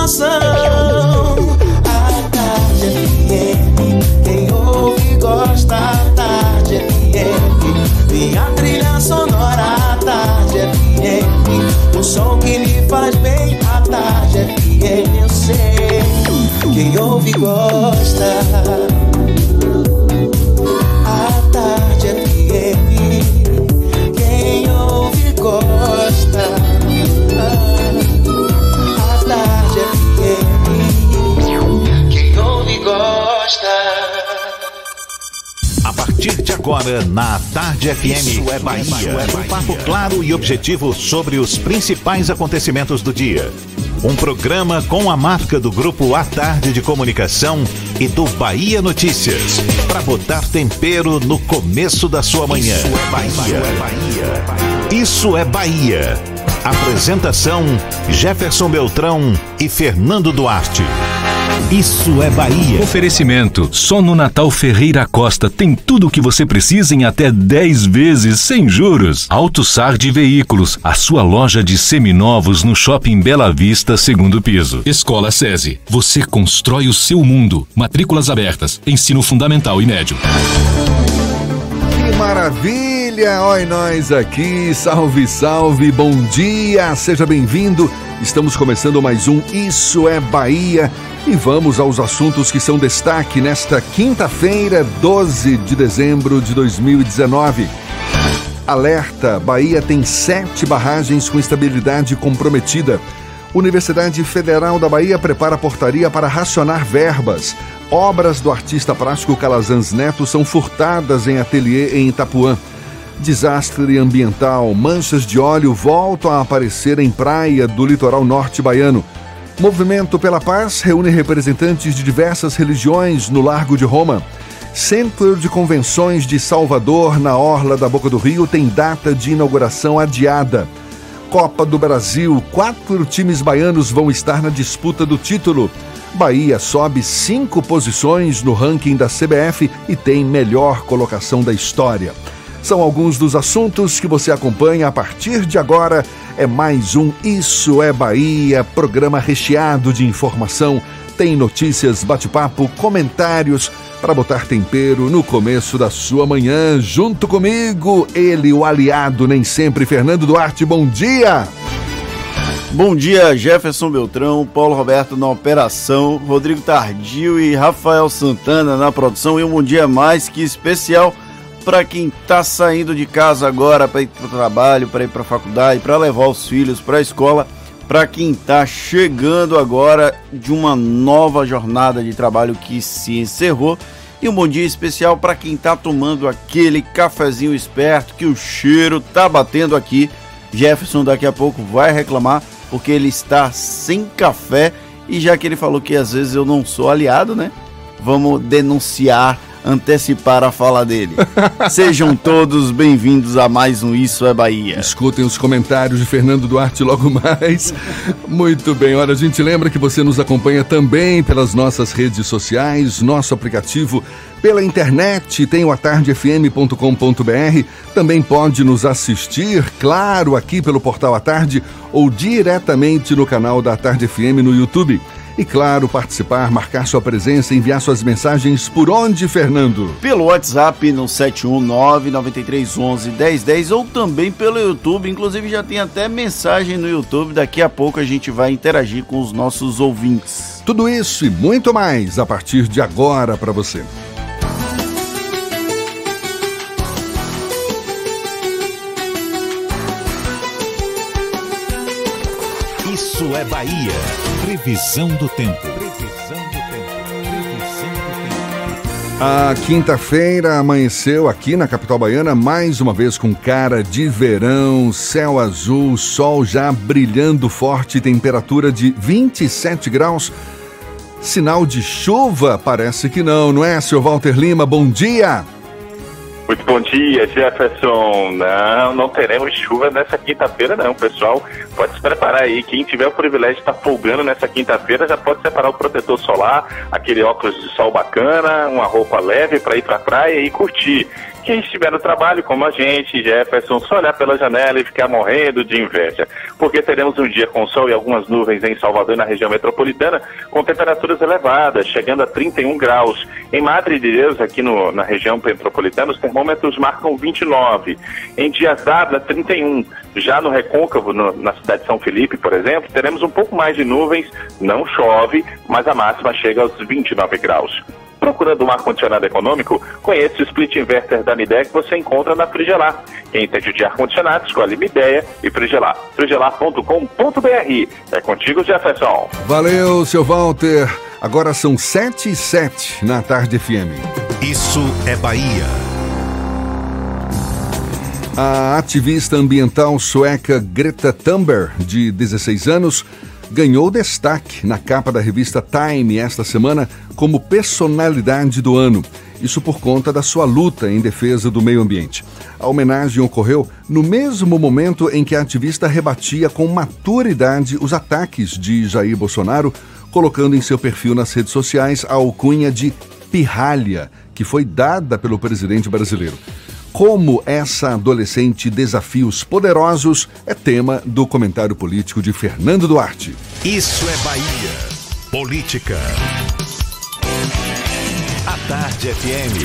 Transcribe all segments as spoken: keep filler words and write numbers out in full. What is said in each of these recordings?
informação. A Tarde F M, quem ouve gosta. A Tarde F M, minha trilha sonora. A Tarde F M, o som que me faz bem. A Tarde F M, eu sei, quem ouve gosta. A Tarde F M, quem ouve gosta. A Tarde F M, quem ouve gosta. A partir de agora, na Tarde F M, Isso é Bahia. Um papo claro e objetivo sobre os principais acontecimentos do dia. Um programa com a marca do Grupo A Tarde de Comunicação e do Bahia Notícias, para botar tempero no começo da sua manhã. Isso é Bahia. Isso é Bahia. Apresentação: Jefferson Beltrão e Fernando Duarte. Isso é Bahia. Oferecimento: só no Natal Ferreira Costa tem tudo o que você precisa em até dez vezes sem juros. AutoSard Veículos, a sua loja de seminovos no Shopping Bela Vista, segundo piso. Escola SESI, você constrói o seu mundo. Matrículas abertas, ensino fundamental e médio. Que maravilha! Oi, nós aqui, salve, salve, bom dia, seja bem-vindo. Estamos começando mais um Isso é Bahia e vamos aos assuntos que são destaque nesta quinta-feira, doze de dezembro de dois mil e dezenove. Alerta: Bahia tem sete barragens com estabilidade comprometida. Universidade Federal da Bahia prepara portaria para racionar verbas. Obras do artista plástico Calazans Neto são furtadas em ateliê em Itapuã. Desastre ambiental: manchas de óleo voltam a aparecer em praia do litoral norte baiano. Movimento pela Paz reúne representantes de diversas religiões no Largo de Roma. Centro de Convenções de Salvador, na Orla da Boca do Rio, tem data de inauguração adiada. Copa do Brasil: quatro times baianos vão estar na disputa do título. Bahia sobe cinco posições no ranking da C B F e tem melhor colocação da história. São alguns dos assuntos que você acompanha a partir de agora. É mais um Isso é Bahia, programa recheado de informação. Tem notícias, bate-papo, comentários para botar tempero no começo da sua manhã. Junto comigo, ele, o aliado nem sempre, Fernando Duarte. Bom dia! Bom dia, Jefferson Beltrão, Paulo Roberto na operação, Rodrigo Tardio e Rafael Santana na produção. E um bom dia mais que especial para quem está saindo de casa agora para ir para o trabalho, para ir para a faculdade, para levar os filhos para a escola, para quem está chegando agora de uma nova jornada de trabalho que se encerrou, e um bom dia especial para quem está tomando aquele cafezinho esperto que o cheiro está batendo aqui. Jefferson daqui a pouco vai reclamar porque ele está sem café, e já que ele falou que às vezes eu não sou aliado, né? Vamos denunciar, antecipar a fala dele. Sejam todos bem-vindos a mais um Isso é Bahia. Escutem os comentários de Fernando Duarte logo mais. Muito bem, olha, a gente lembra que você nos acompanha também pelas nossas redes sociais, nosso aplicativo pela internet, tem o a tarde f m ponto com ponto b r. Também pode nos assistir, claro, aqui pelo Portal A Tarde ou diretamente no canal da A Tarde F M no YouTube. E claro, participar, marcar sua presença, enviar suas mensagens por onde, Fernando? Pelo WhatsApp no sete um nove, nove três um um, um zero um zero ou também pelo YouTube. Inclusive já tem até mensagem no YouTube. Daqui a pouco a gente vai interagir com os nossos ouvintes. Tudo isso e muito mais a partir de agora para você. Isso é Bahia. Previsão do tempo. Previsão do tempo. Previsão do tempo. A quinta-feira amanheceu aqui na capital baiana mais uma vez com cara de verão, céu azul, sol já brilhando forte, temperatura de vinte e sete graus. Sinal de chuva? Parece que não, não é, senhor Walter Lima? Bom dia! Muito bom dia, Jefferson. Não, não teremos chuva nessa quinta-feira, não, pessoal. Pode se preparar aí. Quem tiver o privilégio de estar folgando nessa quinta-feira já pode separar o protetor solar, aquele óculos de sol bacana, uma roupa leve para ir para a praia e curtir. Quem estiver no trabalho, como a gente, Jefferson, só olhar pela janela e ficar morrendo de inveja, porque teremos um dia com sol e algumas nuvens em Salvador e na região metropolitana, com temperaturas elevadas, chegando a trinta e um graus. Em Madre de Deus, aqui no, na região metropolitana, os termômetros marcam vinte e nove. Em Dias d'Ávila, trinta e um. Já no Recôncavo, no, na cidade de São Felipe, por exemplo, teremos um pouco mais de nuvens, não chove, mas a máxima chega aos vinte e nove graus. Procurando um ar-condicionado econômico, conheça o Split Inverter da Midea que você encontra na Frigelar. Quem entende de ar-condicionado, escolhe Midea e Frigelar. frigelar ponto com ponto b r. É contigo, Jefferson. Valeu, seu Walter. Agora são sete e sete na Tarde F M. Isso é Bahia. A ativista ambiental sueca Greta Thunberg, de dezesseis anos, ganhou destaque na capa da revista Time esta semana como personalidade do ano. Isso por conta da sua luta em defesa do meio ambiente. A homenagem ocorreu no mesmo momento em que a ativista rebatia com maturidade os ataques de Jair Bolsonaro, colocando em seu perfil nas redes sociais a alcunha de pirralha, que foi dada pelo presidente brasileiro. Como essa adolescente desafia os poderosos é tema do comentário político de Fernando Duarte. Isso é Bahia. Política. A Tarde F M.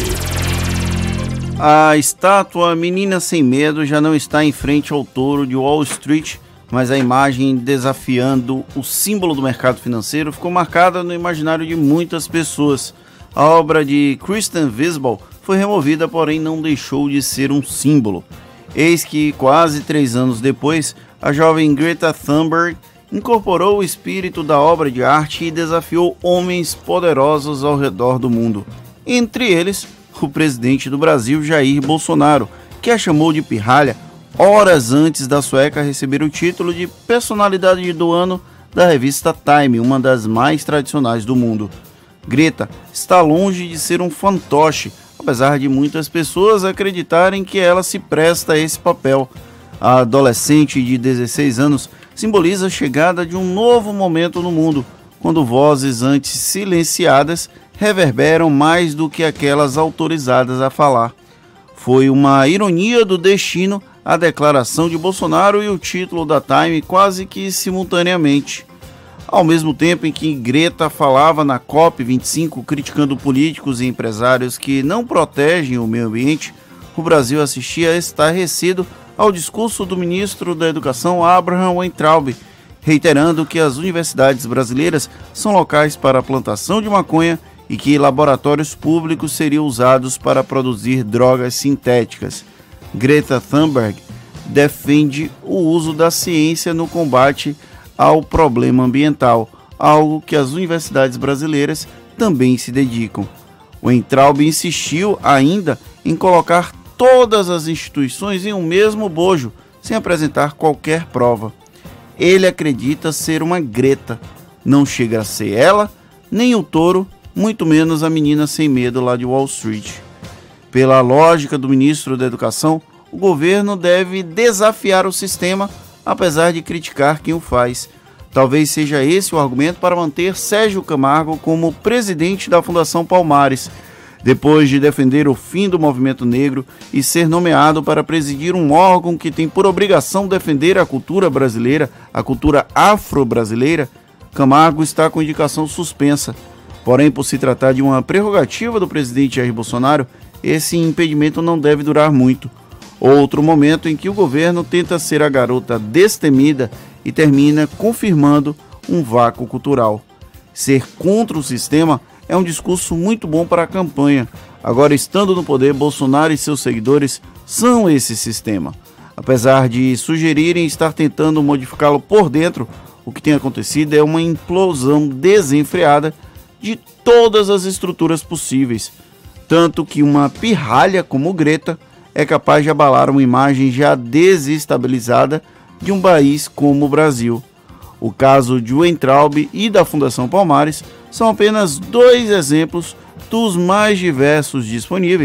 A estátua Menina Sem Medo já não está em frente ao touro de Wall Street, mas a imagem desafiando o símbolo do mercado financeiro ficou marcada no imaginário de muitas pessoas. A obra de Kristen Visbal foi removida, porém não deixou de ser um símbolo. Eis que, quase três anos depois, a jovem Greta Thunberg incorporou o espírito da obra de arte e desafiou homens poderosos ao redor do mundo. Entre eles, o presidente do Brasil, Jair Bolsonaro, que a chamou de pirralha horas antes da sueca receber o título de personalidade do ano da revista Time, uma das mais tradicionais do mundo. Greta está longe de ser um fantoche, apesar de muitas pessoas acreditarem que ela se presta a esse papel. A adolescente de dezesseis anos simboliza a chegada de um novo momento no mundo, quando vozes antes silenciadas reverberam mais do que aquelas autorizadas a falar. Foi uma ironia do destino a declaração de Bolsonaro e o título da Time quase que simultaneamente. Ao mesmo tempo em que Greta falava na COP vinte e cinco criticando políticos e empresários que não protegem o meio ambiente, o Brasil assistia estarrecido ao discurso do ministro da Educação, Abraham Weintraub, reiterando que as universidades brasileiras são locais para a plantação de maconha e que laboratórios públicos seriam usados para produzir drogas sintéticas. Greta Thunberg defende o uso da ciência no combate ao problema ambiental, algo que as universidades brasileiras também se dedicam. O Weintraub insistiu ainda em colocar todas as instituições em um mesmo bojo, sem apresentar qualquer prova. Ele acredita ser uma Greta, não chega a ser ela, nem o touro, muito menos a menina sem medo lá de Wall Street. Pela lógica do ministro da Educação, o governo deve desafiar o sistema, apesar de criticar quem o faz. Talvez seja esse o argumento para manter Sérgio Camargo como presidente da Fundação Palmares, depois de defender o fim do movimento negro e ser nomeado para presidir um órgão que tem por obrigação defender a cultura brasileira, a cultura afro-brasileira. Camargo está com indicação suspensa. Porém, por se tratar de uma prerrogativa do presidente Jair Bolsonaro, esse impedimento não deve durar muito. Outro momento em que o governo tenta ser a garota destemida e termina confirmando um vácuo cultural. Ser contra o sistema é um discurso muito bom para a campanha. Agora, estando no poder, Bolsonaro e seus seguidores são esse sistema. Apesar de sugerirem estar tentando modificá-lo por dentro, o que tem acontecido é uma implosão desenfreada de todas as estruturas possíveis. Tanto que uma pirralha como Greta é capaz de abalar uma imagem já desestabilizada de um país como o Brasil. O caso de Weintraub e da Fundação Palmares são apenas dois exemplos dos mais diversos disponíveis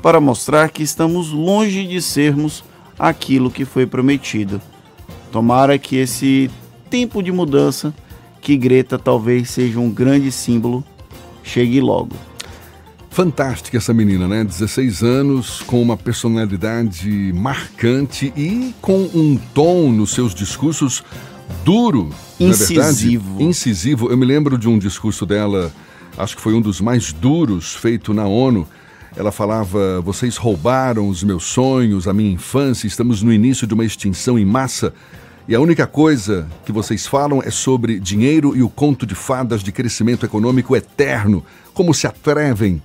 para mostrar que estamos longe de sermos aquilo que foi prometido. Tomara que esse tempo de mudança, que Greta talvez seja um grande símbolo, chegue logo. Fantástica essa menina, né? dezesseis anos, com uma personalidade marcante e com um tom nos seus discursos duro, incisivo. Não é verdade? Incisivo. Eu me lembro de um discurso dela, acho que foi um dos mais duros, feito na ONU. Ela falava: vocês roubaram os meus sonhos, a minha infância, estamos no início de uma extinção em massa e a única coisa que vocês falam é sobre dinheiro e o conto de fadas de crescimento econômico eterno. Como se atrevem?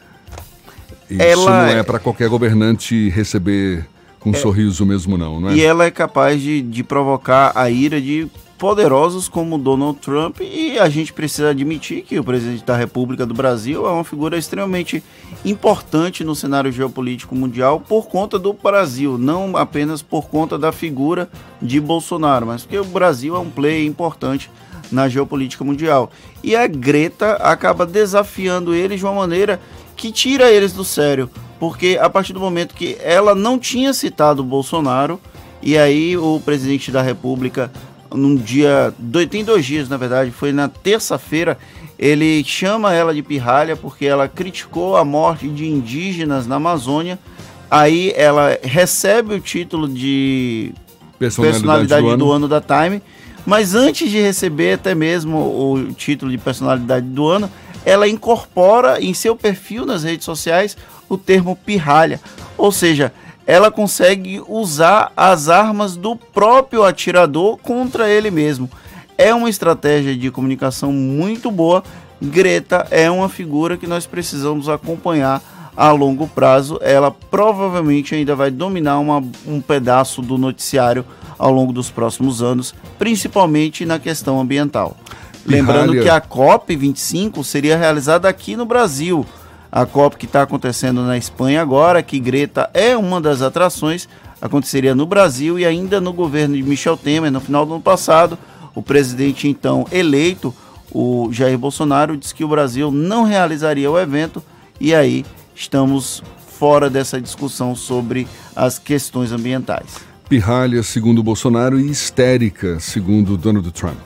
Isso ela... não é para qualquer governante receber com um é... sorriso mesmo não, não é? E ela é capaz de, de provocar a ira de poderosos como Donald Trump, e a gente precisa admitir que o presidente da República do Brasil é uma figura extremamente importante no cenário geopolítico mundial por conta do Brasil, não apenas por conta da figura de Bolsonaro, mas porque o Brasil é um player importante na geopolítica mundial. E a Greta acaba desafiando eles de uma maneira que tira eles do sério, porque a partir do momento que ela não tinha citado o Bolsonaro, e aí o presidente da República, num dia, tem dois dias na verdade, foi na terça-feira, ele chama ela de pirralha porque ela criticou a morte de indígenas na Amazônia. Aí ela recebe o título de personalidade, personalidade do, ano. do ano da Time, mas antes de receber até mesmo o título de personalidade do ano, ela incorpora em seu perfil nas redes sociais o termo pirralha, ou seja, ela consegue usar as armas do próprio atirador contra ele mesmo. É uma estratégia de comunicação muito boa. Greta é uma figura que nós precisamos acompanhar a longo prazo. Ela provavelmente ainda vai dominar uma, um pedaço do noticiário ao longo dos próximos anos, principalmente na questão ambiental. Lembrando que a COP vinte e cinco seria realizada aqui no Brasil. A COP que está acontecendo na Espanha agora, que Greta é uma das atrações, aconteceria no Brasil e ainda no governo de Michel Temer. No final do ano passado, o presidente então eleito, o Jair Bolsonaro, disse que o Brasil não realizaria o evento, e aí estamos fora dessa discussão sobre as questões ambientais. Pirralha, segundo Bolsonaro, e histérica, segundo Donald Trump.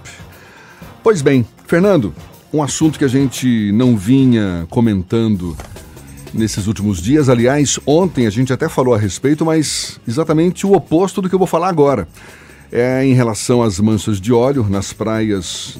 Pois bem, Fernando, um assunto que a gente não vinha comentando nesses últimos dias. Aliás, ontem a gente até falou a respeito, mas exatamente o oposto do que eu vou falar agora. É em relação às manchas de óleo nas praias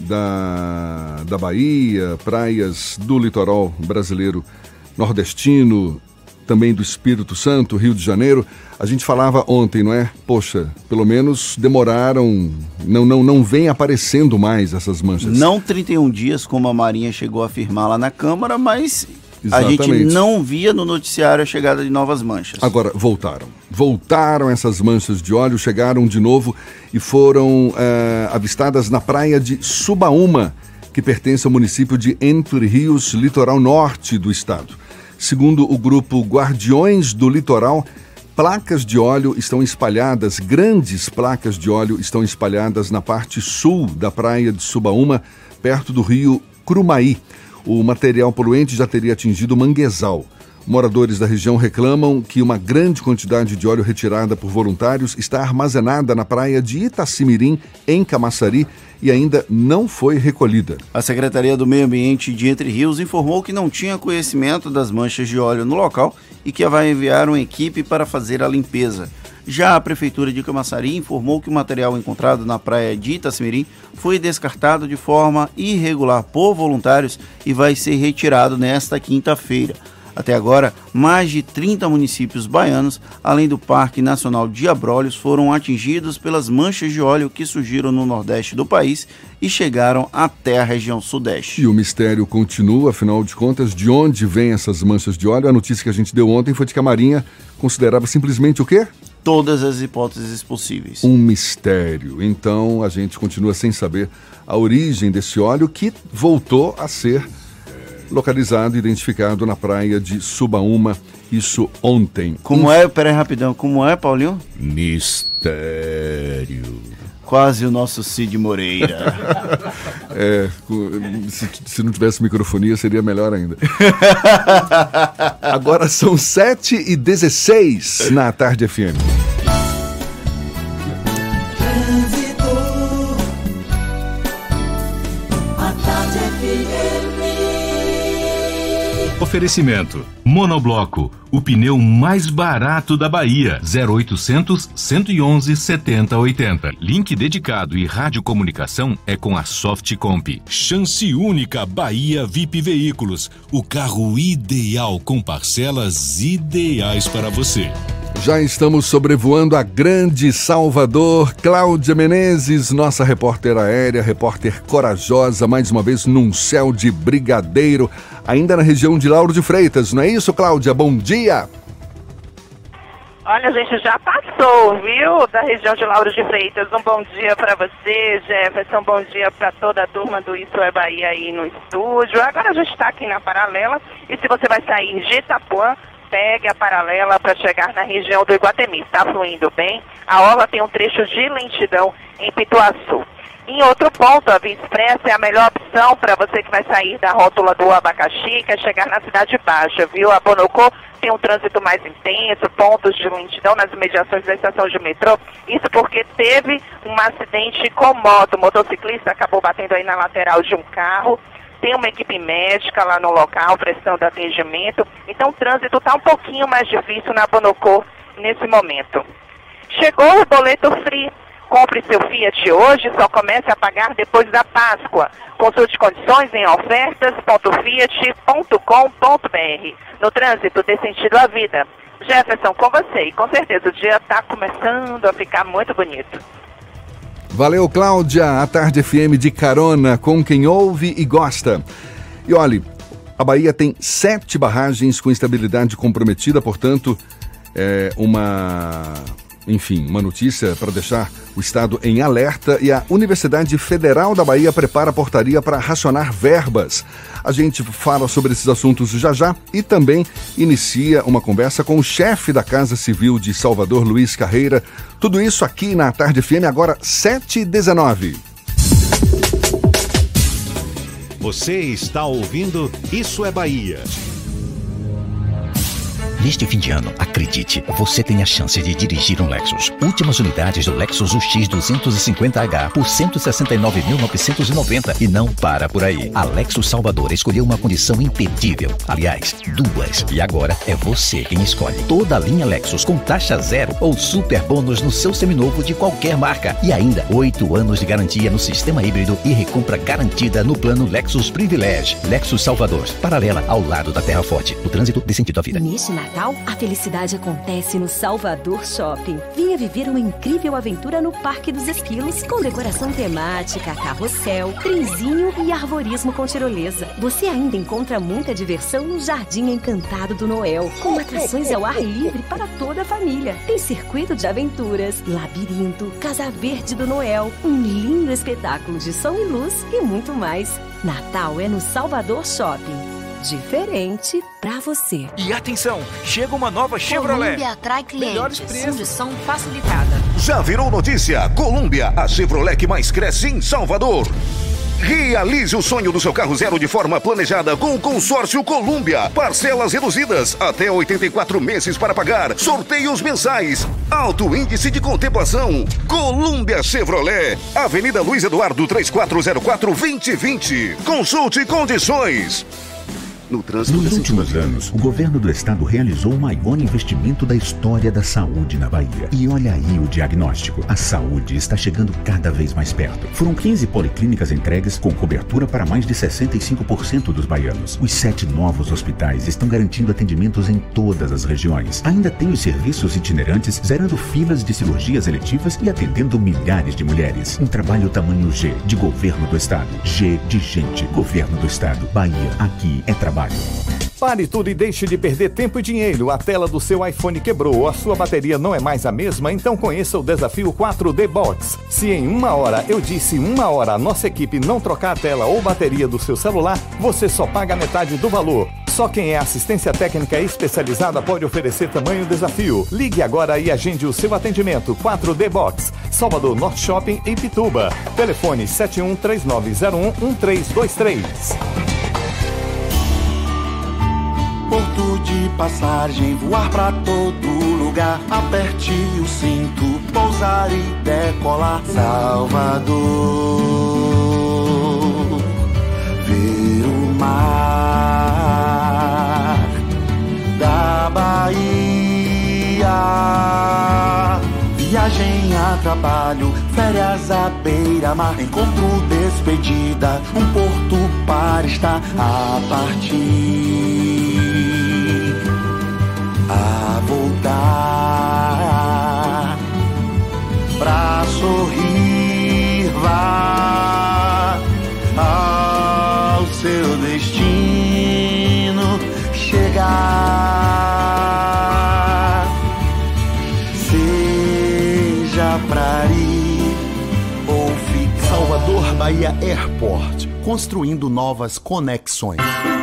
da, da Bahia, praias do litoral brasileiro nordestino, também do Espírito Santo, Rio de Janeiro. A gente falava ontem, não é? Poxa, pelo menos demoraram, não, não, não vem aparecendo mais essas manchas. Não trinta e um dias, como a Marinha chegou a afirmar lá na Câmara, mas exatamente. A gente não via no noticiário a chegada de novas manchas. Agora, voltaram. Voltaram essas manchas de óleo, chegaram de novo e foram é, avistadas na praia de Subaúma, que pertence ao município de Entre Rios, litoral norte do estado. Segundo o grupo Guardiões do Litoral, placas de óleo estão espalhadas, grandes placas de óleo estão espalhadas na parte sul da praia de Subaúma, perto do rio Crumaí. O material poluente já teria atingido o manguezal. Moradores da região reclamam que uma grande quantidade de óleo retirada por voluntários está armazenada na praia de Itacimirim, em Camaçari, e ainda não foi recolhida. A Secretaria do Meio Ambiente de Entre Rios informou que não tinha conhecimento das manchas de óleo no local e que vai enviar uma equipe para fazer a limpeza. Já a Prefeitura de Camaçari informou que o material encontrado na praia de Itacimirim foi descartado de forma irregular por voluntários e vai ser retirado nesta quinta-feira. Até agora, mais de trinta municípios baianos, além do Parque Nacional de Abrolhos, foram atingidos pelas manchas de óleo que surgiram no nordeste do país e chegaram até a região sudeste. E o mistério continua, afinal de contas, de onde vêm essas manchas de óleo? A notícia que a gente deu ontem foi de que a Marinha considerava simplesmente o quê? Todas as hipóteses possíveis. Um mistério. Então, a gente continua sem saber a origem desse óleo que voltou a ser localizado e identificado na praia de Subaúma, isso ontem. Como é, peraí rapidão, como é, Paulinho? Mistério. Quase o nosso Cid Moreira. É, se, se não tivesse microfonia seria melhor ainda. Agora são sete e dezesseis na Tarde F M. Oferecimento. Monobloco, o pneu mais barato da Bahia. zero oitocentos, cento e onze, setenta, oitenta. Link dedicado e radiocomunicação é com a Softcomp. Chance única Bahia V I P Veículos. O carro ideal com parcelas ideais para você. Já estamos sobrevoando a grande Salvador. Cláudia Menezes, nossa repórter aérea, repórter corajosa, mais uma vez num céu de brigadeiro, ainda na região de Lauro de Freitas, não é isso, Cláudia? Bom dia! Olha, a gente já passou, viu, da região de Lauro de Freitas. Um bom dia para você, Jefferson, um bom dia para toda a turma do Isso é Bahia aí no estúdio. Agora a gente está aqui na Paralela, e se você vai sair de Itapuã, pegue a Paralela para chegar na região do Iguatemi. Está fluindo bem. A orla tem um trecho de lentidão em Pituaçu. Em outro ponto, a Via Expressa é a melhor opção para você que vai sair da rótula do Abacaxi, quer chegar na Cidade Baixa, viu? A Bonocô tem um trânsito mais intenso, pontos de lentidão nas imediações da estação de metrô. Isso porque teve um acidente com moto. O motociclista acabou batendo aí na lateral de um carro. Tem uma equipe médica lá no local prestando atendimento. Então o trânsito está um pouquinho mais difícil na Bonocô nesse momento. Chegou o boleto Free. Compre seu Fiat hoje, só comece a pagar depois da Páscoa. Consulte condições em ofertas ponto fiat ponto com ponto br. No trânsito, dê sentido à vida. Jefferson, com você. E com certeza o dia está começando a ficar muito bonito. Valeu, Cláudia. A Tarde F M de carona com quem ouve e gosta. E olhe, a Bahia tem sete barragens com estabilidade comprometida, portanto, é uma... Enfim, uma notícia para deixar o Estado em alerta, e a Universidade Federal da Bahia prepara a portaria para racionar verbas. A gente fala sobre esses assuntos já já e também inicia uma conversa com o chefe da Casa Civil de Salvador, Luiz Carreira. Tudo isso aqui na Tarde F M, agora sete e dezenove. Você está ouvindo Isso é Bahia. Neste fim de ano, acredite, você tem a chance de dirigir um Lexus. Últimas unidades do Lexus U X duzentos e cinquenta H por cento e sessenta e nove mil novecentos e noventa e não para por aí. A Lexus Salvador escolheu uma condição imperdível. Aliás, duas. E agora é você quem escolhe. Toda a linha Lexus com taxa zero ou super bônus no seu seminovo de qualquer marca. E ainda, oito anos de garantia no sistema híbrido e recompra garantida no plano Lexus Privilege. Lexus Salvador, paralela ao lado da Terra Forte. O trânsito dê sentido à vida. Neste Natal, a felicidade acontece no Salvador Shopping. Venha viver uma incrível aventura no Parque dos Esquilos, com decoração temática, carrossel, trenzinho e arborismo com tirolesa. Você ainda encontra muita diversão no Jardim Encantado do Noel, com atrações ao ar livre para toda a família. Tem circuito de aventuras, labirinto, Casa Verde do Noel, um lindo espetáculo de som e luz e muito mais. Natal é no Salvador Shopping. Diferente pra você. E atenção, chega uma nova Chevrolet. Colômbia atrai clientes. Melhores preços. Condição facilitada. Já virou notícia? Colômbia, a Chevrolet que mais cresce em Salvador. Realize o sonho do seu carro zero de forma planejada com o consórcio Colômbia. Parcelas reduzidas, até oitenta e quatro meses para pagar. Sorteios mensais. Alto índice de contemplação. Colômbia Chevrolet. Avenida Luiz Eduardo três quatro zero quatro, dois zero dois zero. Consulte condições. No Nos últimos anos, o governo do estado realizou o maior investimento da história da saúde na Bahia. E olha aí o diagnóstico. A saúde está chegando cada vez mais perto. Foram quinze policlínicas entregues com cobertura para mais de sessenta e cinco por cento dos baianos. Os sete novos hospitais estão garantindo atendimentos em todas as regiões. Ainda tem os serviços itinerantes, zerando filas de cirurgias eletivas e atendendo milhares de mulheres. Um trabalho tamanho G, de governo do estado. G de gente. Governo do estado. Bahia, aqui é trabalho. Pare tudo e deixe de perder tempo e dinheiro. A tela do seu iPhone quebrou ou a sua bateria não é mais a mesma? Então conheça o desafio quatro D Box. Se em uma hora, eu disse uma hora, a nossa equipe não trocar a tela ou bateria do seu celular, você só paga metade do valor. Só quem é assistência técnica especializada pode oferecer tamanho desafio. Ligue agora e agende o seu atendimento. quatro D Box, Salvador Norte Shopping em Pituba. Telefone sete um três nove zero um um três dois três. Porto de passagem, voar pra todo lugar. Aperte o cinto, pousar e decolar. Salvador, ver o mar da Bahia. Viagem a trabalho, férias à beira-mar. Encontro, despedida, um porto para estar a partir. A voltar pra sorrir, vá ao seu destino chegar, seja pra ir ou ficar. Salvador Bahia Airport, construindo novas conexões.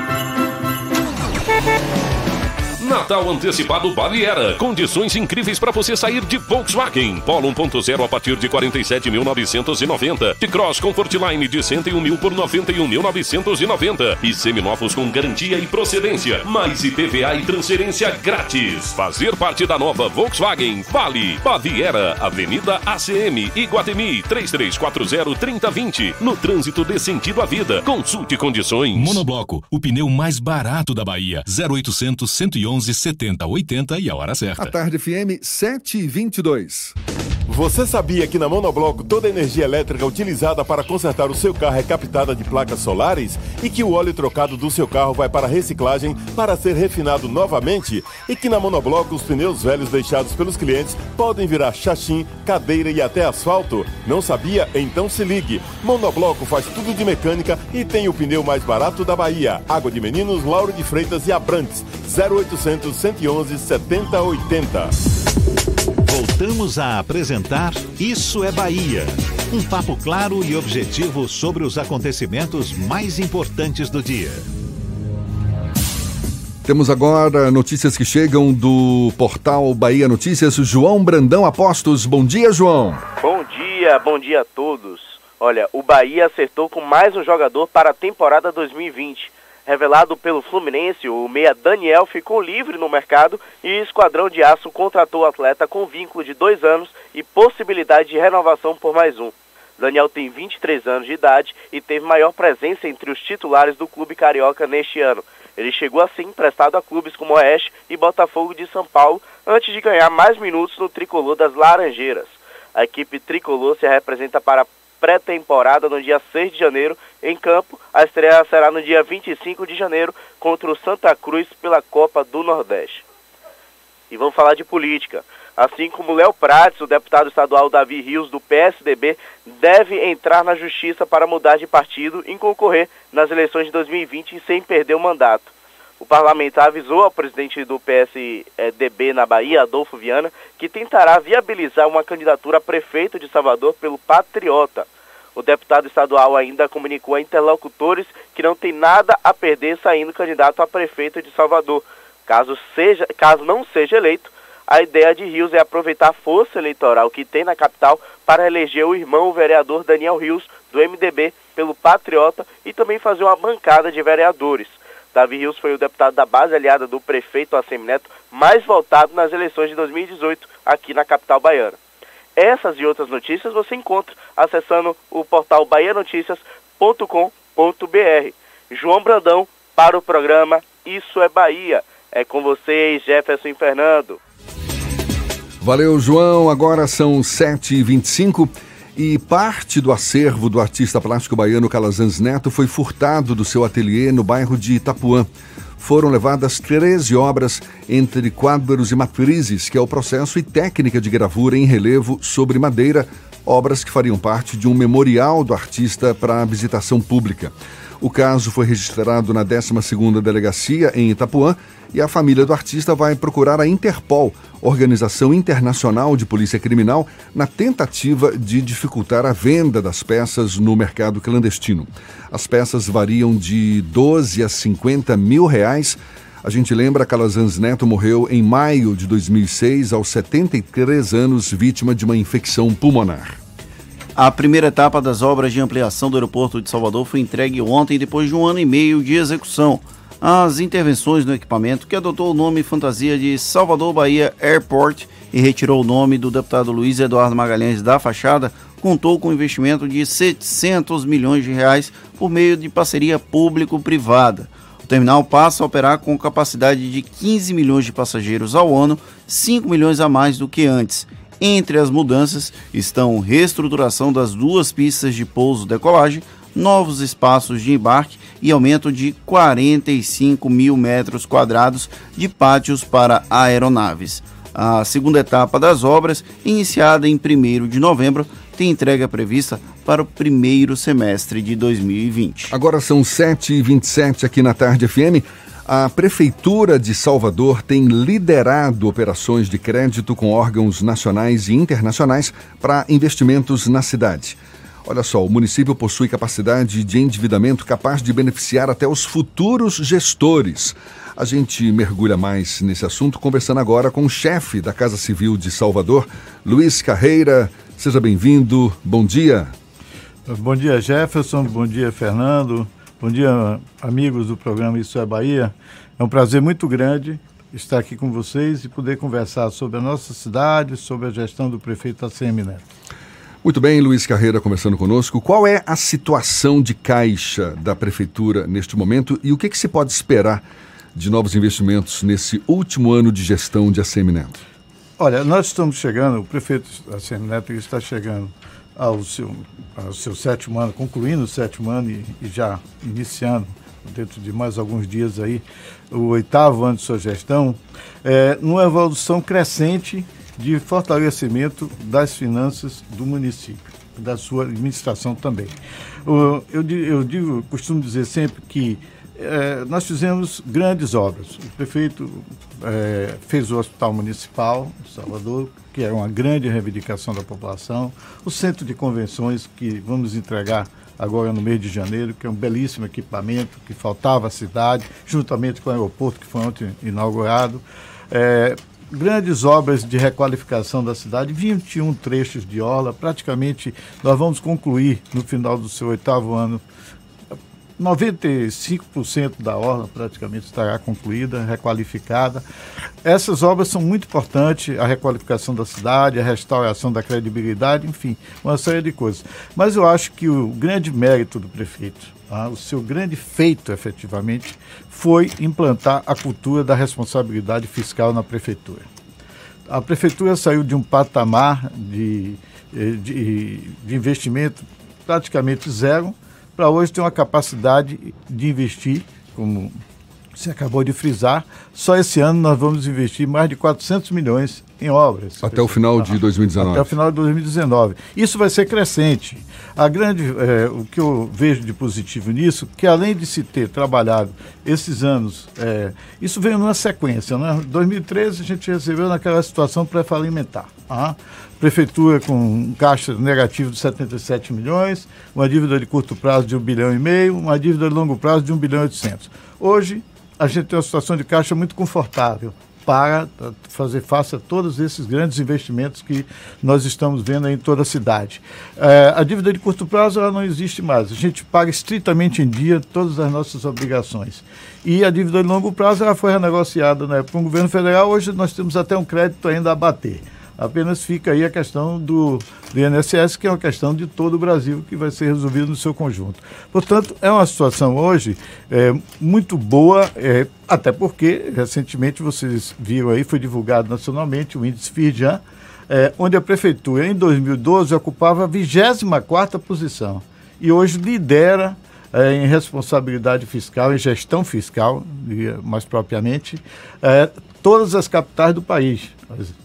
Natal antecipado Baviera. Condições incríveis para você sair de Volkswagen. Polo um ponto zero a partir de quarenta e sete mil novecentos e noventa. De Cross Comfortline de cento e um mil por noventa e um mil novecentos e noventa. E seminovos com garantia e procedência. Mais I P V A e transferência grátis. Fazer parte da nova Volkswagen vale. Baviera, Avenida A C M, Iguatemi, três três quatro zero, três zero dois zero. No trânsito dê sentido à vida. Consulte condições. Monobloco, o pneu mais barato da Bahia. zero oitocentos, cento e onze, setenta, oitenta e a hora certa. A Tarde F M sete e vinte e dois. Você sabia que na Monobloco toda a energia elétrica utilizada para consertar o seu carro é captada de placas solares e que o óleo trocado do seu carro vai para reciclagem para ser refinado novamente e que na Monobloco os pneus velhos deixados pelos clientes podem virar chachim, cadeira e até asfalto? Não sabia? Então se ligue. Monobloco faz tudo de mecânica e tem o pneu mais barato da Bahia. Água de Meninos, Lauro de Freitas e Abrantes. zero oitocentos, cento e onze, setenta, oitenta. Voltamos a apresentar Isso é Bahia. Um papo claro e objetivo sobre os acontecimentos mais importantes do dia. Temos agora notícias que chegam do portal Bahia Notícias. João Brandão Apostos. Bom dia, João. Bom dia, bom dia a todos. Olha, o Bahia acertou com mais um jogador para a temporada dois mil e vinte. Revelado pelo Fluminense, o meia Daniel ficou livre no mercado e o Esquadrão de Aço contratou o atleta com vínculo de dois anos e possibilidade de renovação por mais um. Daniel tem vinte e três anos de idade e teve maior presença entre os titulares do clube carioca neste ano. Ele chegou assim emprestado a clubes como Oeste e Botafogo de São Paulo antes de ganhar mais minutos no tricolor das Laranjeiras. A equipe tricolor se representa para a pré-temporada no dia seis de janeiro em campo. A estreia será no dia vinte e cinco de janeiro contra o Santa Cruz pela Copa do Nordeste. E vamos falar de política. Assim como Léo Prates, o deputado estadual Davi Rios do P S D B, deve entrar na justiça para mudar de partido e concorrer nas eleições de dois mil e vinte sem perder o mandato. O parlamentar avisou ao presidente do P S D B na Bahia, Adolfo Viana, que tentará viabilizar uma candidatura a prefeito de Salvador pelo Patriota. O deputado estadual ainda comunicou a interlocutores que não tem nada a perder saindo candidato a prefeito de Salvador. Caso, seja, caso não seja eleito, a ideia de Rios é aproveitar a força eleitoral que tem na capital para eleger o irmão, o vereador Daniel Rios, do M D B, pelo Patriota e também fazer uma bancada de vereadores. Davi Rios foi o deputado da base aliada do prefeito Assemineto mais votado nas eleições de dois mil e dezoito aqui na capital baiana. Essas e outras notícias você encontra acessando o portal bahia noticias ponto com ponto br. João Brandão para o programa Isso é Bahia. É com vocês, Jefferson e Fernando. Valeu, João. Agora são sete e vinte e cinco. E parte do acervo do artista plástico baiano Calazans Neto foi furtado do seu ateliê no bairro de Itapuã. Foram levadas treze obras, entre quadros e matrizes, que é o processo e técnica de gravura em relevo sobre madeira, obras que fariam parte de um memorial do artista para a visitação pública. O caso foi registrado na décima segunda Delegacia, em Itapuã, e a família do artista vai procurar a Interpol, Organização Internacional de Polícia Criminal, na tentativa de dificultar a venda das peças no mercado clandestino. As peças variam de doze a cinquenta mil reais. A gente lembra que Calazans Neto morreu em maio de dois mil e seis, aos setenta e três anos, vítima de uma infecção pulmonar. A primeira etapa das obras de ampliação do aeroporto de Salvador foi entregue ontem, depois de um ano e meio de execução. As intervenções no equipamento, que adotou o nome fantasia de Salvador Bahia Airport e retirou o nome do deputado Luiz Eduardo Magalhães da fachada, contou com um investimento de setecentos milhões de reais por meio de parceria público-privada. O terminal passa a operar com capacidade de quinze milhões de passageiros ao ano, cinco milhões a mais do que antes. Entre as mudanças estão reestruturação das duas pistas de pouso-decolagem, novos espaços de embarque e aumento de quarenta e cinco mil metros quadrados de pátios para aeronaves. A segunda etapa das obras, iniciada em primeiro de novembro, tem entrega prevista para o primeiro semestre de dois mil e vinte. Agora são sete e vinte e sete aqui na Tarde F M. A Prefeitura de Salvador tem liderado operações de crédito com órgãos nacionais e internacionais para investimentos na cidade. Olha só, o município possui capacidade de endividamento capaz de beneficiar até os futuros gestores. A gente mergulha mais nesse assunto conversando agora com o chefe da Casa Civil de Salvador, Luiz Carreira. Seja bem-vindo. Bom dia. Bom dia, Jefferson. Bom dia, Fernando. Bom dia, amigos do programa Isso é Bahia. É um prazer muito grande estar aqui com vocês e poder conversar sobre a nossa cidade, sobre a gestão do prefeito A C M Neto. Muito bem, Luiz Carreira conversando conosco. Qual é a situação de caixa da Prefeitura neste momento e o que, que se pode esperar de novos investimentos nesse último ano de gestão de A C M Neto? Olha, nós estamos chegando, o prefeito A C M Neto está chegando ao seu, ao seu sétimo ano, concluindo o sétimo ano e, e já iniciando, dentro de mais alguns dias aí, o oitavo ano de sua gestão, é, numa evolução crescente de fortalecimento das finanças do município, da sua administração também. Eu, eu, eu digo, costumo dizer sempre que é, nós fizemos grandes obras. O prefeito é, fez o Hospital Municipal de Salvador, que é uma grande reivindicação da população, o Centro de Convenções, que vamos entregar agora no mês de janeiro, que é um belíssimo equipamento que faltava à cidade, juntamente com o aeroporto, que foi ontem inaugurado. É, grandes obras de requalificação da cidade, vinte e um trechos de orla, praticamente nós vamos concluir no final do seu oitavo ano, noventa e cinco por cento da orla praticamente estará concluída, requalificada. Essas obras são muito importantes, a requalificação da cidade, a restauração da credibilidade, enfim, uma série de coisas. Mas eu acho que o grande mérito do prefeito, ah, o seu grande feito, efetivamente, foi implantar a cultura da responsabilidade fiscal na prefeitura. A prefeitura saiu de um patamar de, de, de investimento praticamente zero, para hoje ter uma capacidade de investir, como você acabou de frisar. Só esse ano nós vamos investir mais de quatrocentos milhões em obras. Até o final de dois mil e dezenove. Até o final de dois mil e dezenove. Isso vai ser crescente. A grande, é, o que eu vejo de positivo nisso, que além de se ter trabalhado esses anos, é, isso veio numa sequência. Né? Em dois mil e treze a gente recebeu naquela situação pré-falimentar. Ah, prefeitura com um caixa negativo de setenta e sete milhões, uma dívida de curto prazo de um bilhão e meio, uma dívida de longo prazo de um bilhão e oitocentos. Hoje, a gente tem uma situação de caixa muito confortável para fazer face a todos esses grandes investimentos que nós estamos vendo aí em toda a cidade. É, a dívida de curto prazo ela não existe mais. A gente paga estritamente em dia todas as nossas obrigações. E a dívida de longo prazo ela foi renegociada na época com o governo federal. Hoje nós temos até um crédito ainda a bater. Apenas fica aí a questão do, do I N S S, que é uma questão de todo o Brasil, que vai ser resolvida no seu conjunto. Portanto, é uma situação hoje é, muito boa, é, até porque, recentemente, vocês viram aí, foi divulgado nacionalmente o índice Firjan, é, onde a Prefeitura, em dois mil e doze, ocupava a vigésima quarta posição. E hoje lidera é, em responsabilidade fiscal, em gestão fiscal, mais propriamente, é, todas as capitais do país.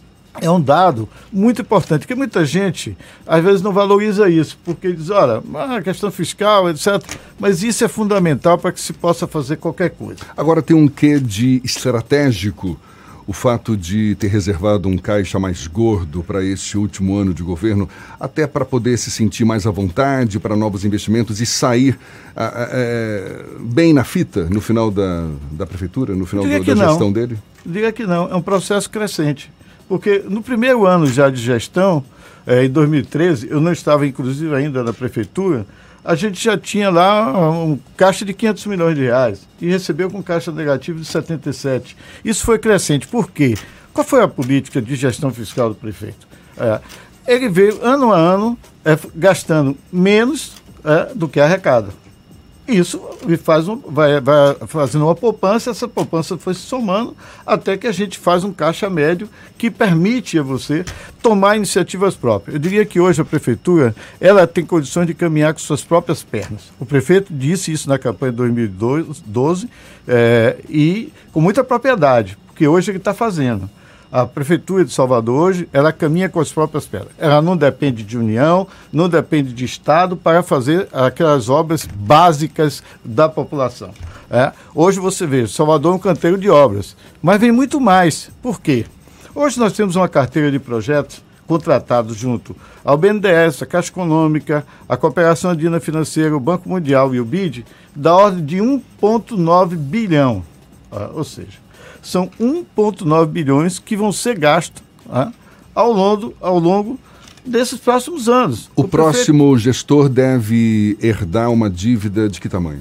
é um dado muito importante, porque muita gente, às vezes, não valoriza isso, porque diz, olha, a questão fiscal, etcétera, mas isso é fundamental para que se possa fazer qualquer coisa. Agora tem um quê de estratégico, o fato de ter reservado um caixa mais gordo para este último ano de governo, até para poder se sentir mais à vontade para novos investimentos e sair a, a, a, bem na fita no final da, da prefeitura, no final do, da não. gestão dele? Diga que não, é um processo crescente. Porque no primeiro ano já de gestão, eh, em dois mil e treze, eu não estava inclusive ainda na prefeitura, a gente já tinha lá um caixa de quinhentos milhões de reais e recebeu com caixa negativo de setenta e sete. Isso foi crescente. Por quê? Qual foi a política de gestão fiscal do prefeito? É, ele veio ano a ano é, gastando menos é, do que arrecada. Isso faz um, vai, vai fazendo uma poupança, essa poupança foi se somando até que a gente faz um caixa médio que permite a você tomar iniciativas próprias. Eu diria que hoje a prefeitura ela tem condições de caminhar com suas próprias pernas. O prefeito disse isso na campanha de dois mil e doze é, e com muita propriedade, porque hoje ele está fazendo. A Prefeitura de Salvador hoje, ela caminha com as próprias pernas. Ela não depende de União, não depende de Estado para fazer aquelas obras básicas da população. É? Hoje você vê, Salvador é um canteiro de obras, mas vem muito mais. Por quê? Hoje nós temos uma carteira de projetos contratados junto ao B N D E S, a Caixa Econômica, a Cooperação Andina Financeira, o Banco Mundial e o B I D, da ordem de um vírgula nove bilhão. Ah, ou seja, são um vírgula nove bilhões que vão ser gastos ah, ao, longo, ao longo desses próximos anos. O, o próximo prefeito... gestor deve herdar uma dívida de que tamanho?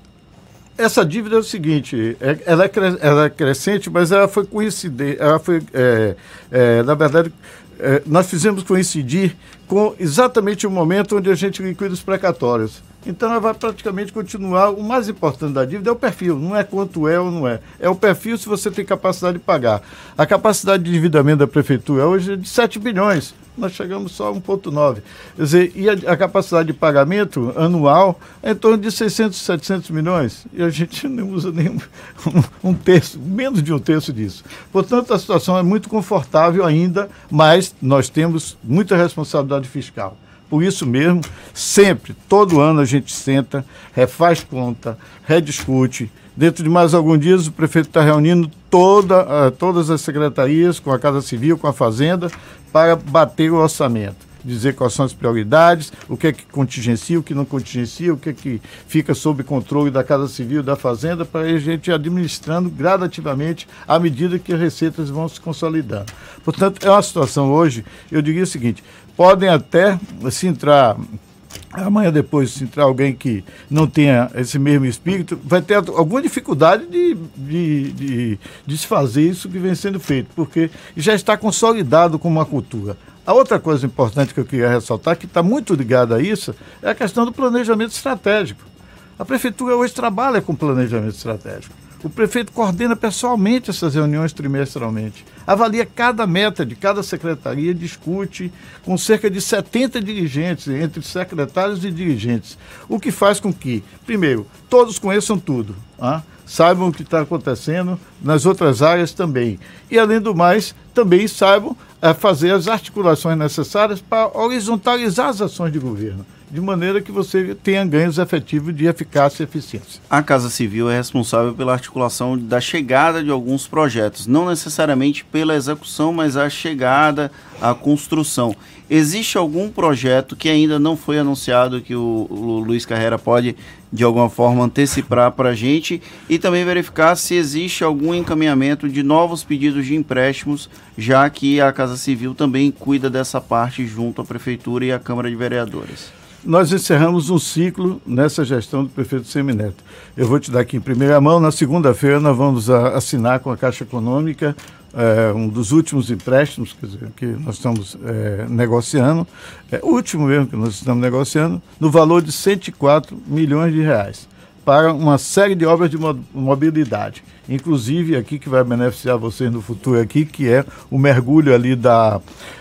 Essa dívida é o seguinte, é, ela, é, ela é crescente, mas ela foi coincidente, ela foi, é, é, na verdade, é, nós fizemos coincidir com exatamente o momento onde a gente liquida os precatórios. Então ela vai praticamente continuar. O mais importante da dívida é o perfil, não é quanto é ou não é. É o perfil se você tem capacidade de pagar. A capacidade de endividamento da prefeitura hoje é de sete bilhões. Nós chegamos só a um vírgula nove. Quer dizer, e a, a capacidade de pagamento anual é em torno de seiscentos, setecentos milhões. E a gente não usa nem um, um terço, menos de um terço disso. Portanto, a situação é muito confortável ainda, mas nós temos muita responsabilidade fiscal. Por isso mesmo, sempre, todo ano a gente senta, refaz conta, rediscute. Dentro de mais alguns dias o prefeito está reunindo toda, uh, todas as secretarias, com a Casa Civil, com a Fazenda, para bater o orçamento. Dizer quais são as prioridades, o que é que contingencia, o que não contingencia, o que é que fica sob controle da Casa Civil e da Fazenda, para a gente ir administrando gradativamente à medida que as receitas vão se consolidando. Portanto, é uma situação hoje, eu diria o seguinte, podem até, se entrar, amanhã depois, se entrar alguém que não tenha esse mesmo espírito, vai ter alguma dificuldade de, de, de, de se fazer isso que vem sendo feito, porque já está consolidado como uma cultura. A outra coisa importante que eu queria ressaltar, que está muito ligada a isso, é a questão do planejamento estratégico. A prefeitura hoje trabalha com planejamento estratégico. O prefeito coordena pessoalmente essas reuniões trimestralmente, avalia cada meta de cada secretaria, discute com cerca de setenta dirigentes, entre secretários e dirigentes, o que faz com que, primeiro, todos conheçam tudo, ah? saibam o que está acontecendo nas outras áreas também. E, além do mais, também saibam é, fazer as articulações necessárias para horizontalizar as ações de governo, de maneira que você tenha ganhos efetivos de eficácia e eficiência. A Casa Civil é responsável pela articulação da chegada de alguns projetos, não necessariamente pela execução, mas a chegada, a construção. Existe algum projeto que ainda não foi anunciado que o, o Luiz Carreira pode, de alguma forma, antecipar para a gente e também verificar se existe algum encaminhamento de novos pedidos de empréstimos, já que a Casa Civil também cuida dessa parte junto à Prefeitura e à Câmara de Vereadores? Nós encerramos um ciclo nessa gestão do prefeito Semineto. Eu vou te dar aqui em primeira mão. Na segunda-feira nós vamos a, assinar com a Caixa Econômica é, um dos últimos empréstimos, quer dizer, que nós estamos é, negociando, é o último mesmo que nós estamos negociando, no valor de cento e quatro milhões de reais, para uma série de obras de mobilidade. Inclusive aqui que vai beneficiar vocês no futuro aqui, que é o mergulho ali da...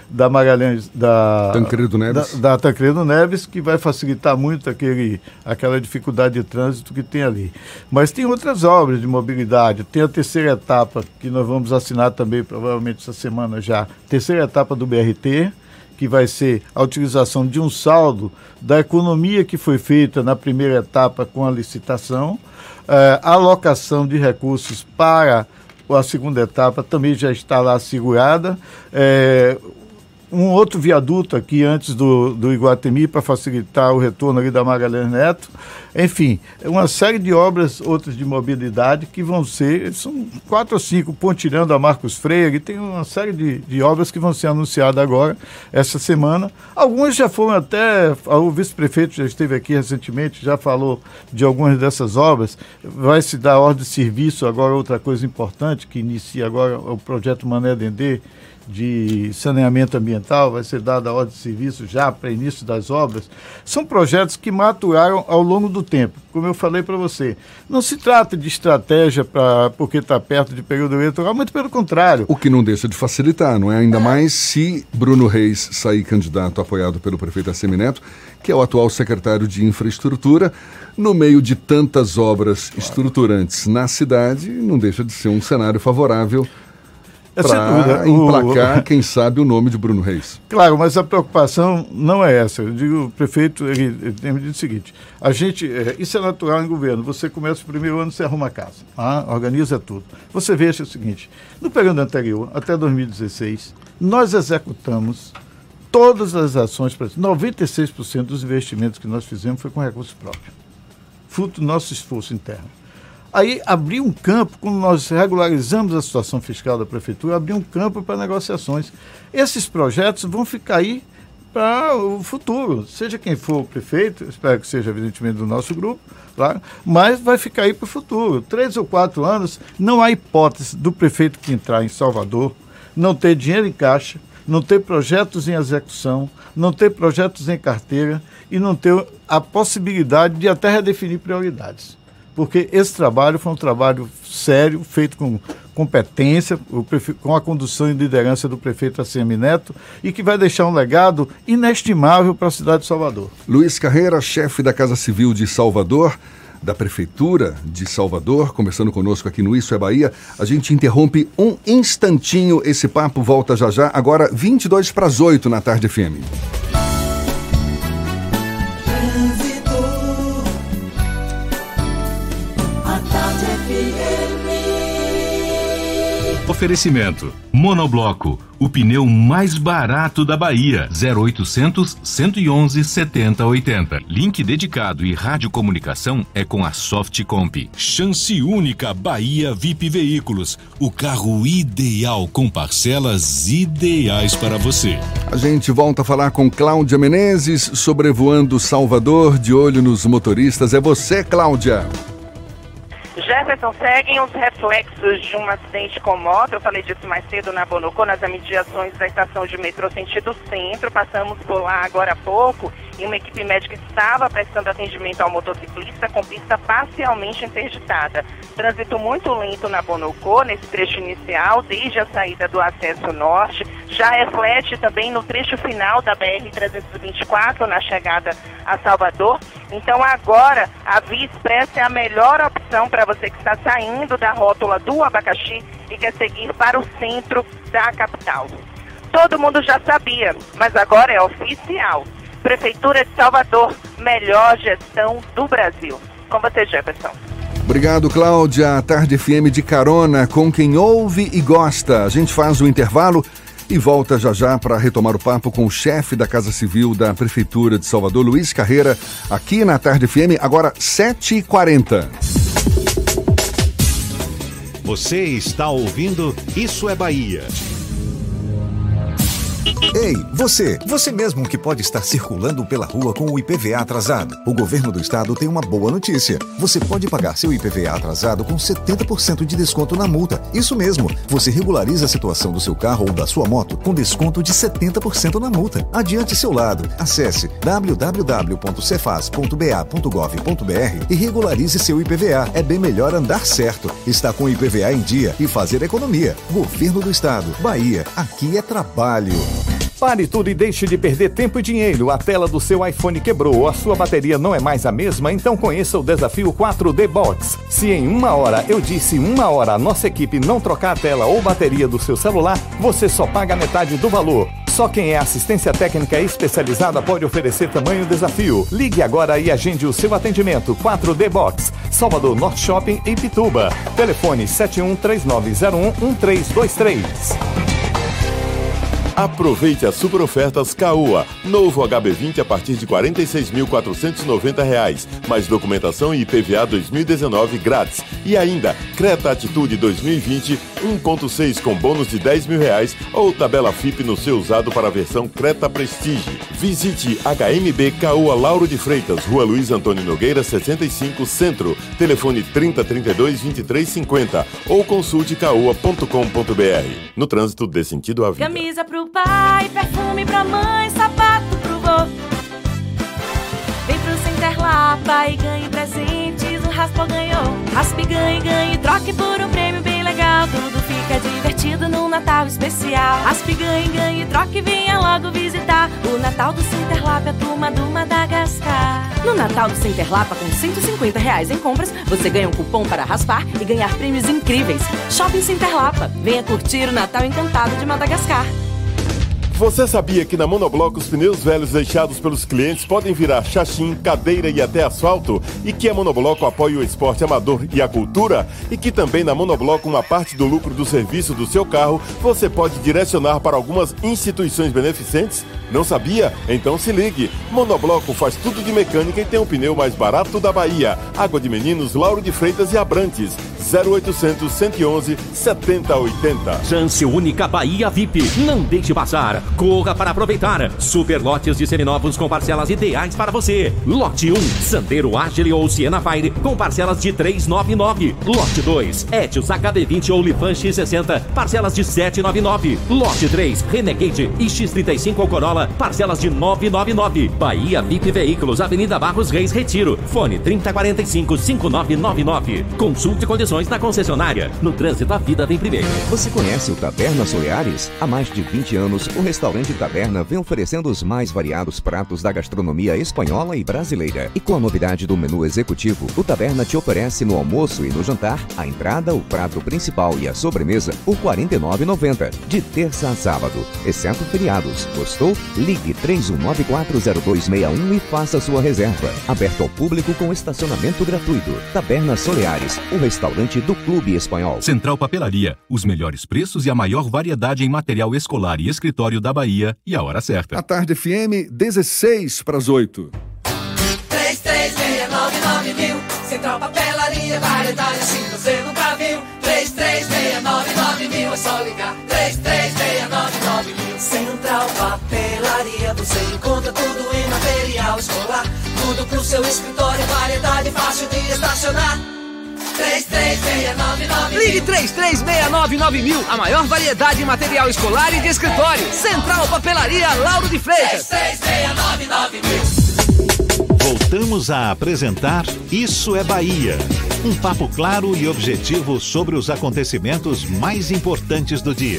da Magalhães, da Tancredo Neves, da, da Tancredo Neves, que vai facilitar muito aquele, aquela dificuldade de trânsito que tem ali. Mas tem outras obras de mobilidade, tem a terceira etapa, que nós vamos assinar também, provavelmente essa semana já, terceira etapa do B R T, que vai ser a utilização de um saldo da economia que foi feita na primeira etapa com a licitação, eh, a alocação de recursos para a segunda etapa também já está lá segurada. É, um outro viaduto aqui antes do, do Iguatemi para facilitar o retorno ali da Magalhães Neto. Enfim, uma série de obras, outras de mobilidade, que vão ser, são quatro ou cinco, pontilhando a Marcos Freire, tem uma série de, de obras que vão ser anunciadas agora, essa semana. Algumas já foram até, o vice-prefeito já esteve aqui recentemente, já falou de algumas dessas obras. Vai se dar ordem de serviço agora, outra coisa importante, que inicia agora o projeto Mané Dendê, de saneamento ambiental, vai ser dada a ordem de serviço já para início das obras. São projetos que maturaram ao longo do tempo. Como eu falei para você, não se trata de estratégia pra, porque está perto de período eleitoral, muito pelo contrário. O que não deixa de facilitar, não é? Ainda mais se Bruno Reis sair candidato apoiado pelo prefeito Assemineto, que é o atual secretário de Infraestrutura, no meio de tantas obras estruturantes na cidade, não deixa de ser um cenário favorável para emplacar, o... quem sabe, o nome de Bruno Reis. Claro, mas a preocupação não é essa. Eu digo, o prefeito, ele, ele tem me dito o seguinte, a gente, é, isso é natural em governo, você começa o primeiro ano, você arruma a casa, ah, organiza tudo. Você veja o seguinte, no período anterior, até dois mil e dezesseis, nós executamos todas as ações, noventa e seis por cento dos investimentos que nós fizemos foi com recursos próprios, fruto do nosso esforço interno. Aí abriu um campo, quando nós regularizamos a situação fiscal da prefeitura, abriu um campo para negociações. Esses projetos vão ficar aí para o futuro, seja quem for o prefeito, espero que seja evidentemente do nosso grupo, claro, mas vai ficar aí para o futuro. Três ou quatro anos, não há hipótese do prefeito que entrar em Salvador não ter dinheiro em caixa, não ter projetos em execução, não ter projetos em carteira e não ter a possibilidade de até redefinir prioridades. Porque esse trabalho foi um trabalho sério, feito com competência, o prefe... com a condução e liderança do prefeito Assemineto, e que vai deixar um legado inestimável para a cidade de Salvador. Luiz Carreira, chefe da Casa Civil de Salvador, da Prefeitura de Salvador, conversando conosco aqui no Isso é Bahia. A gente interrompe um instantinho, esse papo volta já já, agora vinte e dois para as oito na Tarde F M. Oferecimento. Monobloco, o pneu mais barato da Bahia. zero oitocentos, cento e onze, setenta, oitenta. Link dedicado e radiocomunicação é com a Softcomp. Chance única Bahia V I P Veículos. O carro ideal com parcelas ideais para você. A gente volta a falar com Cláudia Menezes, sobrevoando Salvador, de olho nos motoristas. É você, Cláudia. Jefferson, seguem os reflexos de um acidente com moto. Eu falei disso mais cedo na Bonocô, nas imediações da estação de metrô sentido centro. Passamos por lá agora há pouco e uma equipe médica estava prestando atendimento ao motociclista com pista parcialmente interditada. Trânsito muito lento na Bonocô, nesse trecho inicial, desde a saída do acesso norte. Já reflete também no trecho final da B R trezentos e vinte e quatro, na chegada a Salvador. Então agora a Via Expressa é a melhor opção para você que está saindo da rótula do Abacaxi e quer seguir para o centro da capital. Todo mundo já sabia, mas agora é oficial. Prefeitura de Salvador, melhor gestão do Brasil. Com você, Jefferson. Obrigado, Cláudia. A Tarde F M de carona com quem ouve e gosta. A gente faz o intervalo e volta já já para retomar o papo com o chefe da Casa Civil da Prefeitura de Salvador, Luiz Carreira, aqui na Tarde F M, agora sete e quarenta. Você está ouvindo Isso é Bahia. Ei, você! Você mesmo que pode estar circulando pela rua com o I P V A atrasado. O governo do estado tem uma boa notícia. Você pode pagar seu I P V A atrasado com setenta por cento de desconto na multa. Isso mesmo! Você regulariza a situação do seu carro ou da sua moto com desconto de setenta por cento na multa. Adiante seu lado. Acesse w w w ponto cefaz ponto b a ponto gov ponto b r e regularize seu I P V A. É bem melhor andar certo. Está com o I P V A em dia e fazer economia. Governo do estado. Bahia. Aqui é trabalho. Pare tudo e deixe de perder tempo e dinheiro. A tela do seu iPhone quebrou ou a sua bateria não é mais a mesma? Então conheça o desafio quatro D Box. Se em uma hora, eu disse uma hora, a nossa equipe não trocar a tela ou bateria do seu celular, você só paga metade do valor. Só quem é assistência técnica especializada pode oferecer tamanho desafio. Ligue agora e agende o seu atendimento. quatro D Box, Salvador Norte Shopping em Pituba. Telefone sete um três nove zero um um três dois três. Aproveite as super ofertas Caoa. Novo H B vinte a partir de quarenta e seis mil quatrocentos e noventa reais. Mais documentação e I P V A dois mil e dezenove grátis. E ainda, Creta Atitude dois mil e vinte um ponto seis com bônus de dez mil reais ou tabela F I P no seu usado para a versão Creta Prestige. Visite H M B Caoa Lauro de Freitas, Rua Luiz Antônio Nogueira, sessenta e cinco, Centro. Telefone trinta, trinta e dois, vinte e três, cinquenta ou consulte caoa ponto com ponto br. No trânsito, dê sentido à vida. Camisa pro pai, perfume pra mãe, sapato pro vô. Vem pro Center Lapa e ganhe presentes, o Raspa ganhou. Raspe, ganhe, ganhe, troque por um prêmio bem legal. Tudo fica divertido no Natal especial. Raspe, ganhe, ganhe, troque, venha logo visitar o Natal do Center Lapa, a turma do Madagascar. No Natal do Center Lapa, com cento e cinquenta reais em compras, você ganha um cupom para raspar e ganhar prêmios incríveis. Shopping Center Lapa, venha curtir o Natal encantado de Madagascar. Você sabia que na Monobloco os pneus velhos deixados pelos clientes podem virar chachim, cadeira e até asfalto? E que a Monobloco apoia o esporte amador e a cultura? E que também na Monobloco uma parte do lucro do serviço do seu carro você pode direcionar para algumas instituições beneficentes? Não sabia? Então se ligue. Monobloco faz tudo de mecânica e tem o pneu mais barato da Bahia. Água de Meninos, Lauro de Freitas e Abrantes. zero oitocentos, cento e onze, setenta oitenta. Chance única Bahia V I P. Não deixe passar. Corra para aproveitar. Super lotes de seminovos com parcelas ideais para você. Lote um, Sandero Agile ou Siena Fire com parcelas de trezentos e noventa e nove. Lote dois, Etios H B vinte ou Lifan X sessenta, parcelas de setecentos e noventa e nove. Lote três, Renegade e X trinta e cinco ou Corolla, parcelas de novecentos e noventa e nove. Bahia V I P Veículos, Avenida Barros Reis, Retiro. Fone trinta, quarenta e cinco, cinquenta e nove noventa e nove. Consulte condições na concessionária. No trânsito, a vida vem primeiro. Você conhece o Taberna Soleares? Há mais de vinte anos, o restaurante Taberna vem oferecendo os mais variados pratos da gastronomia espanhola e brasileira. E com a novidade do menu executivo, o Taberna te oferece no almoço e no jantar a entrada, o prato principal e a sobremesa por quarenta e nove reais e noventa centavos, de terça a sábado, exceto feriados. Gostou? Ligue três um nove quatro zero dois seis um e faça sua reserva. Aberto ao público com estacionamento gratuito. Taberna Soleares, o restaurante do Clube Espanhol. Central Papelaria, os melhores preços e a maior variedade em material escolar e escritório da Bahia e a hora certa. A Tarde F M, dezesseis para as oito. três três seis nove nove mil. Central Papelaria, variedade assim você nunca viu. três três seis nove nove mil, é só ligar. três três seis nove nove mil. Central Papelaria, você encontra tudo em material escolar. Tudo pro seu escritório, variedade fácil de estacionar. três três seis nove nove mil. Ligue três três seis nove nove mil. A maior variedade em material escolar e de escritório. Central Papelaria, Lauro de Freitas. três três seis nove nove mil. Voltamos a apresentar Isso é Bahia. Um papo claro e objetivo sobre os acontecimentos mais importantes do dia.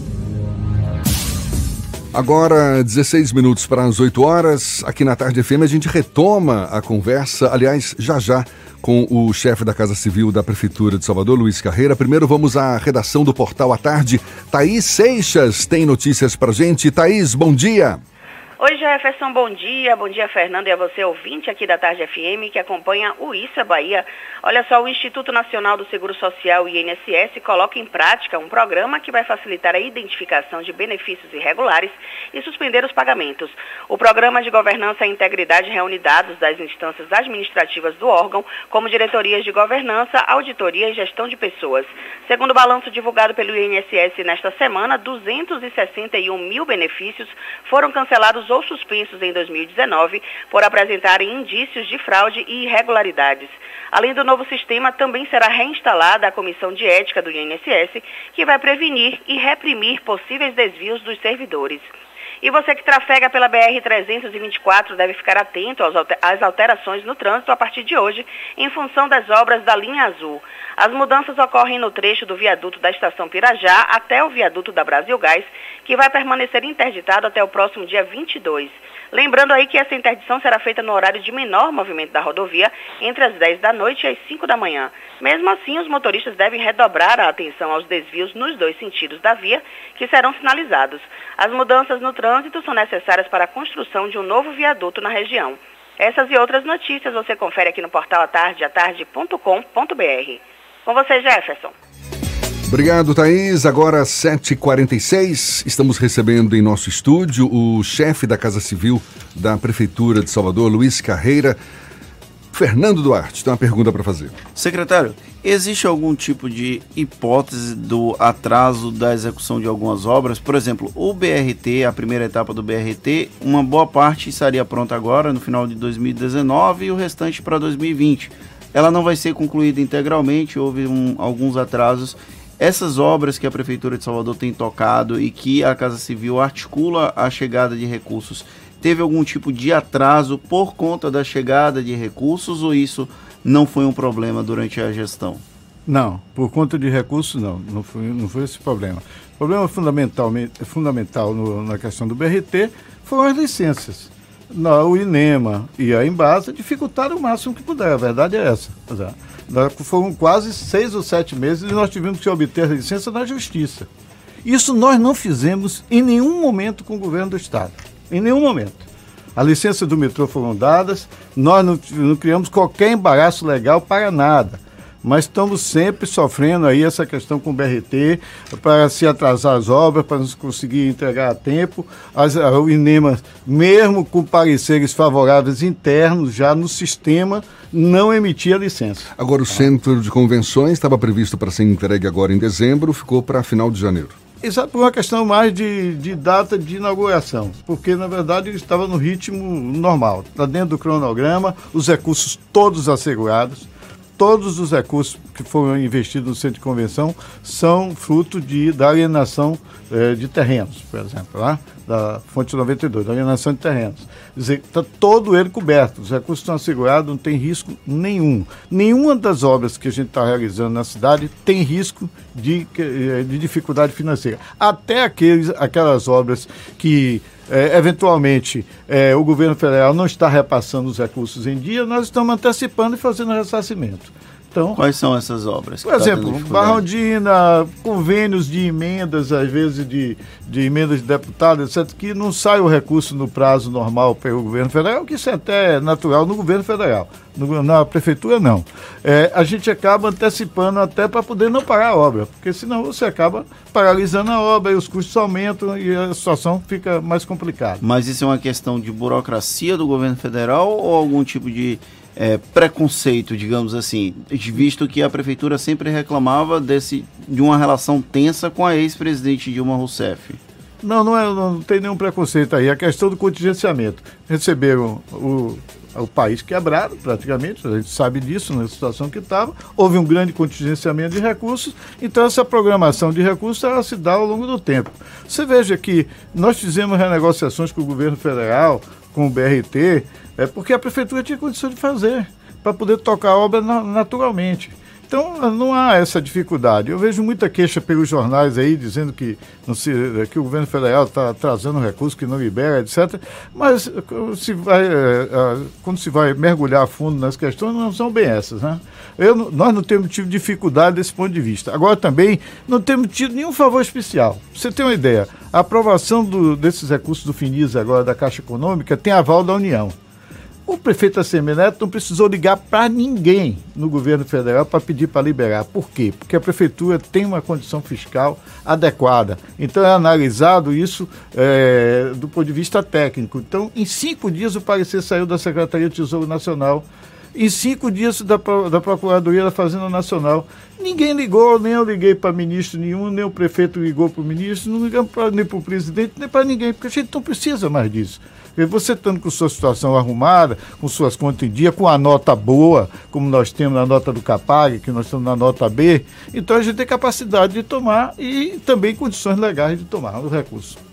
Agora, dezesseis minutos para as oito horas, aqui na Tarde F M a gente retoma a conversa, aliás, já já, com o chefe da Casa Civil da Prefeitura de Salvador, Luiz Carreira. Primeiro vamos à redação do Portal à Tarde. Thaís Seixas tem notícias pra gente. Thaís, bom dia. Oi, Jefferson, bom dia. Bom dia, Fernando, e a você, ouvinte aqui da Tarde F M, que acompanha o Isso é Bahia. Olha só, o Instituto Nacional do Seguro Social, I N S S, coloca em prática um programa que vai facilitar a identificação de benefícios irregulares e suspender os pagamentos. O Programa de Governança e Integridade reúne dados das instâncias administrativas do órgão, como diretorias de governança, auditoria e gestão de pessoas. Segundo o balanço divulgado pelo I N S S nesta semana, duzentos e sessenta e um mil benefícios foram cancelados ou suspensos em dois mil e dezenove por apresentarem indícios de fraude e irregularidades. Além do novo sistema, também será reinstalada a Comissão de Ética do I N S S, que vai prevenir e reprimir possíveis desvios dos servidores. E você que trafega pela B R trezentos e vinte e quatro deve ficar atento às alterações no trânsito a partir de hoje, em função das obras da linha azul. As mudanças ocorrem no trecho do viaduto da Estação Pirajá até o viaduto da Brasil Gás, que vai permanecer interditado até o próximo dia vinte e dois. Lembrando aí que essa interdição será feita no horário de menor movimento da rodovia, entre as dez da noite e as cinco da manhã. Mesmo assim, os motoristas devem redobrar a atenção aos desvios nos dois sentidos da via, que serão sinalizados. As mudanças no trânsito são necessárias para a construção de um novo viaduto na região. Essas e outras notícias você confere aqui no portal atarde atarde ponto com ponto b r. Com você, Jefferson. Obrigado, Thaís. Agora, sete e quarenta e seis, estamos recebendo em nosso estúdio o chefe da Casa Civil da Prefeitura de Salvador, Luiz Carreira. Fernando Duarte tem uma pergunta para fazer. Secretário, existe algum tipo de hipótese do atraso da execução de algumas obras? Por exemplo, o B R T, a primeira etapa do B R T, uma boa parte estaria pronta agora, no final de dois mil e dezenove, e o restante para dois mil e vinte. Ela não vai ser concluída integralmente, houve um, alguns atrasos. Essas obras que a Prefeitura de Salvador tem tocado e que a Casa Civil articula a chegada de recursos, teve algum tipo de atraso por conta da chegada de recursos ou isso não foi um problema durante a gestão? Não, por conta de recursos não, não foi, não foi esse problema. O problema fundamentalmente, fundamental no, na questão do B R T foram as licenças. Na, o INEMA e a Embasa dificultaram o máximo que puder, a verdade é essa. Foram quase seis ou sete meses e nós tivemos que obter a licença na Justiça. Isso nós não fizemos em nenhum momento com o governo do Estado. Em nenhum momento. A licença do metrô foram dadas, nós não, não criamos qualquer embaraço legal para nada. Mas estamos sempre sofrendo aí essa questão com o B R T, para se atrasar as obras, para não conseguir entregar a tempo. As, o INEMA, mesmo com pareceres favoráveis internos, já no sistema, não emitia licença. Agora, o centro de convenções estava previsto para ser entregue agora em dezembro, ficou para final de janeiro. Exato, por uma questão mais de, de data de inauguração, porque na verdade ele estava no ritmo normal, está dentro do cronograma, os recursos todos assegurados. Todos os recursos que foram investidos no centro de convenção são fruto de, da alienação eh, de terrenos, por exemplo, lá, da Fonte noventa e dois, da alienação de terrenos. Quer dizer, está todo ele coberto, os recursos estão assegurados, não tem risco nenhum. Nenhuma das obras que a gente está realizando na cidade tem risco de, de dificuldade financeira. Até aqueles, aquelas obras que É, eventualmente é, o governo federal não está repassando os recursos em dia, nós estamos antecipando e fazendo ressarcimento. Então, quais são essas obras? Por exemplo, Barrondina, convênios de emendas, às vezes de, de emendas de deputados, etcétera, que não sai o recurso no prazo normal pelo governo federal, que isso é até natural no governo federal. No, na prefeitura, não. É, a gente acaba antecipando até para poder não parar a obra, porque senão você acaba paralisando a obra e os custos aumentam e a situação fica mais complicada. Mas isso é uma questão de burocracia do governo federal ou algum tipo de É, preconceito, digamos assim, visto que a prefeitura sempre reclamava desse, de uma relação tensa com a ex-presidente Dilma Rousseff? Não, não, é, não tem nenhum preconceito aí. A questão do contingenciamento. Receberam o, o país quebrado, praticamente, a gente sabe disso, na situação que estava. Houve um grande contingenciamento de recursos, então essa programação de recursos ela se dá ao longo do tempo. Você veja que nós fizemos renegociações com o governo federal, com o B R T, é porque a prefeitura tinha condição de fazer, para poder tocar a obra na, naturalmente. Então, não há essa dificuldade. Eu vejo muita queixa pelos jornais aí, dizendo que, não se, que o governo federal está atrasando recursos, que não libera, etcétera. Mas, se vai, é, quando se vai mergulhar a fundo nas questões, não são bem essas, né? Eu, nós não temos tido dificuldade desse ponto de vista. Agora, também, não temos tido nenhum favor especial. Pra você ter uma ideia, a aprovação do, desses recursos do FINIS agora, da Caixa Econômica, tem aval da União. O prefeito Assemineto não precisou ligar para ninguém no governo federal para pedir para liberar. Por quê? Porque a prefeitura tem uma condição fiscal adequada. Então é analisado isso é, do ponto de vista técnico. Então, em cinco dias o parecer saiu da Secretaria de Tesouro Nacional. Em cinco dias da, da Procuradoria da Fazenda Nacional. Ninguém ligou, nem eu liguei para ministro nenhum, nem o prefeito ligou para o ministro, não ligamos pra, nem para o presidente, nem para ninguém, porque a gente não precisa mais disso. Você estando com sua situação arrumada, com suas contas em dia, com a nota boa, como nós temos na nota do Capag, que nós estamos na nota B, então a gente tem capacidade de tomar e também condições legais de tomar os recursos.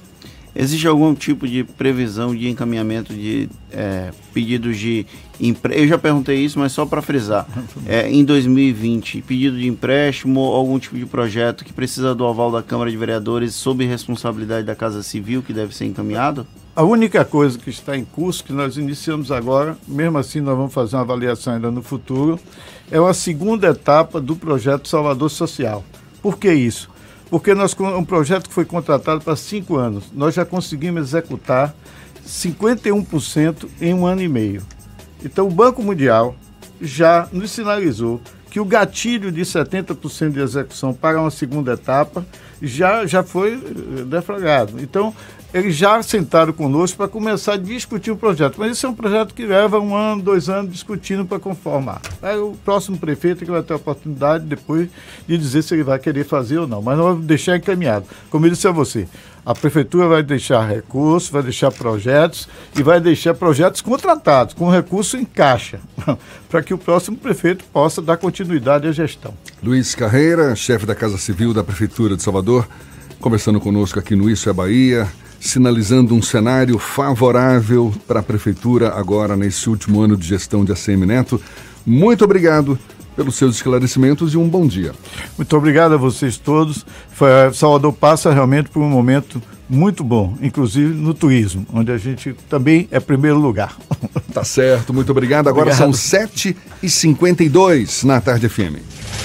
existe algum tipo de previsão de encaminhamento de é, pedidos de empréstimo? Eu já perguntei isso, mas só para frisar. É, em dois mil e vinte, pedido de empréstimo ou algum tipo de projeto que precisa do aval da Câmara de Vereadores sob responsabilidade da Casa Civil que deve ser encaminhado? A única coisa que está em curso, que nós iniciamos agora, mesmo assim nós vamos fazer uma avaliação ainda no futuro, é uma segunda etapa do projeto Salvador Social. Por que isso? Porque nós, um projeto que foi contratado para cinco anos, nós já conseguimos executar cinquenta e um por cento em um ano e meio. Então o Banco Mundial já nos sinalizou que o gatilho de setenta por cento de execução para uma segunda etapa já, já foi deflagrado. Então, eles já sentaram conosco para começar a discutir o projeto. Mas isso é um projeto que leva um ano, dois anos discutindo para conformar. Aí o próximo prefeito que vai ter a oportunidade depois de dizer se ele vai querer fazer ou não. Mas nós vamos deixar encaminhado. Como eu disse a você, a prefeitura vai deixar recursos, vai deixar projetos e vai deixar projetos contratados, com recurso em caixa, para que o próximo prefeito possa dar continuidade à gestão. Luiz Carreira, chefe da Casa Civil da Prefeitura de Salvador, conversando conosco aqui no Isso é Bahia, sinalizando um cenário favorável para a Prefeitura agora nesse último ano de gestão de A C M Neto. Muito obrigado pelos seus esclarecimentos e um bom dia. Muito obrigado a vocês todos. Salvador passa realmente por um momento muito bom, inclusive no turismo, onde a gente também é primeiro lugar. Tá certo, muito obrigado. Agora obrigado. São sete e cinquenta e dois na Tarde F M.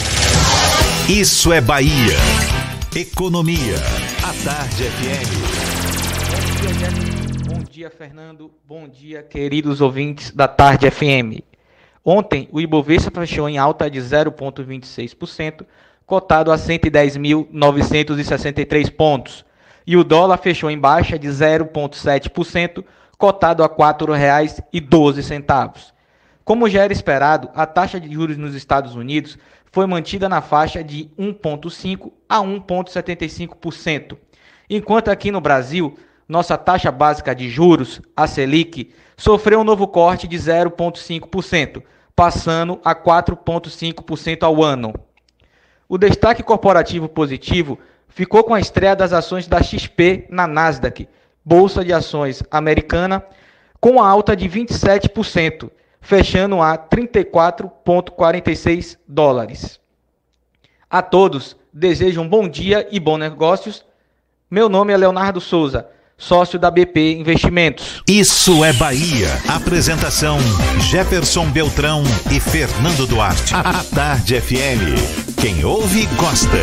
Isso é Bahia. Economia. A Tarde F M. Bom dia, Jéssica. Bom dia, Fernando. Bom dia, queridos ouvintes da Tarde F M. Ontem, o Ibovespa fechou em alta de zero vírgula vinte e seis por cento, cotado a cento e dez mil novecentos e sessenta e três pontos. E o dólar fechou em baixa de zero vírgula sete por cento, cotado a quatro reais e doze centavos. Como já era esperado, a taxa de juros nos Estados Unidos foi mantida na faixa de um vírgula cinco por cento a um vírgula setenta e cinco por cento. Enquanto aqui no Brasil, nossa taxa básica de juros, a Selic, sofreu um novo corte de zero vírgula cinco por cento, passando a quatro vírgula cinco por cento ao ano. O destaque corporativo positivo ficou com a estreia das ações da X P na Nasdaq, Bolsa de Ações Americana, com a alta de vinte e sete por cento, fechando a trinta e quatro vírgula quarenta e seis dólares. A todos, desejo um bom dia e bons negócios. Meu nome é Leonardo Souza, sócio da B P Investimentos. Isso é Bahia. Apresentação Jefferson Beltrão e Fernando Duarte. A Tarde F M. Quem ouve, gosta.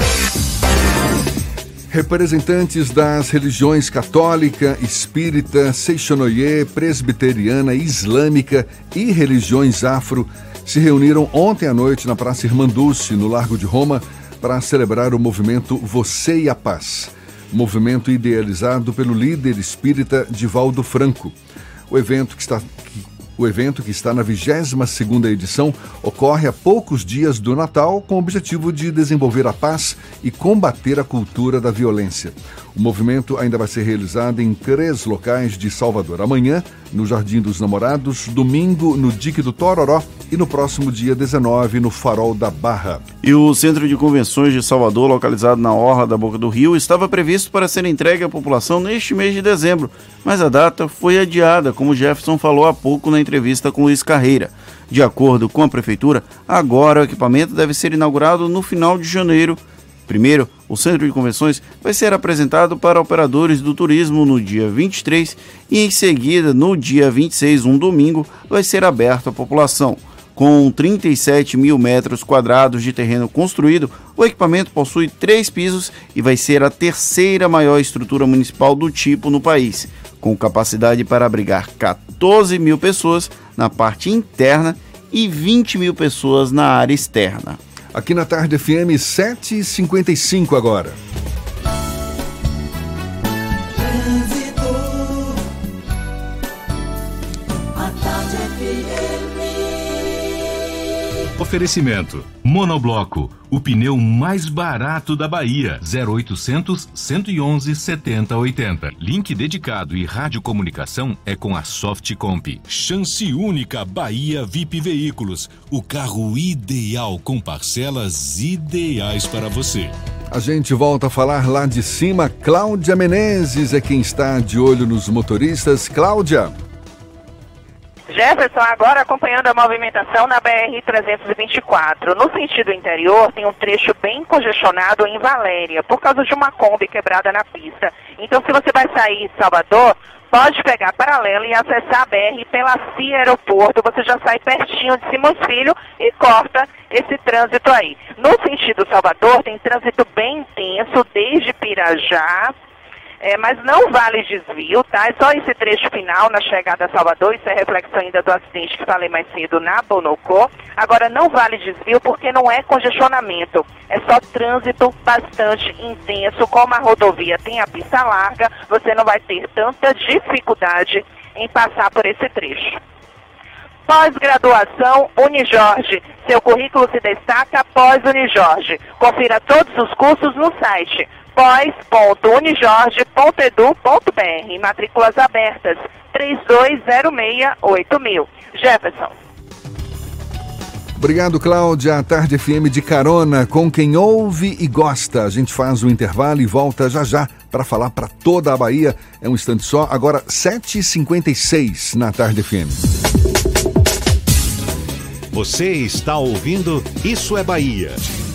Representantes das religiões católica, espírita, seixonoye, presbiteriana, islâmica e religiões afro se reuniram ontem à noite na Praça Irmanduce, no Largo de Roma, para celebrar o movimento Você e a Paz. Movimento idealizado pelo líder espírita Divaldo Franco. O evento que está, o evento que está na vigésima segunda edição ocorre a poucos dias do Natal com o objetivo de desenvolver a paz e combater a cultura da violência. O movimento ainda vai ser realizado em três locais de Salvador. Amanhã, no Jardim dos Namorados, domingo, no Dique do Tororó e no próximo dia dezenove, no Farol da Barra. E o Centro de Convenções de Salvador, localizado na Orla da Boca do Rio, estava previsto para ser entregue à população neste mês de dezembro, mas a data foi adiada, como Jefferson falou há pouco na entrevista com Luiz Carreira. De acordo com a Prefeitura, agora o equipamento deve ser inaugurado no final de janeiro. Primeiro, o Centro de Convenções vai ser apresentado para operadores do turismo no dia vinte e três e, em seguida, no dia vinte e seis, um domingo, vai ser aberto à população. Com trinta e sete mil metros quadrados de terreno construído, o equipamento possui três pisos e vai ser a terceira maior estrutura municipal do tipo no país, com capacidade para abrigar quatorze mil pessoas na parte interna e vinte mil pessoas na área externa. Aqui na Tarde F M, sete e cinquenta e cinco agora. Oferecimento. Monobloco, o pneu mais barato da Bahia. zero oitocentos, cento e onze, setenta, oitenta. Link dedicado e radiocomunicação é com a Softcomp. Chance única Bahia V I P Veículos. O carro ideal com parcelas ideais para você. A gente volta a falar lá de cima. Cláudia Menezes é quem está de olho nos motoristas. Cláudia. Jefferson, agora acompanhando a movimentação na B R trezentos e vinte e quatro. No sentido interior, tem um trecho bem congestionado em Valéria, por causa de uma Kombi quebrada na pista. Então, se você vai sair de Salvador, pode pegar paralela e acessar a B R pela C I A Aeroporto. Você já sai pertinho de Simões Filho e corta esse trânsito aí. No sentido Salvador, tem trânsito bem intenso desde Pirajá. É, mas não vale desvio, tá? É só esse trecho final na chegada a Salvador, isso é reflexo ainda do acidente que falei mais cedo na Bonocô. Agora não vale desvio porque não é congestionamento, é só trânsito bastante intenso. Como a rodovia tem a pista larga, você não vai ter tanta dificuldade em passar por esse trecho. Pós-graduação Unijorge, seu currículo se destaca pós Unijorge. Confira todos os cursos no site pós ponto unijorge ponto edu ponto br. Matrículas abertas três dois zero seis oito mil. Jefferson. Obrigado, Cláudia. A Tarde F M de carona com quem ouve e gosta. A gente faz o intervalo e volta já já para falar para toda a Bahia. É um instante só. Agora, sete e cinquenta e seis na Tarde F M. Você está ouvindo Isso é Bahia.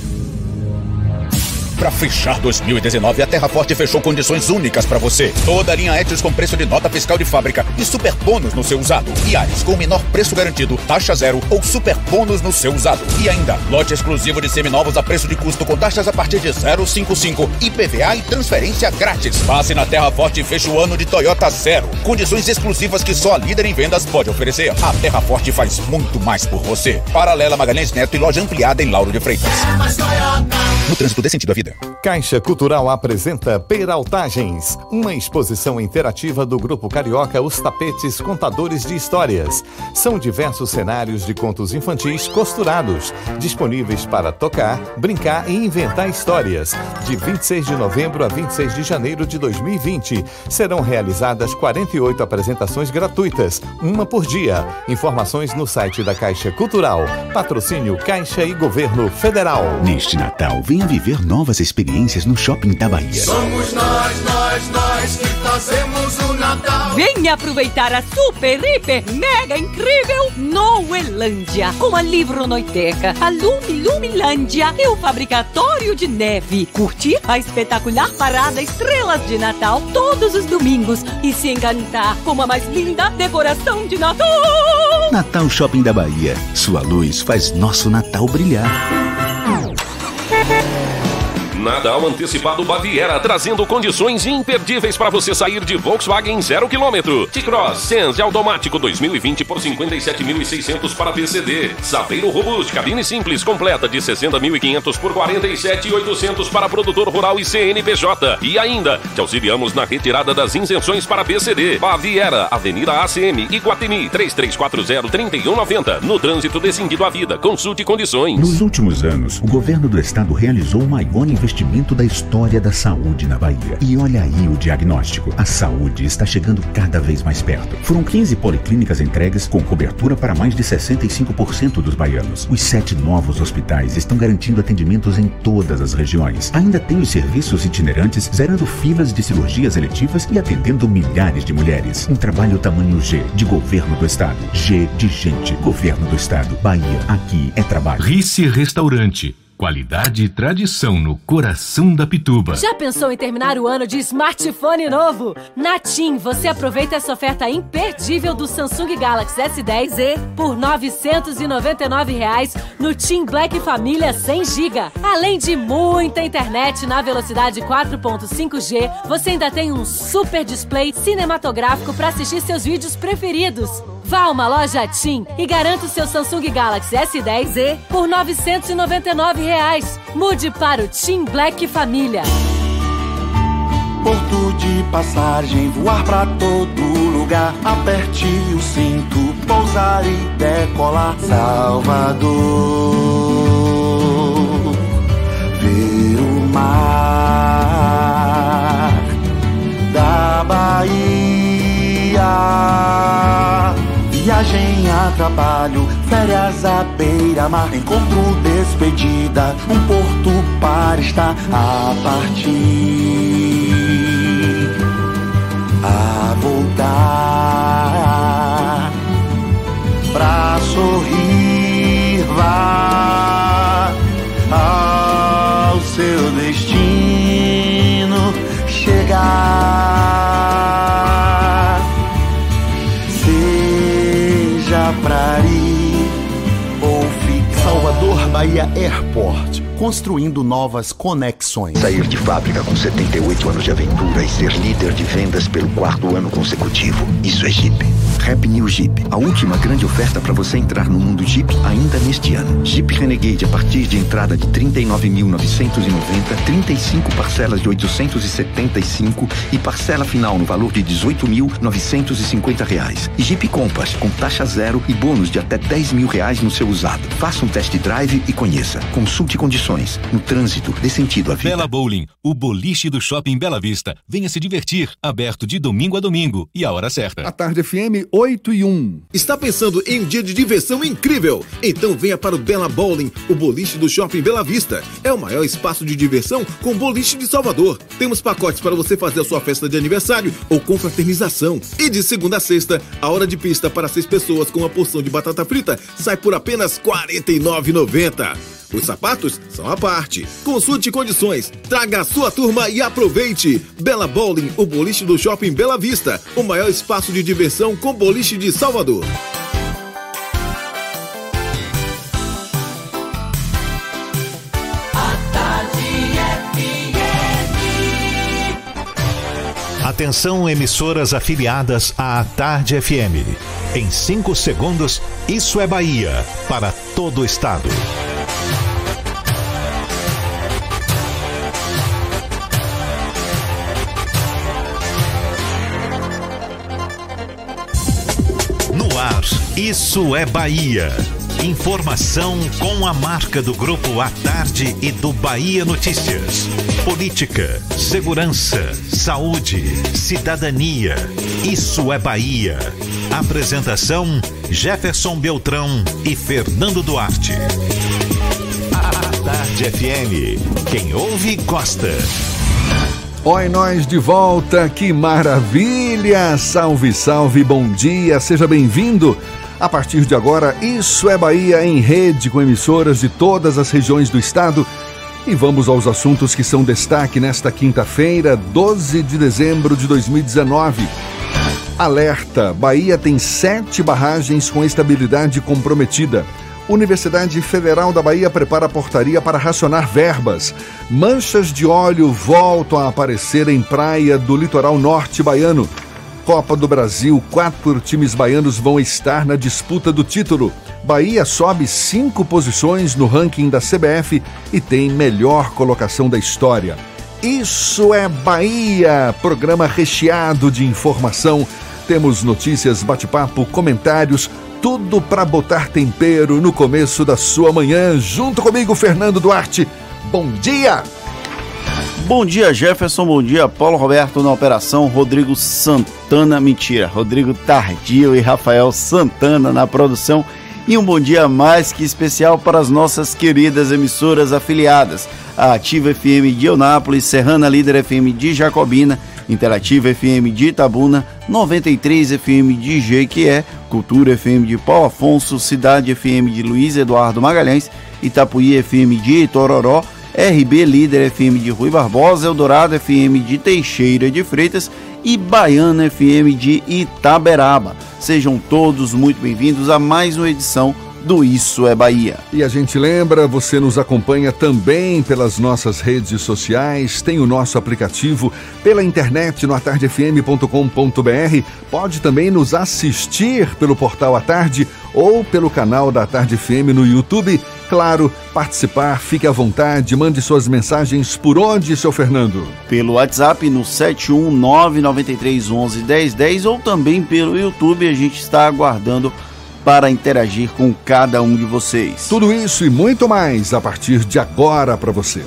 Para fechar dois mil e dezenove, a Terra Forte fechou condições únicas para você. Toda a linha Etios com preço de nota fiscal de fábrica e super bônus no seu usado. E Ares com o menor preço garantido, taxa zero ou super bônus no seu usado. E ainda, lote exclusivo de seminovos a preço de custo com taxas a partir de zero vírgula cinquenta e cinco, I P V A e transferência grátis. Passe na Terra Forte e feche o ano de Toyota Zero. Condições exclusivas que só a líder em vendas pode oferecer. A Terra Forte faz muito mais por você. Paralela Magalhães Neto e loja ampliada em Lauro de Freitas. No trânsito dê sentido à vida. Caixa Cultural apresenta Peraltagens, uma exposição interativa do Grupo Carioca Os Tapetes Contadores de Histórias. São diversos cenários de contos infantis costurados, disponíveis para tocar, brincar e inventar histórias. De vinte e seis de novembro a vinte e seis de janeiro de dois mil e vinte, serão realizadas quarenta e oito apresentações gratuitas, uma por dia. Informações no site da Caixa Cultural. Patrocínio Caixa e Governo Federal. Neste Natal, venha viver novas experiências no Shopping da Bahia. Somos nós, nós, nós que fazemos o Natal. Venha aproveitar a super, hiper, mega incrível Noelândia, com a Livronoiteca, a Lumi Lumilândia e o Fabricatório de Neve. Curtir a espetacular parada Estrelas de Natal todos os domingos e se encantar com a mais linda decoração de Natal. Natal Shopping da Bahia. Sua luz faz nosso Natal brilhar. Nadal Antecipado Baviera, trazendo condições imperdíveis para você sair de Volkswagen zero quilômetro. T-Cross Sense automático dois mil e vinte por cinquenta e sete mil e seiscentos para P C D. Saveiro Robust, cabine simples completa de sessenta mil e quinhentos por quarenta e sete mil e oitocentos para produtor rural e C N P J. E ainda, te auxiliamos na retirada das isenções para P C D. Baviera, Avenida A C M, Iguatemi, três três quatro zero, três um nove zero. No trânsito decidido à vida, consulte condições. Nos últimos anos, o governo do estado realizou o maior investimento da história da saúde na Bahia. E olha aí o diagnóstico. A saúde está chegando cada vez mais perto. Foram quinze policlínicas entregues com cobertura para mais de sessenta e cinco por cento dos baianos. Os sete novos hospitais estão garantindo atendimentos em todas as regiões. Ainda tem os serviços itinerantes, zerando filas de cirurgias eletivas e atendendo milhares de mulheres. Um trabalho tamanho G, de governo do estado. G de gente. Governo do estado. Bahia. Aqui é trabalho. Rice Restaurante. Qualidade e tradição no coração da Pituba. Já pensou em terminar o ano de smartphone novo? Na TIM, você aproveita essa oferta imperdível do Samsung Galaxy S dez e por novecentos e noventa e nove reais no TIM Black Família cem gigas. Além de muita internet na velocidade quatro ponto cinco G, você ainda tem um super display cinematográfico para assistir seus vídeos preferidos. Vá a uma loja TIM e garanta o seu Samsung Galaxy S dez e por novecentos e noventa e nove reais. Mude para o TIM Black Família. Porto de passagem, voar pra todo lugar. Aperte o cinto, pousar e decolar. Salvador, ver o mar da Bahia. Viagem dá trabalho, férias à beira-mar, encontro, despedida, um porto para estar a partir, a voltar, pra sorrir, vá ao seu destino chegar, seja pra ir ou ficar. Salvador Bahia Airport, construindo novas conexões. Sair de fábrica com setenta e oito anos de aventura e ser líder de vendas pelo quarto ano consecutivo. Isso é Jeep. Happy New Jeep, a última grande oferta para você entrar no mundo Jeep ainda neste ano. Jeep Renegade a partir de entrada de trinta e nove mil novecentos e noventa, trinta e cinco parcelas de oitocentos e setenta e cinco e parcela final no valor de dezoito mil novecentos e cinquenta reais. E Jeep Compass com taxa zero e bônus de até dez mil reais no seu usado. Faça um test drive e conheça. Consulte condições. No trânsito, dê sentido à vida. Bela Bowling, o boliche do Shopping Bela Vista. Venha se divertir. Aberto de domingo a domingo e a hora certa. A Tarde F M oito e um. Está pensando em um dia de diversão incrível? Então venha para o Bela Bowling, o boliche do Shopping Bela Vista. É o maior espaço de diversão com boliche de Salvador. Temos pacotes para você fazer a sua festa de aniversário ou confraternização. E de segunda a sexta, a hora de pista para seis pessoas com uma porção de batata frita sai por apenas quarenta e nove reais e noventa centavos. Os sapatos são à parte. Consulte condições, traga a sua turma e aproveite. Bela Bowling, o boliche do Shopping Bela Vista, o maior espaço de diversão com boliche de Salvador. Atenção, emissoras afiliadas à Tarde F M. Em cinco segundos, Isso é Bahia, para todo o estado. No ar, Isso é Bahia. Informação com a marca do Grupo A Tarde e do Bahia Notícias. Política, segurança, saúde, cidadania. Isso é Bahia. Apresentação: Jefferson Beltrão e Fernando Duarte. A Tarde F M. Quem ouve, gosta. Oi, nós de volta, que maravilha! Salve, salve, bom dia, seja bem-vindo. A partir de agora, Isso é Bahia em rede com emissoras de todas as regiões do estado. E vamos aos assuntos que são destaque nesta quinta-feira, doze de dezembro de dois mil e dezenove. Alerta: Bahia tem sete barragens com estabilidade comprometida. Universidade Federal da Bahia prepara portaria para racionar verbas. Manchas de óleo voltam a aparecer em praia do litoral norte baiano. Copa do Brasil, quatro times baianos vão estar na disputa do título. Bahia sobe cinco posições no ranking da C B F e tem melhor colocação da história. Isso é Bahia, programa recheado de informação. Temos notícias, bate-papo, comentários, tudo para botar tempero no começo da sua manhã. Junto comigo, Fernando Duarte. Bom dia! Bom dia, Jefferson. Bom dia, Paulo Roberto na operação, Rodrigo Santana, mentira, Rodrigo Tardio e Rafael Santana na produção. E um bom dia mais que especial para as nossas queridas emissoras afiliadas: a Ativa F M de Eunápolis, Serrana Líder F M de Jacobina, Interativa F M de Itabuna, noventa e três F M de Jequié, Cultura F M de Paulo Afonso, Cidade F M de Luiz Eduardo Magalhães, Itapuí F M de Itororó, R B Líder F M de Rui Barbosa, Eldorado F M de Teixeira de Freitas e Baiana F M de Itaberaba. Sejam todos muito bem-vindos a mais uma edição do Isso é Bahia. E a gente lembra, você nos acompanha também pelas nossas redes sociais, tem o nosso aplicativo pela internet no a tarde f m ponto com ponto b r, pode também nos assistir pelo portal A Tarde ou pelo canal da Tarde F M no YouTube. Claro, participar, fique à vontade, mande suas mensagens por onde, seu Fernando? Pelo WhatsApp no sete um nove nove três um um um zero um zero ou também pelo YouTube. A gente está aguardando para interagir com cada um de vocês. Tudo isso e muito mais a partir de agora para você.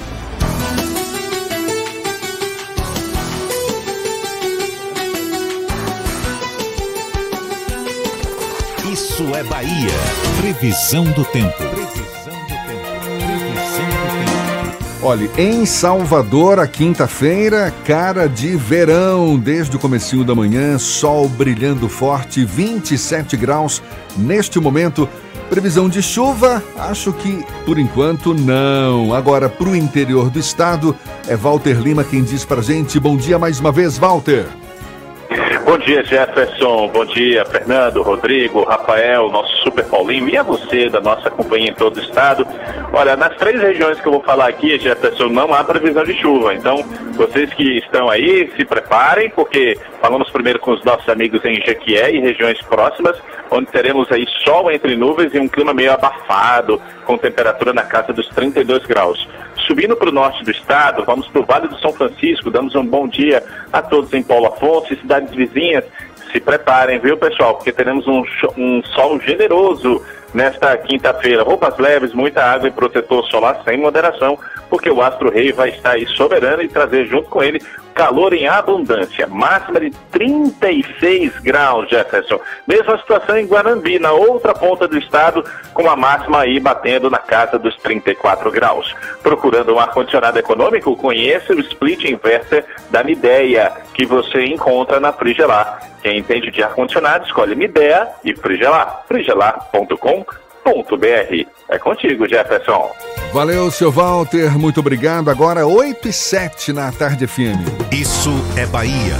Isso é Bahia. Previsão do tempo. Previsão do tempo. Previsão do tempo. Olha, em Salvador, a quinta-feira, cara de verão, desde o comecinho da manhã, sol brilhando forte, vinte e sete graus neste momento. Previsão de chuva, acho que por enquanto não. Agora, para o interior do estado, é Walter Lima quem diz pra gente. Bom dia mais uma vez, Walter. Bom dia, Jefferson. Bom dia, Fernando, Rodrigo, Rafael, nosso Super Paulinho e a você da nossa companhia em todo o estado. Olha, nas três regiões que eu vou falar aqui, Jefferson, não há previsão de chuva. Então, vocês que estão aí, se preparem, porque falamos primeiro com os nossos amigos em Jequié e regiões próximas, onde teremos aí sol entre nuvens e um clima meio abafado, com temperatura na casa dos trinta e dois graus. Subindo para o norte do estado, vamos para o Vale do São Francisco, damos um bom dia a todos em Paulo Afonso e cidades vizinhas. Se preparem, viu, pessoal, porque teremos um, um sol generoso nesta quinta-feira. Roupas leves, muita água e protetor solar sem moderação, porque o Astro Rei vai estar aí soberano e trazer junto com ele calor em abundância. Máxima de trinta e seis graus, Jefferson. Mesma situação em Guarambi, na outra ponta do estado, com a máxima aí batendo na casa dos trinta e quatro graus. Procurando um ar-condicionado econômico, conheça o Split Inverter da Midea, que você encontra na Frigelar. Quem entende de ar-condicionado, escolhe Midea e Frigelar. frigelar ponto com ponto b r. É contigo, Jefferson. Valeu, seu Walter, muito obrigado. Agora oito e sete na Tarde F M. Isso é Bahia.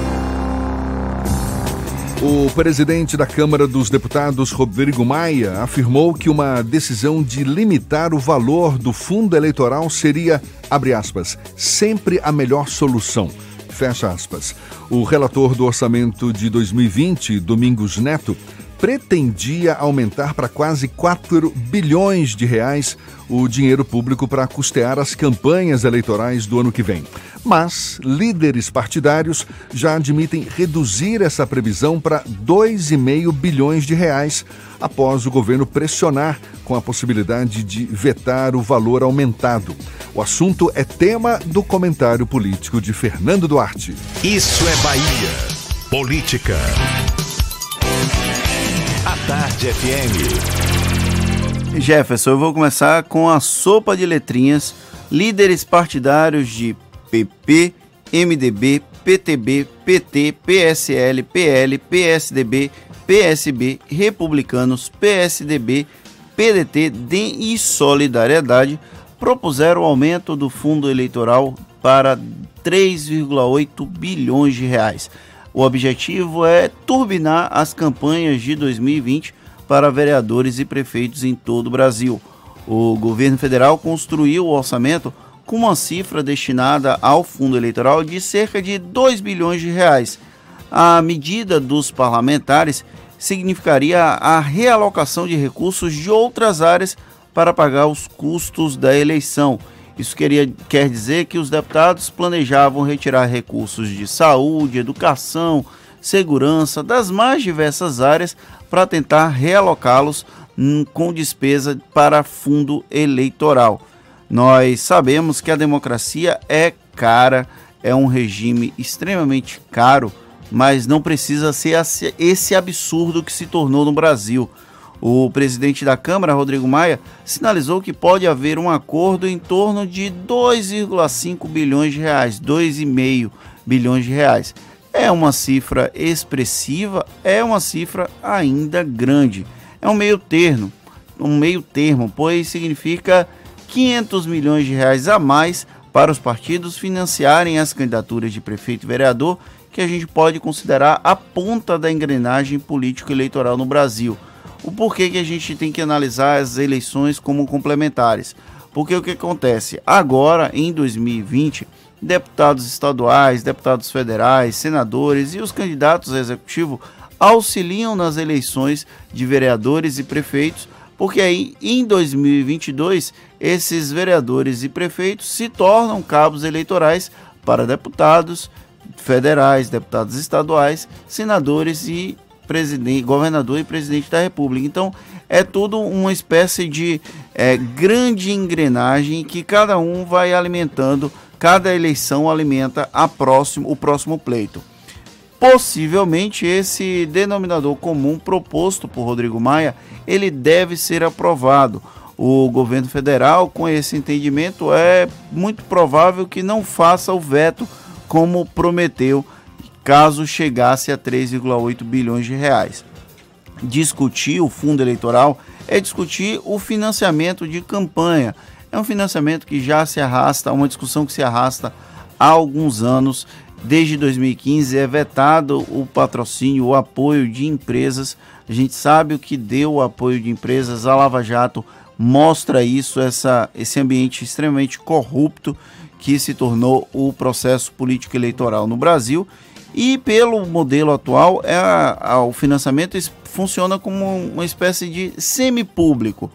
O presidente da Câmara dos Deputados, Rodrigo Maia, afirmou que uma decisão de limitar o valor do fundo eleitoral seria, abre aspas, sempre a melhor solução. Fecha aspas. O relator do orçamento de dois mil e vinte, Domingos Neto, pretendia aumentar para quase quatro bilhões de reais o dinheiro público para custear as campanhas eleitorais do ano que vem. Mas líderes partidários já admitem reduzir essa previsão para dois vírgula cinco bilhões de reais após o governo pressionar com a possibilidade de vetar o valor aumentado. O assunto é tema do comentário político de Fernando Duarte. Isso é Bahia. Política. A Tarde F M. Jefferson, eu vou começar com a sopa de letrinhas. Líderes partidários de P P, M D B, P T B, P T, P S L, P L, P S D B, P S B, Republicanos, P S D B, P D T, D E M e Solidariedade propuseram o aumento do fundo eleitoral para três vírgula oito bilhões de reais. O objetivo é turbinar as campanhas de dois mil e vinte para vereadores e prefeitos em todo o Brasil. O governo federal construiu o orçamento com uma cifra destinada ao fundo eleitoral de cerca de dois bilhões de reais. A medida dos parlamentares significaria a realocação de recursos de outras áreas para pagar os custos da eleição. Isso queria, quer dizer que os deputados planejavam retirar recursos de saúde, educação, segurança, das mais diversas áreas para tentar realocá-los hum, com despesa para fundo eleitoral. Nós sabemos que a democracia é cara, é um regime extremamente caro, mas não precisa ser esse absurdo que se tornou no Brasil. O presidente da Câmara, Rodrigo Maia, sinalizou que pode haver um acordo em torno de dois vírgula cinco bilhões de reais, dois vírgula cinco bilhões de reais. É uma cifra expressiva, é uma cifra ainda grande. É um meio termo, um meio termo, pois significa quinhentos milhões de reais a mais para os partidos financiarem as candidaturas de prefeito e vereador, que a gente pode considerar a ponta da engrenagem político-eleitoral no Brasil. O porquê que a gente tem que analisar as eleições como complementares? Porque o que acontece? Agora, em dois mil e vinte, deputados estaduais, deputados federais, senadores e os candidatos a executivo auxiliam nas eleições de vereadores e prefeitos, porque aí, em dois mil e vinte e dois, esses vereadores e prefeitos se tornam cabos eleitorais para deputados federais, deputados estaduais, senadores e presidente, governador e presidente da República. Então, é tudo uma espécie de é, grande engrenagem que cada um vai alimentando, cada eleição alimenta a próximo, o próximo pleito. Possivelmente esse denominador comum proposto por Rodrigo Maia, ele deve ser aprovado. O governo federal, com esse entendimento, é muito provável que não faça o veto como prometeu, caso chegasse a três vírgula oito bilhões de reais. Discutir o fundo eleitoral é discutir o financiamento de campanha. É um financiamento que já se arrasta, uma discussão que se arrasta há alguns anos. Desde dois mil e quinze é vetado o patrocínio, o apoio de empresas. A gente sabe o que deu o apoio de empresas. A Lava Jato mostra isso, essa, esse ambiente extremamente corrupto que se tornou o processo político eleitoral no Brasil. E pelo modelo atual, é a, a, o financiamento funciona como uma espécie de semipúblico.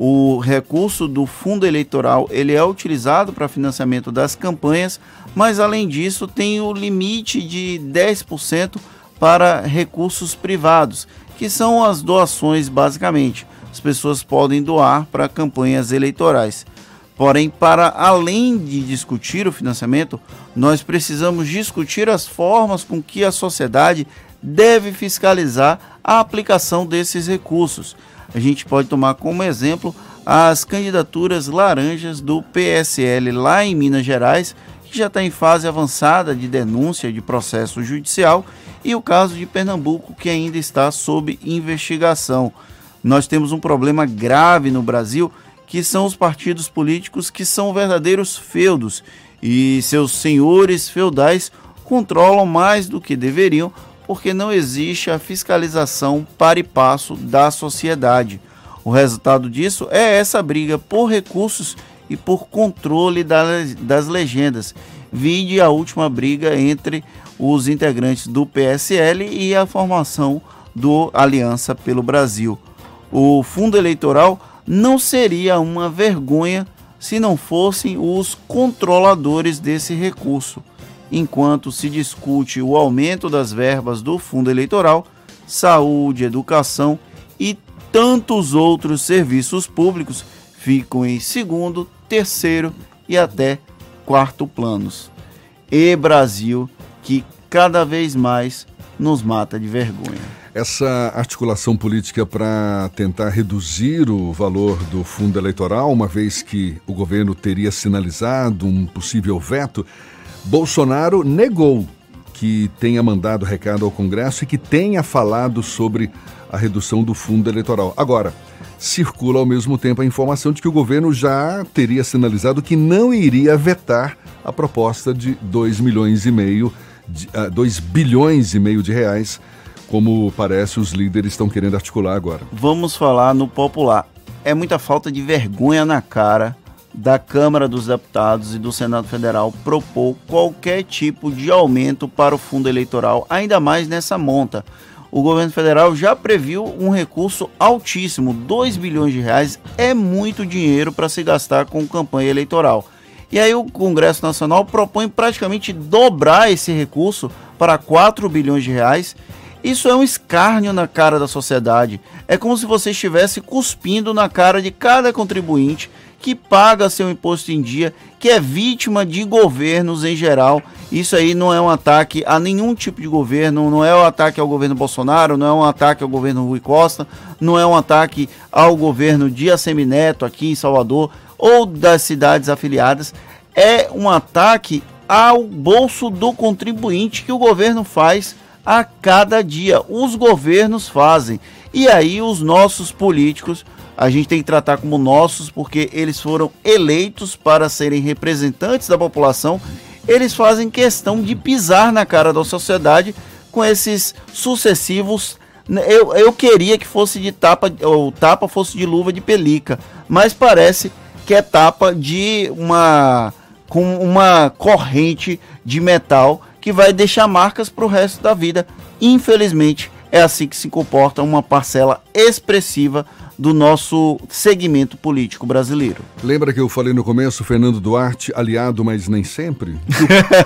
O recurso do fundo eleitoral ele é utilizado para financiamento das campanhas, mas além disso tem o limite de dez por cento para recursos privados, que são as doações basicamente. As pessoas podem doar para campanhas eleitorais. Porém, para além de discutir o financiamento, nós precisamos discutir as formas com que a sociedade deve fiscalizar a aplicação desses recursos. A gente pode tomar como exemplo as candidaturas laranjas do P S L lá em Minas Gerais, que já está em fase avançada de denúncia de processo judicial, e o caso de Pernambuco, que ainda está sob investigação. Nós temos um problema grave no Brasil, que são os partidos políticos que são verdadeiros feudos, e seus senhores feudais controlam mais do que deveriam, porque não existe a fiscalização para e passo da sociedade. O resultado disso é essa briga por recursos e por controle das, das legendas. Vide a última briga entre os integrantes do P S L e a formação do Aliança pelo Brasil. O fundo eleitoral não seria uma vergonha se não fossem os controladores desse recurso. Enquanto se discute o aumento das verbas do fundo eleitoral, saúde, educação e tantos outros serviços públicos ficam em segundo, terceiro e até quarto planos. E Brasil, que cada vez mais nos mata de vergonha. Essa articulação política para tentar reduzir o valor do fundo eleitoral, uma vez que o governo teria sinalizado um possível veto, Bolsonaro negou que tenha mandado recado ao Congresso e que tenha falado sobre a redução do fundo eleitoral. Agora, circula ao mesmo tempo a informação de que o governo já teria sinalizado que não iria vetar a proposta de dois milhões e meio, de, uh, dois bilhões e meio de reais, como parece os líderes estão querendo articular agora. Vamos falar no popular. É muita falta de vergonha na cara da Câmara dos Deputados e do Senado Federal propor qualquer tipo de aumento para o fundo eleitoral, ainda mais nessa monta. O governo federal já previu um recurso altíssimo, dois bilhões de reais é muito dinheiro para se gastar com campanha eleitoral. E aí o Congresso Nacional propõe praticamente dobrar esse recurso para quatro bilhões de reais. Isso é um escárnio na cara da sociedade. É como se você estivesse cuspindo na cara de cada contribuinte que paga seu imposto em dia, que é vítima de governos em geral. Isso aí não é um ataque a nenhum tipo de governo, não é um ataque ao governo Bolsonaro, não é um ataque ao governo Rui Costa, não é um ataque ao governo de Assemineto aqui em Salvador ou das cidades afiliadas. É um ataque ao bolso do contribuinte que o governo faz a cada dia. Os governos fazem. E aí os nossos políticos, a gente tem que tratar como nossos, porque eles foram eleitos para serem representantes da população. Eles fazem questão de pisar na cara da sociedade com esses sucessivos. Eu, eu queria que fosse de tapa, ou tapa fosse de luva de pelica, mas parece que é tapa de uma, com uma corrente de metal que vai deixar marcas para o resto da vida. Infelizmente, é assim que se comporta uma parcela expressiva do nosso segmento político brasileiro. Lembra que eu falei no começo, Fernando Duarte, aliado, mas nem sempre? Que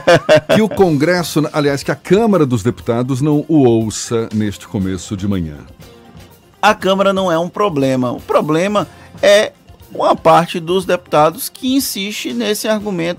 o, que o Congresso, aliás, que a Câmara dos Deputados não o ouça neste começo de manhã. A Câmara não é um problema. O problema é uma parte dos deputados que insiste nesse argumento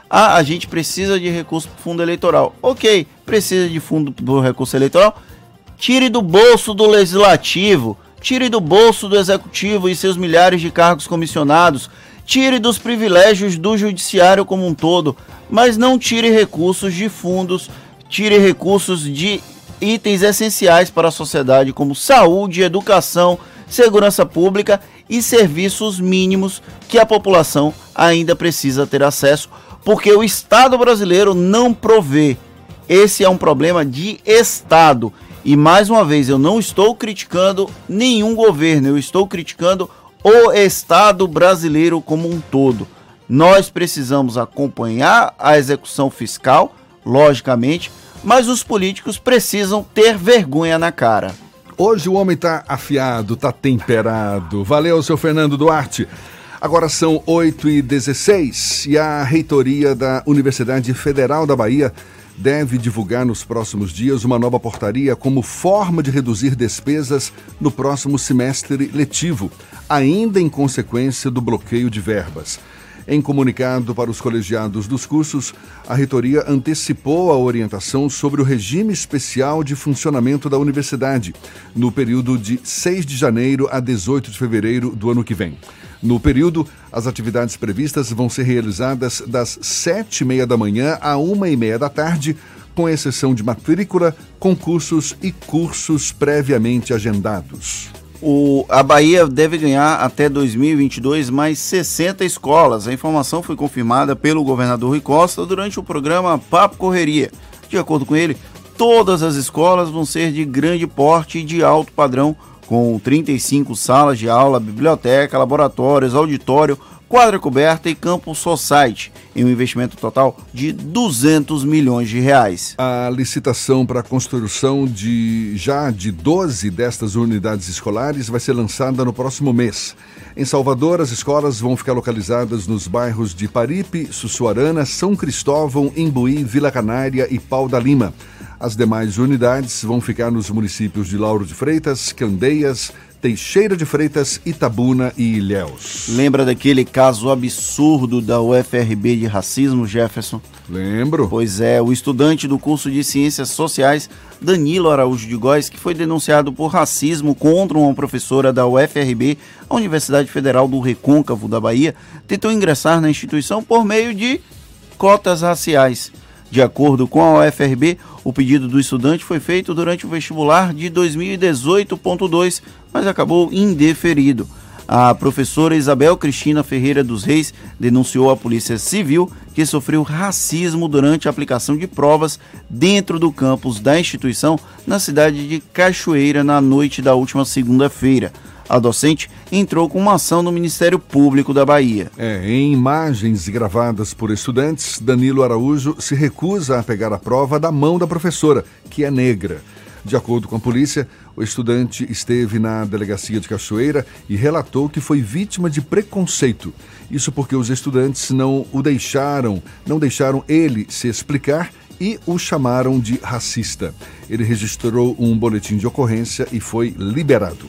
Ah, a gente precisa de recurso para o fundo eleitoral. Ok, precisa de fundo para o recurso eleitoral. Tire do bolso do legislativo, tire do bolso do executivo e seus milhares de cargos comissionados, tire dos privilégios do judiciário como um todo, mas não tire recursos de fundos, tire recursos de itens essenciais para a sociedade como saúde, educação, segurança pública e serviços mínimos que a população ainda precisa ter acesso, porque o Estado brasileiro não provê. Esse é um problema de Estado. E mais uma vez, eu não estou criticando nenhum governo, eu estou criticando o Estado brasileiro como um todo. Nós precisamos acompanhar a execução fiscal, logicamente, mas os políticos precisam ter vergonha na cara. Hoje o homem tá afiado, tá temperado. Valeu, seu Fernando Duarte. Agora são oito e dezesseis e a reitoria da Universidade Federal da Bahia deve divulgar nos próximos dias uma nova portaria como forma de reduzir despesas no próximo semestre letivo, ainda em consequência do bloqueio de verbas. Em comunicado para os colegiados dos cursos, a reitoria antecipou a orientação sobre o regime especial de funcionamento da universidade, no período de seis de janeiro a dezoito de fevereiro do ano que vem. No período, as atividades previstas vão ser realizadas das sete e meia da manhã a uma e meia da tarde, com exceção de matrícula, concursos e cursos previamente agendados. O, a Bahia deve ganhar até dois mil e vinte e dois mais sessenta escolas. A informação foi confirmada pelo governador Rui Costa durante o programa Papo Correria. De acordo com ele, todas as escolas vão ser de grande porte e de alto padrão, com trinta e cinco salas de aula, biblioteca, laboratórios, auditório, quadra coberta e campus society, em um investimento total de duzentos milhões de reais. A licitação para a construção de já de doze destas unidades escolares vai ser lançada no próximo mês. Em Salvador, as escolas vão ficar localizadas nos bairros de Paripe, Sussuarana, São Cristóvão, Imbuí, Vila Canária e Pau da Lima. As demais unidades vão ficar nos municípios de Lauro de Freitas, Candeias, Teixeira de Freitas, Itabuna e Ilhéus. Lembra daquele caso absurdo da U F R B de racismo, Jefferson? Lembro. Pois é, o estudante do curso de Ciências Sociais, Danilo Araújo de Góes, que foi denunciado por racismo contra uma professora da U F R B, a Universidade Federal do Recôncavo da Bahia, tentou ingressar na instituição por meio de cotas raciais. De acordo com a U F R B, o pedido do estudante foi feito durante o vestibular de dois mil e dezoito ponto dois, mas acabou indeferido. A professora Isabel Cristina Ferreira dos Reis denunciou à Polícia Civil que sofreu racismo durante a aplicação de provas dentro do campus da instituição na cidade de Cachoeira na noite da última segunda-feira. A docente entrou com uma ação no Ministério Público da Bahia. É, em imagens gravadas por estudantes, Danilo Araújo se recusa a pegar a prova da mão da professora, que é negra. De acordo com a polícia, o estudante esteve na delegacia de Cachoeira e relatou que foi vítima de preconceito. Isso porque os estudantes não o deixaram, não deixaram ele se explicar e o chamaram de racista. Ele registrou um boletim de ocorrência e foi liberado.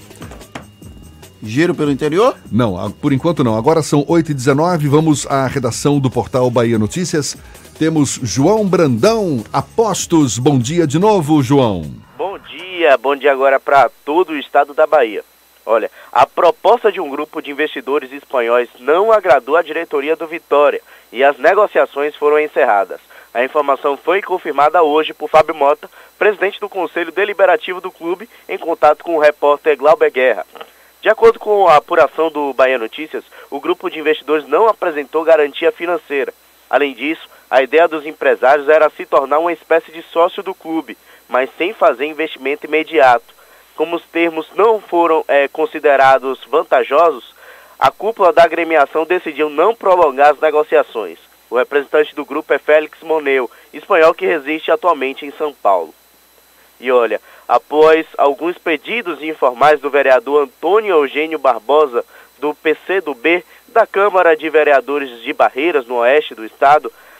Giro pelo interior? Não, por enquanto não. Agora são oito e dezenove, vamos à redação do portal Bahia Notícias. Temos João Brandão, Apostos. Bom dia de novo, João. Bom dia, bom dia agora para todo o estado da Bahia. Olha, a proposta de um grupo de investidores espanhóis não agradou a diretoria do Vitória e as negociações foram encerradas. A informação foi confirmada hoje por Fábio Mota, presidente do Conselho Deliberativo do clube, em contato com o repórter Glauber Guerra. De acordo com a apuração do Bahia Notícias, o grupo de investidores não apresentou garantia financeira. Além disso, a ideia dos empresários era se tornar uma espécie de sócio do clube, mas sem fazer investimento imediato. Como os termos não foram é, considerados vantajosos, a cúpula da agremiação decidiu não prolongar as negociações. O representante do grupo é Félix Moneu, espanhol que reside atualmente em São Paulo. E olha, após alguns pedidos informais do vereador Antônio Eugênio Barbosa, do P C do B, da Câmara de Vereadores de Barreiras, no oeste do estado,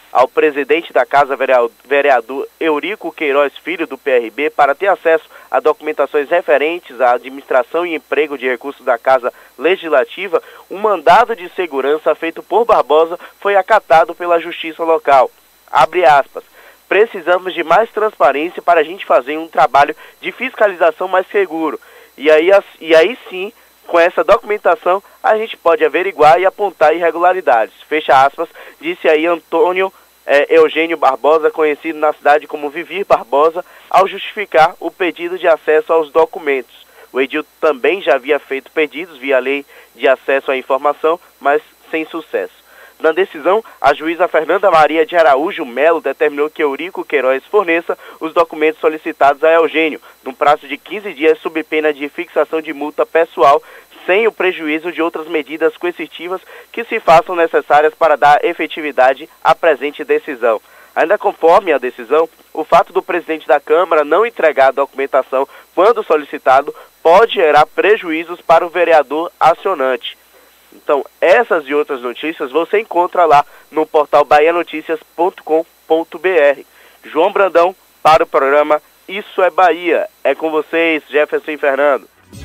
ao presidente da Casa, vereador Eurico Queiroz Filho, do P R B, para ter acesso a documentações referentes à administração e emprego de recursos da Casa Legislativa, um mandado de segurança feito por Barbosa foi acatado pela Justiça local. Abre aspas. Precisamos de mais transparência para a gente fazer um trabalho de fiscalização mais seguro. E aí, e aí sim, com essa documentação, a gente pode averiguar e apontar irregularidades. Fecha aspas, disse aí Antônio é, Eugênio Barbosa, conhecido na cidade como Vivir Barbosa, ao justificar o pedido de acesso aos documentos. O edil também já havia feito pedidos via lei de acesso à informação, mas sem sucesso. Na decisão, a juíza Fernanda Maria de Araújo Melo determinou que Eurico Queiroz forneça os documentos solicitados a Eugênio, num prazo de quinze dias, sob pena de fixação de multa pessoal, sem o prejuízo de outras medidas coercitivas que se façam necessárias para dar efetividade à presente decisão. Ainda conforme a decisão, o fato do presidente da Câmara não entregar a documentação quando solicitado pode gerar prejuízos para o vereador acionante. Então, essas e outras notícias você encontra lá no portal bahia noticias ponto com ponto b r. João Brandão para o programa Isso é Bahia. É com vocês, Jefferson e Fernando.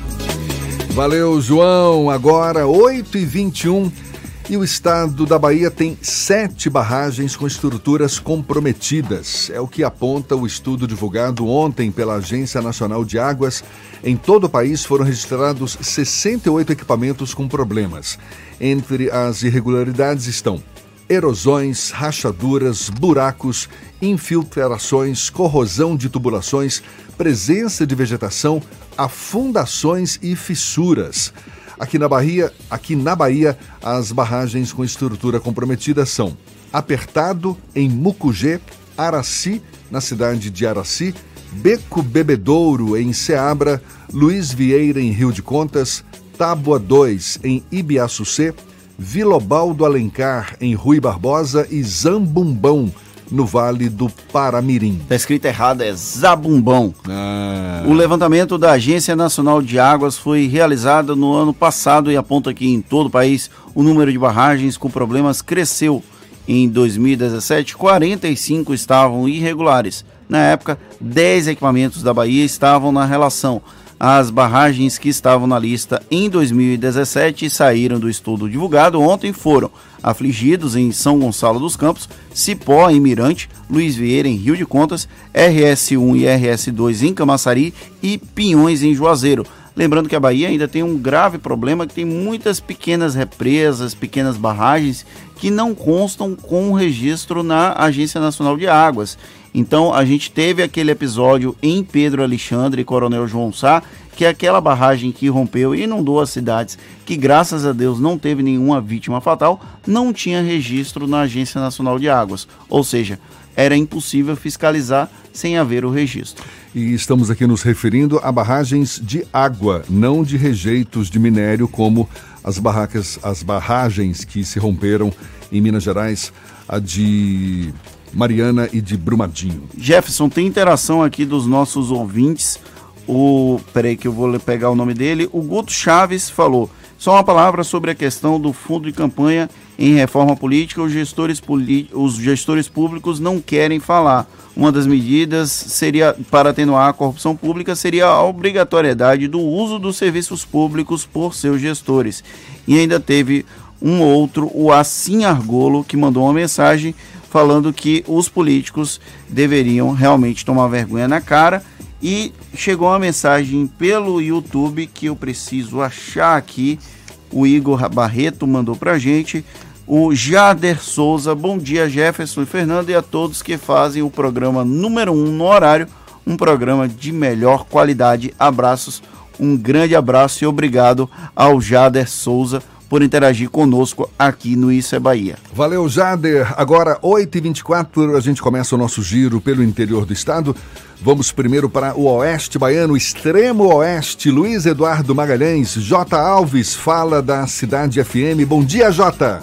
Valeu, João. Agora, oito e vinte e um. E o estado da Bahia tem sete barragens com estruturas comprometidas. É o que aponta o estudo divulgado ontem pela Agência Nacional de Águas. Em todo o país foram registrados sessenta e oito equipamentos com problemas. Entre as irregularidades estão erosões, rachaduras, buracos, infiltrações, corrosão de tubulações, presença de vegetação, afundações e fissuras. Aqui na Bahia, aqui na Bahia, as barragens com estrutura comprometida são Apertado, em Mucugê, Araci, na cidade de Araci, Beco Bebedouro, em Ceabra, Luiz Vieira, em Rio de Contas, Tábua dois, em Ibiaçucê, Vilobal do Alencar, em Rui Barbosa e Zambumbão, no Vale do Paramirim. Está escrito errado, é Zabumbão. Ah. O levantamento da Agência Nacional de Águas foi realizado no ano passado e aponta que em todo o país o número de barragens com problemas cresceu. Em dois mil e dezessete, quarenta e cinco estavam irregulares. Na época, dez equipamentos da Bahia estavam na relação. As barragens que estavam na lista em dois mil e dezessete e saíram do estudo divulgado ontem foram Afligidos, em São Gonçalo dos Campos, Cipó, em Mirante, Luiz Vieira, em Rio de Contas, R S um e R S dois em Camaçari e Pinhões, em Juazeiro. Lembrando que a Bahia ainda tem um grave problema, que tem muitas pequenas represas, pequenas barragens que não constam com registro na Agência Nacional de Águas. Então a gente teve aquele episódio em Pedro Alexandre e Coronel João Sá, que é aquela barragem que rompeu e inundou as cidades, que graças a Deus não teve nenhuma vítima fatal, não tinha registro na Agência Nacional de Águas. Ou seja, era impossível fiscalizar sem haver o registro. E estamos aqui nos referindo a barragens de água, não de rejeitos de minério, como as barracas, as barragens que se romperam em Minas Gerais, a de Mariana e de Brumadinho. Jefferson, tem interação aqui dos nossos ouvintes. O, peraí que eu vou pegar o nome dele. O Guto Chaves falou: só uma palavra sobre a questão do fundo de campanha em reforma política. Os gestores, os gestores públicos não querem falar. Uma das medidas seria, para atenuar a corrupção pública, seria a obrigatoriedade do uso dos serviços públicos por seus gestores. E ainda teve um outro, o Assim Argolo, que mandou uma mensagem falando que os políticos deveriam realmente tomar vergonha na cara. E chegou uma mensagem pelo YouTube que eu preciso achar aqui. O Igor Barreto mandou pra gente. O Jader Souza: bom dia, Jefferson e Fernando, e a todos que fazem o programa número um no horário, um programa de melhor qualidade. Abraços, um grande abraço e obrigado ao Jader Souza por interagir conosco aqui no Isso é Bahia. Valeu, Jader. Agora, oito e vinte e quatro, a gente começa o nosso giro pelo interior do estado. Vamos primeiro para o Oeste Baiano, extremo Oeste. Luiz Eduardo Magalhães, J. Alves, fala da Cidade F M. Bom dia, J.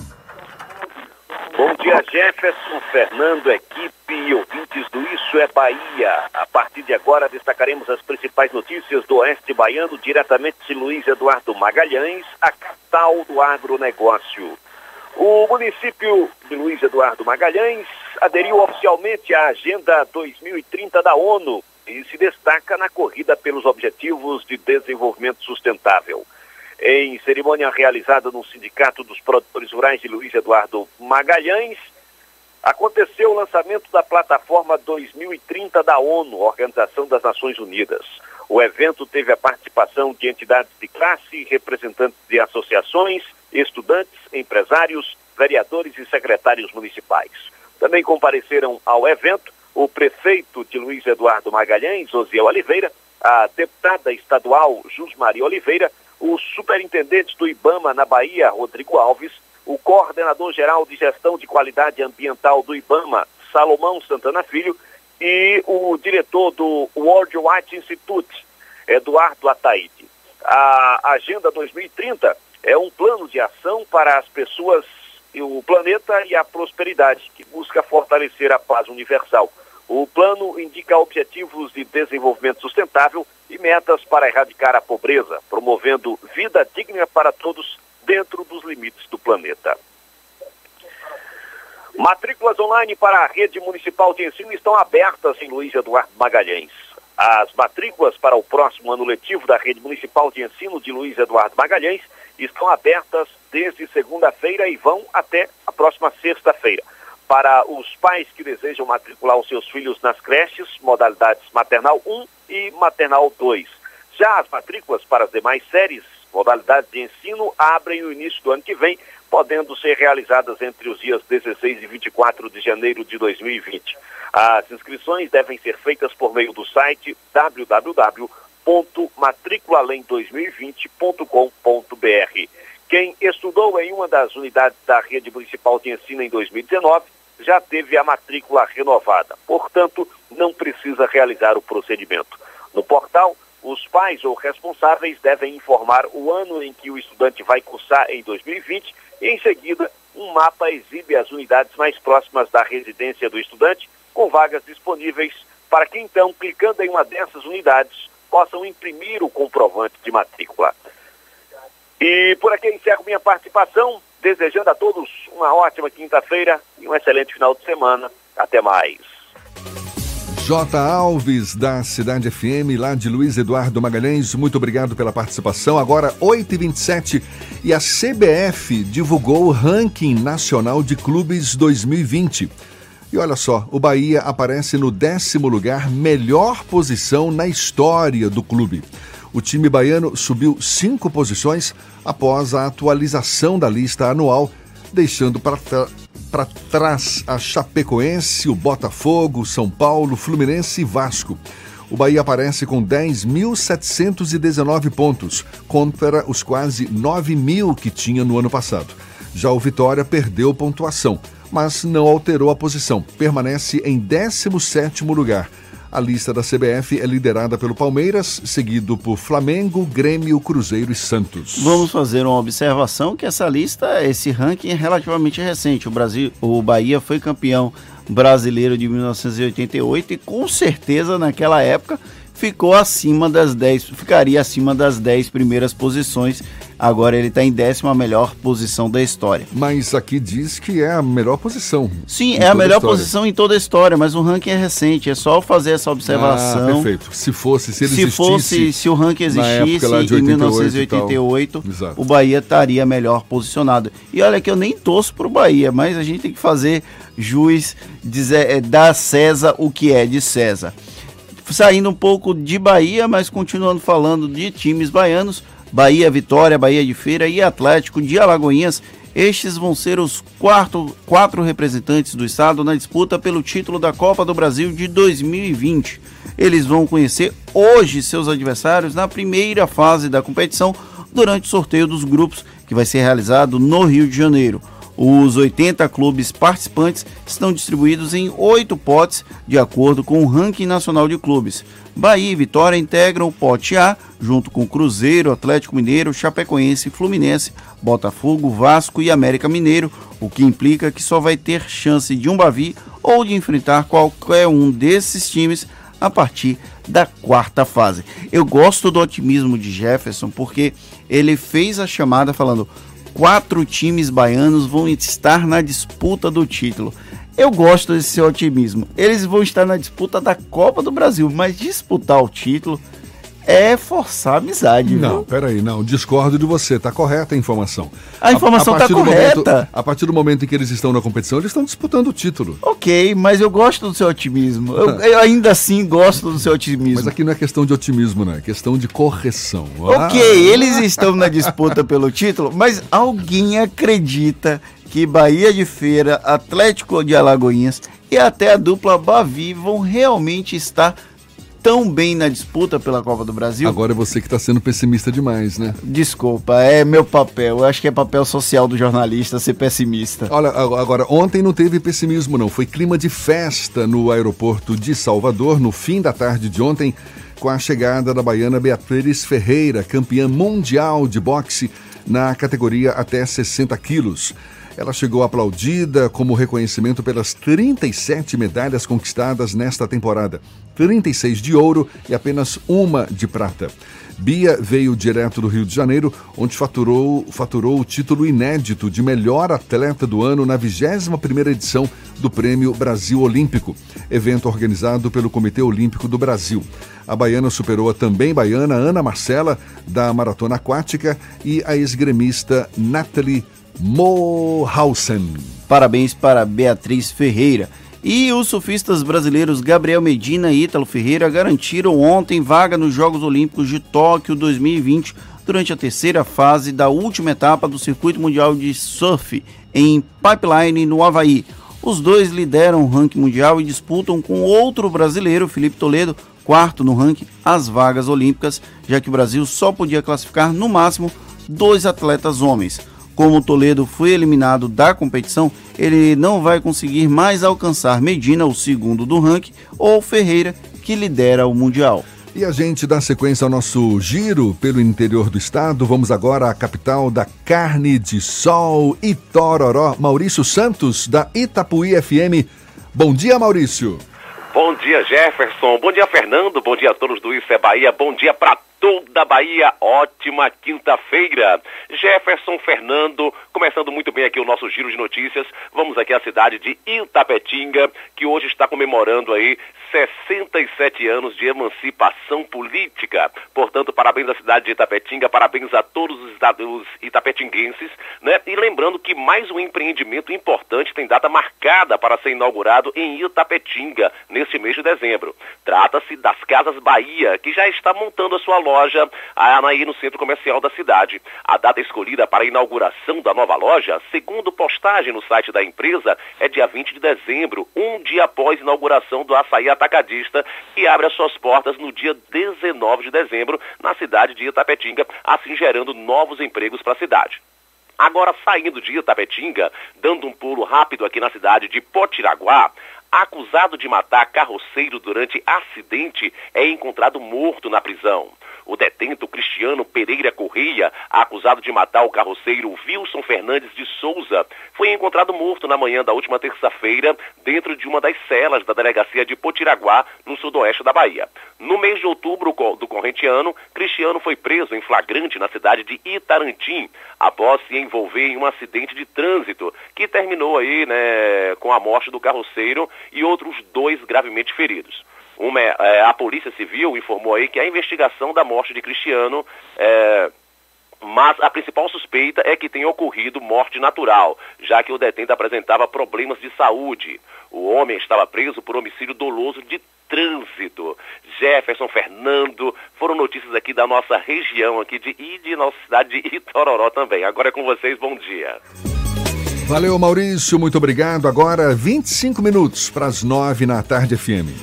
Bom dia, Jefferson, Fernando, equipe e ouvintes do Isso é Bahia. A partir de agora destacaremos as principais notícias do Oeste Baiano, diretamente de Luiz Eduardo Magalhães, a capital do agronegócio. O município de Luiz Eduardo Magalhães aderiu oficialmente à Agenda dois mil e trinta da ONU e se destaca na corrida pelos Objetivos de Desenvolvimento Sustentável. Em cerimônia realizada no Sindicato dos Produtores Rurais de Luiz Eduardo Magalhães, aconteceu o lançamento da Plataforma dois mil e trinta da ONU, Organização das Nações Unidas. O evento teve a participação de entidades de classe, representantes de associações, estudantes, empresários, vereadores e secretários municipais. Também compareceram ao evento o prefeito de Luiz Eduardo Magalhães, Osiel Oliveira, a deputada estadual Jusmaria Oliveira, o superintendente do IBAMA na Bahia, Rodrigo Alves, o coordenador-geral de gestão de qualidade ambiental do IBAMA, Salomão Santana Filho, e o diretor do World Wide Institute, Eduardo Ataíde. A Agenda dois mil e trinta é um plano de ação para as pessoas, o planeta e a prosperidade, que busca fortalecer a paz universal. O plano indica objetivos de desenvolvimento sustentável e metas para erradicar a pobreza, promovendo vida digna para todos dentro dos limites do planeta. Matrículas online para a rede municipal de ensino estão abertas em Luiz Eduardo Magalhães. As matrículas para o próximo ano letivo da rede municipal de ensino de Luiz Eduardo Magalhães estão abertas desde segunda-feira e vão até a próxima sexta-feira. Para os pais que desejam matricular os seus filhos nas creches, modalidades maternal um e maternal dois. Já as matrículas para as demais séries, modalidades de ensino, abrem no início do ano que vem, podendo ser realizadas entre os dias dezesseis e vinte e quatro de janeiro de dois mil e vinte. As inscrições devem ser feitas por meio do site w w w ponto matricula além dois mil e vinte ponto com ponto b r. Quem estudou em uma das unidades da rede municipal de ensino em dois mil e dezenove já teve a matrícula renovada, portanto, não precisa realizar o procedimento. No portal, os pais ou responsáveis devem informar o ano em que o estudante vai cursar em dois mil e vinte e, em seguida, um mapa exibe as unidades mais próximas da residência do estudante, com vagas disponíveis para que, então, clicando em uma dessas unidades, possam imprimir o comprovante de matrícula. E por aqui encerro minha participação, desejando a todos uma ótima quinta-feira e um excelente final de semana. Até mais. J. Alves, da Cidade F M, lá de Luiz Eduardo Magalhães, muito obrigado pela participação. Agora, oito e vinte e sete, e a C B F divulgou o Ranking Nacional de Clubes dois mil e vinte. E olha só, o Bahia aparece no décimo lugar, melhor posição na história do clube. O time baiano subiu cinco posições após a atualização da lista anual, deixando para tra- para trás a Chapecoense, o Botafogo, São Paulo, Fluminense e Vasco. O Bahia aparece com dez mil setecentos e dezenove pontos, contra os quase nove mil que tinha no ano passado. Já o Vitória perdeu pontuação, mas não alterou a posição, permanece em décimo sétimo lugar. A lista da C B F é liderada pelo Palmeiras, seguido por Flamengo, Grêmio, Cruzeiro e Santos. Vamos fazer uma observação que essa lista, esse ranking é relativamente recente. O Brasil, o Bahia foi campeão brasileiro de mil novecentos e oitenta e oito e com certeza naquela época ficou acima das dez, ficaria acima das dez primeiras posições. Agora ele está em décima melhor posição da história. Mas aqui diz que é a melhor posição. Sim, é a melhor a posição em toda a história, mas o ranking é recente, é só fazer essa observação. Ah, perfeito. Se fosse, se ele se existisse... fosse, se o ranking existisse em mil novecentos e oitenta e oito, o Bahia estaria melhor posicionado. E olha que eu nem torço pro Bahia, mas a gente tem que fazer jus, dizer, dar César o que é de César. Saindo um pouco de Bahia, mas continuando falando de times baianos, Bahia, Vitória, Bahia de Feira e Atlético de Alagoinhas, estes vão ser os quarto, quatro representantes do estado na disputa pelo título da Copa do Brasil de dois mil e vinte. Eles vão conhecer hoje seus adversários na primeira fase da competição durante o sorteio dos grupos, que vai ser realizado no Rio de Janeiro. Os oitenta clubes participantes estão distribuídos em oito potes, de acordo com o ranking nacional de clubes. Bahia e Vitória integram o pote A, junto com Cruzeiro, Atlético Mineiro, Chapecoense, Fluminense, Botafogo, Vasco e América Mineiro, o que implica que só vai ter chance de um Bavi ou de enfrentar qualquer um desses times a partir da quarta fase. Eu gosto do otimismo de Jefferson porque ele fez a chamada falando: quatro times baianos vão estar na disputa do título. Eu gosto desse otimismo. Eles vão estar na disputa da Copa do Brasil, mas disputar o título é forçar a amizade, Não, viu? peraí, não, discordo de você, tá correta a informação. A informação tá correta. Momento, a partir do momento em que eles estão na competição, eles estão disputando o título. Ok, mas eu gosto do seu otimismo. Eu, eu ainda assim gosto do seu otimismo. Mas aqui não é questão de otimismo, né? É questão de correção. Ok, ah. eles estão na disputa pelo título, mas alguém acredita que Bahia de Feira, Atlético de Alagoinhas e até a dupla Bavi vão realmente estar tão bem na disputa pela Copa do Brasil? Agora é você que está sendo pessimista demais, né? Desculpa, é meu papel. Eu acho que é papel social do jornalista ser pessimista. Olha, agora, ontem não teve pessimismo, não. Foi clima de festa no aeroporto de Salvador, no fim da tarde de ontem, com a chegada da baiana Beatriz Ferreira, campeã mundial de boxe na categoria até sessenta quilos. Ela chegou aplaudida como reconhecimento pelas trinta e sete medalhas conquistadas nesta temporada. trinta e seis de ouro e apenas uma de prata. Bia veio direto do Rio de Janeiro, onde faturou, faturou o título inédito de melhor atleta do ano na vigésima primeira edição do Prêmio Brasil Olímpico, evento organizado pelo Comitê Olímpico do Brasil. A baiana superou a também baiana Ana Marcela, da maratona aquática, e a esgremista Nathalie Mohausen. Parabéns para Beatriz Ferreira. E os surfistas brasileiros Gabriel Medina e Ítalo Ferreira garantiram ontem vaga nos Jogos Olímpicos de Tóquio dois mil e vinte durante a terceira fase da última etapa do Circuito Mundial de Surf em Pipeline, no Havaí. Os dois lideram o ranking mundial e disputam com outro brasileiro, Felipe Toledo, quarto no ranking, as vagas olímpicas, já que o Brasil só podia classificar no máximo dois atletas homens. Como o Toledo foi eliminado da competição, ele não vai conseguir mais alcançar Medina, o segundo do ranking, ou Ferreira, que lidera o Mundial. E a gente dá sequência ao nosso giro pelo interior do estado. Vamos agora à capital da carne de sol, Itororó. Maurício Santos, da Itapuí F M. Bom dia, Maurício. Bom dia, Jefferson. Bom dia, Fernando. Bom dia a todos do Isso é Bahia. Bom dia para toda a Bahia. Ótima quinta-feira. Jefferson, Fernando, começando muito bem aqui o nosso giro de notícias. Vamos aqui à cidade de Itapetinga, que hoje está comemorando aí sessenta e sete anos de emancipação política. Portanto, parabéns à cidade de Itapetinga, parabéns a todos os, os itapetinguenses, né? E lembrando que mais um empreendimento importante tem data marcada para ser inaugurado em Itapetinga, neste mês de dezembro. Trata-se das Casas Bahia, que já está montando a sua loja aí no centro comercial da cidade. A data escolhida para a inauguração da nova loja, segundo postagem no site da empresa, é dia vinte de dezembro, um dia após a inauguração do Açaí Atacadista, que abre as suas portas no dia dezenove de dezembro, na cidade de Itapetinga, assim gerando novos empregos para a cidade. Agora, saindo de Itapetinga, dando um pulo rápido aqui na cidade de Potiraguá, acusado de matar carroceiro durante acidente é encontrado morto na prisão. O detento Cristiano Pereira Correia, acusado de matar o carroceiro Wilson Fernandes de Souza, foi encontrado morto na manhã da última terça-feira dentro de uma das celas da delegacia de Potiraguá, no sudoeste da Bahia. No mês de outubro do corrente ano, Cristiano foi preso em flagrante na cidade de Itarantim, após se envolver em um acidente de trânsito que terminou aí, né, com a morte do carroceiro e outros dois gravemente feridos. Uma, é, a Polícia Civil informou aí que a investigação da morte de Cristiano, é, mas a principal suspeita é que tenha ocorrido morte natural, já que o detento apresentava problemas de saúde. O homem estava preso por homicídio doloso de trânsito. Jefferson, Fernando, foram notícias aqui da nossa região aqui de, e de nossa cidade de Itororó também. Agora é com vocês, bom dia. Valeu, Maurício, muito obrigado. Agora vinte e cinco minutos para as nove na Tarde F M.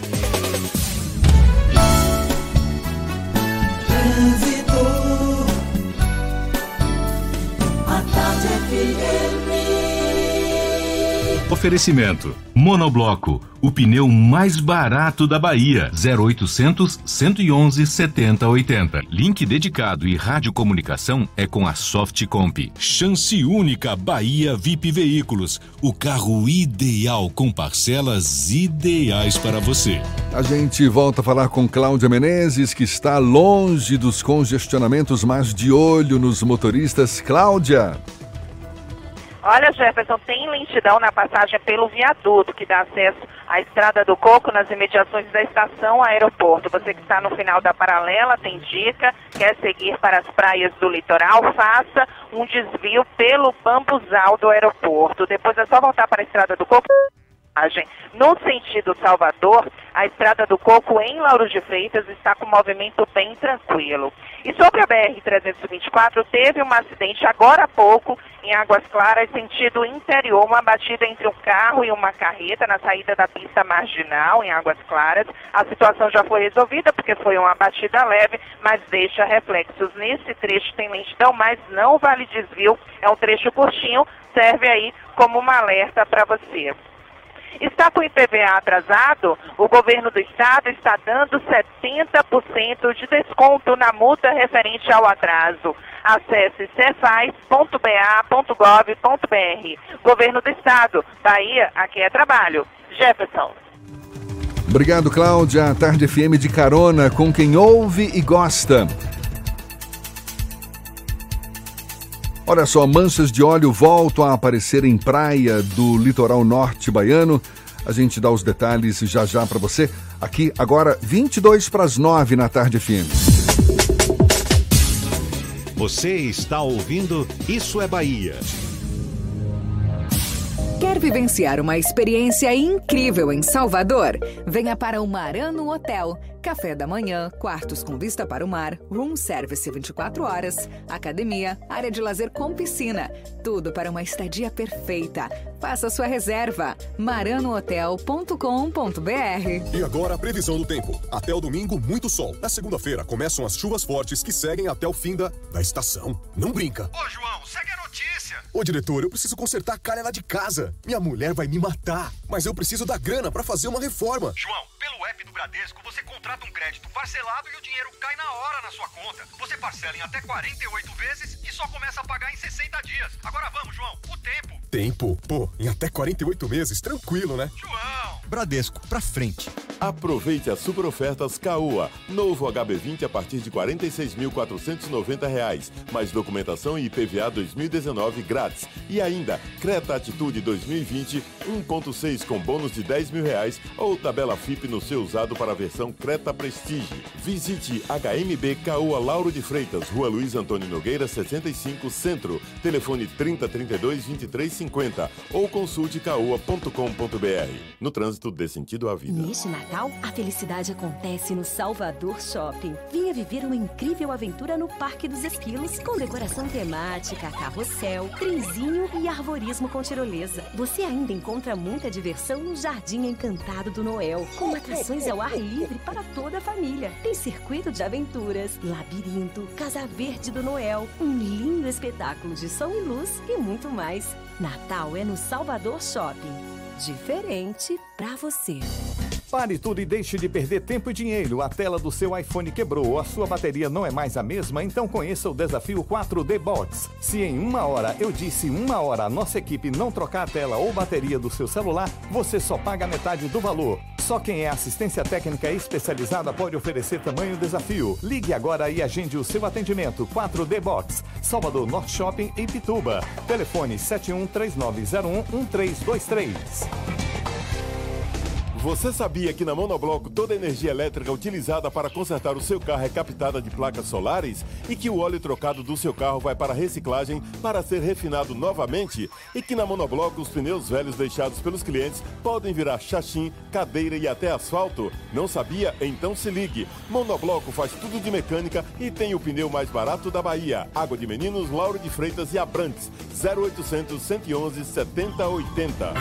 Oferecimento. Monobloco, o pneu mais barato da Bahia. zero oitocentos, cento e onze, setenta, oitenta. Link dedicado e radiocomunicação é com a Softcomp. Chance única Bahia V I P Veículos. O carro ideal com parcelas ideais para você. A gente volta a falar com Cláudia Menezes, que está longe dos congestionamentos, mas de olho nos motoristas. Cláudia. Olha, Jefferson, tem lentidão na passagem pelo viaduto que dá acesso à Estrada do Coco nas imediações da estação aeroporto. Você que está no final da paralela, tem dica, quer seguir para as praias do litoral, faça um desvio pelo bambuzal do aeroporto. Depois é só voltar para a Estrada do Coco. No sentido Salvador, a Estrada do Coco em Lauro de Freitas está com movimento bem tranquilo. E sobre a B R trezentos e vinte e quatro, teve um acidente agora há pouco em Águas Claras, sentido interior, uma batida entre um carro e uma carreta na saída da pista marginal em Águas Claras. A situação já foi resolvida porque foi uma batida leve, mas deixa reflexos. Nesse trecho tem lentidão, mas não vale desvio, é um trecho curtinho, serve aí como um alerta para você. Está com o I P V A atrasado? O governo do estado está dando setenta por cento de desconto na multa referente ao atraso. Acesse cefaz ponto b a ponto gov ponto b r. Governo do estado, Bahia, aqui é trabalho. Jefferson. Obrigado, Cláudia. Tarde F M de carona com quem ouve e gosta. Olha só, manchas de óleo voltam a aparecer em praia do litoral norte baiano. A gente dá os detalhes já já para você. Aqui agora, vinte e dois para as nove na Tarde F M. Você está ouvindo Isso é Bahia. Quer vivenciar uma experiência incrível em Salvador? Venha para o Marano Hotel. Café da manhã, quartos com vista para o mar, room service vinte e quatro horas, academia, área de lazer com piscina. Tudo para uma estadia perfeita. Faça sua reserva. marano hotel ponto com ponto b r. E agora a previsão do tempo. Até o domingo, muito sol. Na segunda-feira, começam as chuvas fortes que seguem até o fim da, da estação. Não brinca. Ô, João, segue a notícia. Ô, diretor, eu preciso consertar a calha lá de casa. Minha mulher vai me matar. Mas eu preciso da grana para fazer uma reforma. João, pelo app do Bradesco, você contrata um crédito parcelado e o dinheiro cai na hora na sua conta. Você parcela em até quarenta e oito vezes e só começa a pagar em sessenta dias. Agora vamos, João, o tempo. Tempo? Pô, em até quarenta e oito meses, tranquilo, né? João! Bradesco, pra frente. Aproveite as super ofertas Caoa. Novo H B vinte a partir de quarenta e seis mil quatrocentos e noventa reais. Mais documentação e I P V A dois mil e dezenove grátis. E ainda, Creta Atitude dois mil e vinte, um ponto seis com bônus de dez mil reais ou tabela F I P no seu usado para a versão Creta Prestige. Visite H M B Caoa Lauro de Freitas, Rua Luiz Antônio Nogueira, sessenta e cinco, Centro. Telefone trinta, trinta e dois, vinte e três, cinquenta ou consulte caoa ponto com ponto b r. No trânsito, dê sentido à vida. Neste Natal, a felicidade acontece no Salvador Shopping. Venha viver uma incrível aventura no Parque dos Esquilos, com decoração temática, carrossel, trenzinho e arvorismo com tirolesa. Você ainda encontra muita diversão no Jardim Encantado do Noel, com atrações ao ar livre para toda a família. Tem circuito de aventuras, labirinto, Casa Verde do Noel, um lindo espetáculo de som e luz e muito mais. Natal é no Salvador Shopping. Diferente pra você. Pare tudo e deixe de perder tempo e dinheiro. A tela do seu iPhone quebrou ou a sua bateria não é mais a mesma? Então conheça o desafio quatro D Box. Se em uma hora, eu disse uma hora, a nossa equipe não trocar a tela ou bateria do seu celular, você só paga metade do valor. Só quem é assistência técnica especializada pode oferecer tamanho desafio. Ligue agora e agende o seu atendimento. quatro D Box, Salvador Norte Shopping em Pituba. Telefone sete um três nove zero um um três dois três. Você sabia que na Monobloco toda a energia elétrica utilizada para consertar o seu carro é captada de placas solares? E que o óleo trocado do seu carro vai para reciclagem para ser refinado novamente? E que na Monobloco os pneus velhos deixados pelos clientes podem virar chachim, cadeira e até asfalto? Não sabia? Então se ligue. Monobloco faz tudo de mecânica e tem o pneu mais barato da Bahia. Água de Meninos, Lauro de Freitas e Abrantes. zero oitocentos, cento e onze, setenta, oitenta.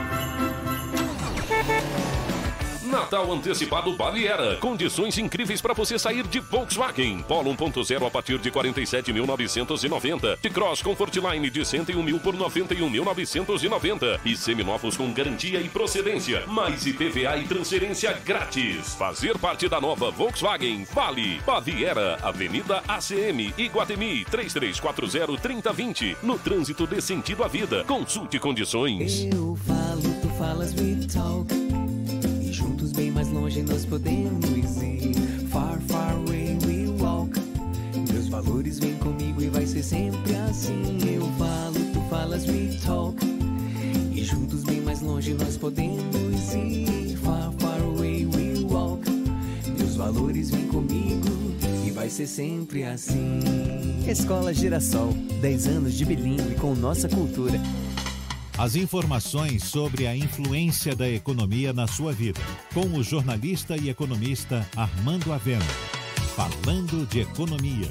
Natal antecipado Baviera. Condições incríveis para você sair de Volkswagen. Polo um ponto zero a partir de quarenta e sete mil novecentos e noventa. De Cross Comfortline de cento e um mil por noventa e um mil novecentos e noventa. E seminovos com garantia e procedência. Mais I P V A e transferência grátis. Fazer parte da nova Volkswagen vale. Baviera, Avenida A C M, Iguatemi, três três quatro zero, três zero dois zero. No trânsito dê sentido à vida. Consulte condições. Eu falo, tu falas, we talk. Juntos bem mais longe nós podemos ir. Far, far away we walk. Meus valores vêm comigo e vai ser sempre assim. Eu falo, tu falas we talk. E juntos bem mais longe nós podemos ir. Far, far away we walk. Meus valores vêm comigo e vai ser sempre assim. Escola Girassol, dez anos de bilíngue com nossa cultura. As informações sobre a influência da economia na sua vida, com o jornalista e economista Armando Avena. Falando de Economia.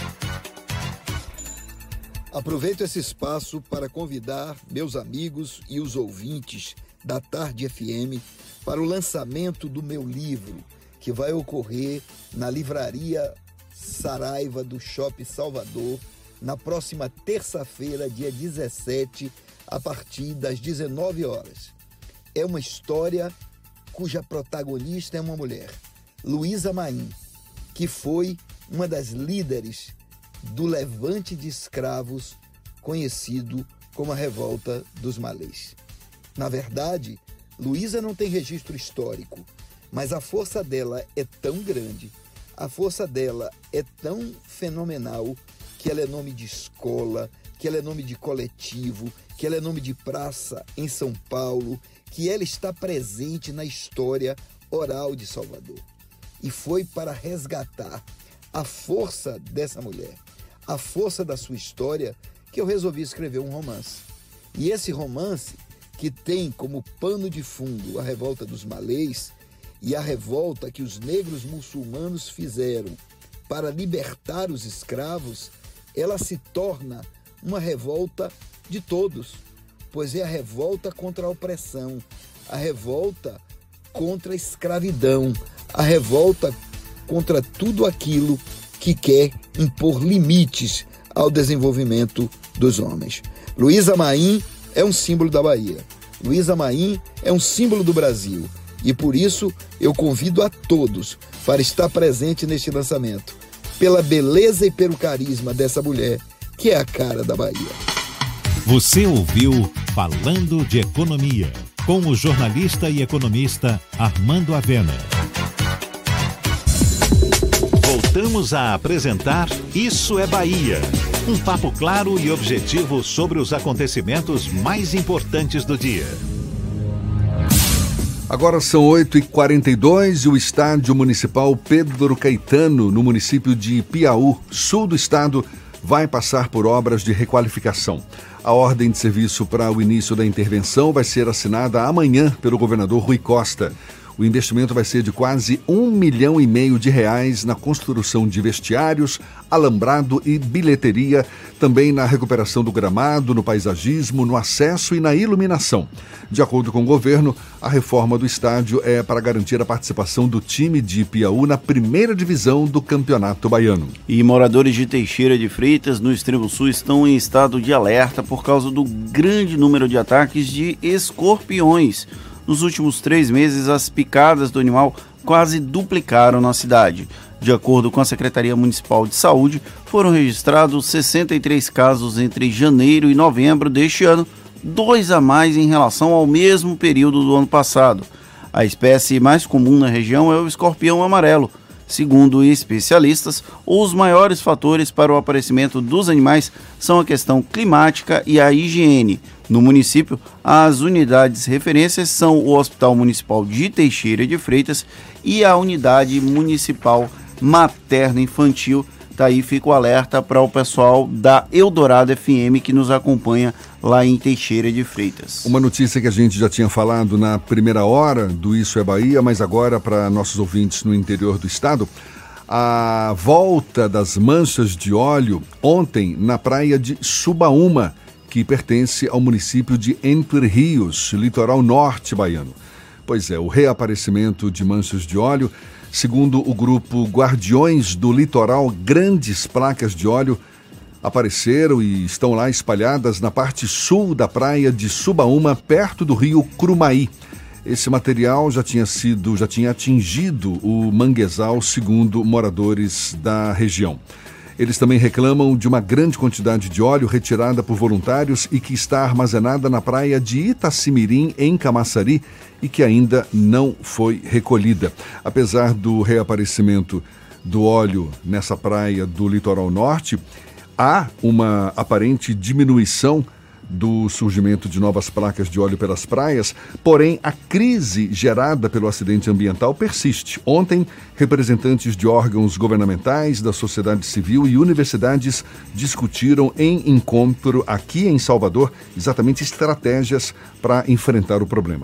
Aproveito esse espaço para convidar meus amigos e os ouvintes da Tarde F M para o lançamento do meu livro, que vai ocorrer na Livraria Saraiva do Shopping Salvador, na próxima terça-feira, dia dezessete, a partir das dezenove horas. É uma história cuja protagonista é uma mulher, Luísa Maim, que foi uma das líderes do levante de escravos conhecido como a Revolta dos Malês. Na verdade, Luísa não tem registro histórico, mas a força dela é tão grande, a força dela é tão fenomenal, que ela é nome de escola, que ela é nome de coletivo, que ela é nome de praça em São Paulo, que ela está presente na história oral de Salvador. E foi para resgatar a força dessa mulher, a força da sua história, que eu resolvi escrever um romance. E esse romance, que tem como pano de fundo a Revolta dos Malês e a revolta que os negros muçulmanos fizeram para libertar os escravos, ela se torna uma revolta de todos, pois é a revolta contra a opressão, a revolta contra a escravidão, a revolta contra tudo aquilo que quer impor limites ao desenvolvimento dos homens. Luísa Maim é um símbolo da Bahia. Luísa Maim é um símbolo do Brasil. E por isso eu convido a todos para estar presente neste lançamento, pela beleza e pelo carisma dessa mulher, que é a cara da Bahia. Você ouviu Falando de Economia, com o jornalista e economista Armando Avena. Voltamos a apresentar Isso é Bahia. Um papo claro e objetivo sobre os acontecimentos mais importantes do dia. Agora são oito e quarenta e dois e o Estádio Municipal Pedro Caetano, no município de Piauí, sul do estado, vai passar por obras de requalificação. A ordem de serviço para o início da intervenção vai ser assinada amanhã pelo governador Rui Costa. O investimento vai ser de quase um milhão e meio de reais na construção de vestiários, alambrado e bilheteria, também na recuperação do gramado, no paisagismo, no acesso e na iluminação. De acordo com o governo, a reforma do estádio é para garantir a participação do time de Piauí na primeira divisão do Campeonato Baiano. E moradores de Teixeira de Freitas, no extremo sul, estão em estado de alerta por causa do grande número de ataques de escorpiões. Nos últimos três meses, as picadas do animal quase duplicaram na cidade. De acordo com a Secretaria Municipal de Saúde, foram registrados sessenta e três casos entre janeiro e novembro deste ano, dois a mais em relação ao mesmo período do ano passado. A espécie mais comum na região é o escorpião amarelo. Segundo especialistas, os maiores fatores para o aparecimento dos animais são a questão climática e a higiene. No município, as unidades referências são o Hospital Municipal de Teixeira de Freitas e a Unidade Municipal Materno-Infantil. Daí fica o alerta para o pessoal da Eldorado F M que nos acompanha lá em Teixeira de Freitas. Uma notícia que a gente já tinha falado na primeira hora do Isso é Bahia, mas agora para nossos ouvintes no interior do estado, a volta das manchas de óleo ontem na praia de Subaúma, que pertence ao município de Entre Rios, litoral norte baiano. Pois é, o reaparecimento de manchas de óleo, segundo o grupo Guardiões do Litoral, grandes placas de óleo apareceram e estão lá espalhadas na parte sul da praia de Subaúma, perto do rio Crumaí. Esse material já tinha sido, já tinha atingido o manguezal, segundo moradores da região. Eles também reclamam de uma grande quantidade de óleo retirada por voluntários e que está armazenada na praia de Itacimirim, em Camaçari, e que ainda não foi recolhida. Apesar do reaparecimento do óleo nessa praia do litoral norte, há uma aparente diminuição do surgimento de novas placas de óleo pelas praias, porém a crise gerada pelo acidente ambiental persiste. Ontem, representantes de órgãos governamentais, da sociedade civil e universidades discutiram em encontro aqui em Salvador exatamente estratégias para enfrentar o problema.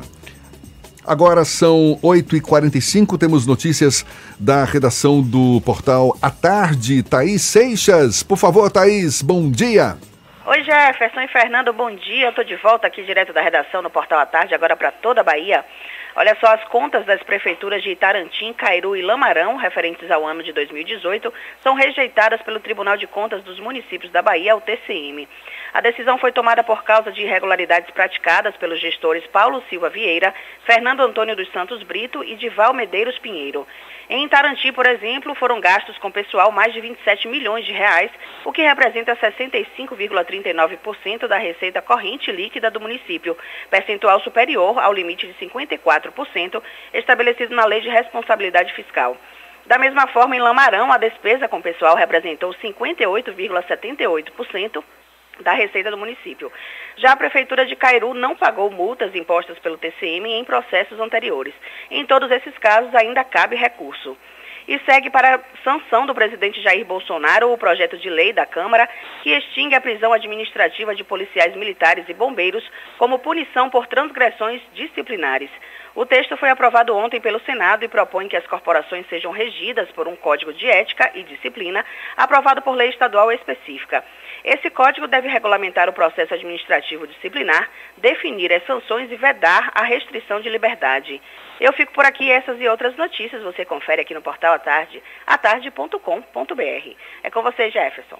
Agora são oito e quarenta e cinco, temos notícias da redação do portal A Tarde. Thaís Seixas, por favor, Thaís, bom dia. Oi, Jefferson e Fernando, bom dia. Eu estou de volta aqui direto da redação no Portal à Tarde, agora para toda a Bahia. Olha só, as contas das prefeituras de Itarantim, Cairu e Lamarão, referentes ao ano de dois mil e dezoito, são rejeitadas pelo Tribunal de Contas dos Municípios da Bahia, o T C M. A decisão foi tomada por causa de irregularidades praticadas pelos gestores Paulo Silva Vieira, Fernando Antônio dos Santos Brito e Dival Medeiros Pinheiro. Em Itarantim, por exemplo, foram gastos com pessoal mais de vinte e sete milhões de reais, o que representa sessenta e cinco vírgula trinta e nove por cento da receita corrente líquida do município, percentual superior ao limite de cinquenta e quatro por cento estabelecido na Lei de Responsabilidade Fiscal. Da mesma forma, em Lamarão, a despesa com pessoal representou cinquenta e oito vírgula setenta e oito por cento da receita do município. Já a Prefeitura de Cairu não pagou multas impostas pelo T C M em processos anteriores. Em todos esses casos, ainda cabe recurso. E segue para a sanção do presidente Jair Bolsonaro o projeto de lei da Câmara que extingue a prisão administrativa de policiais militares e bombeiros como punição por transgressões disciplinares. O texto foi aprovado ontem pelo Senado e propõe que as corporações sejam regidas por um código de ética e disciplina aprovado por lei estadual específica. Esse código deve regulamentar o processo administrativo disciplinar, definir as sanções e vedar a restrição de liberdade. Eu fico por aqui, essas e outras notícias você confere aqui no portal A Tarde, atarde ponto com ponto br. É com você, Jefferson.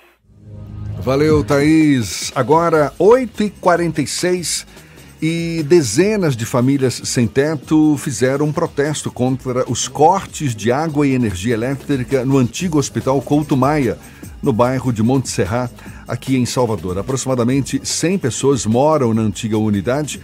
Valeu, Thaís. Agora, oito e quarenta e seis e dezenas de famílias sem teto fizeram um protesto contra os cortes de água e energia elétrica no antigo Hospital Couto Maia, no bairro de Monte Serrat, aqui em Salvador. Aproximadamente cem pessoas moram na antiga unidade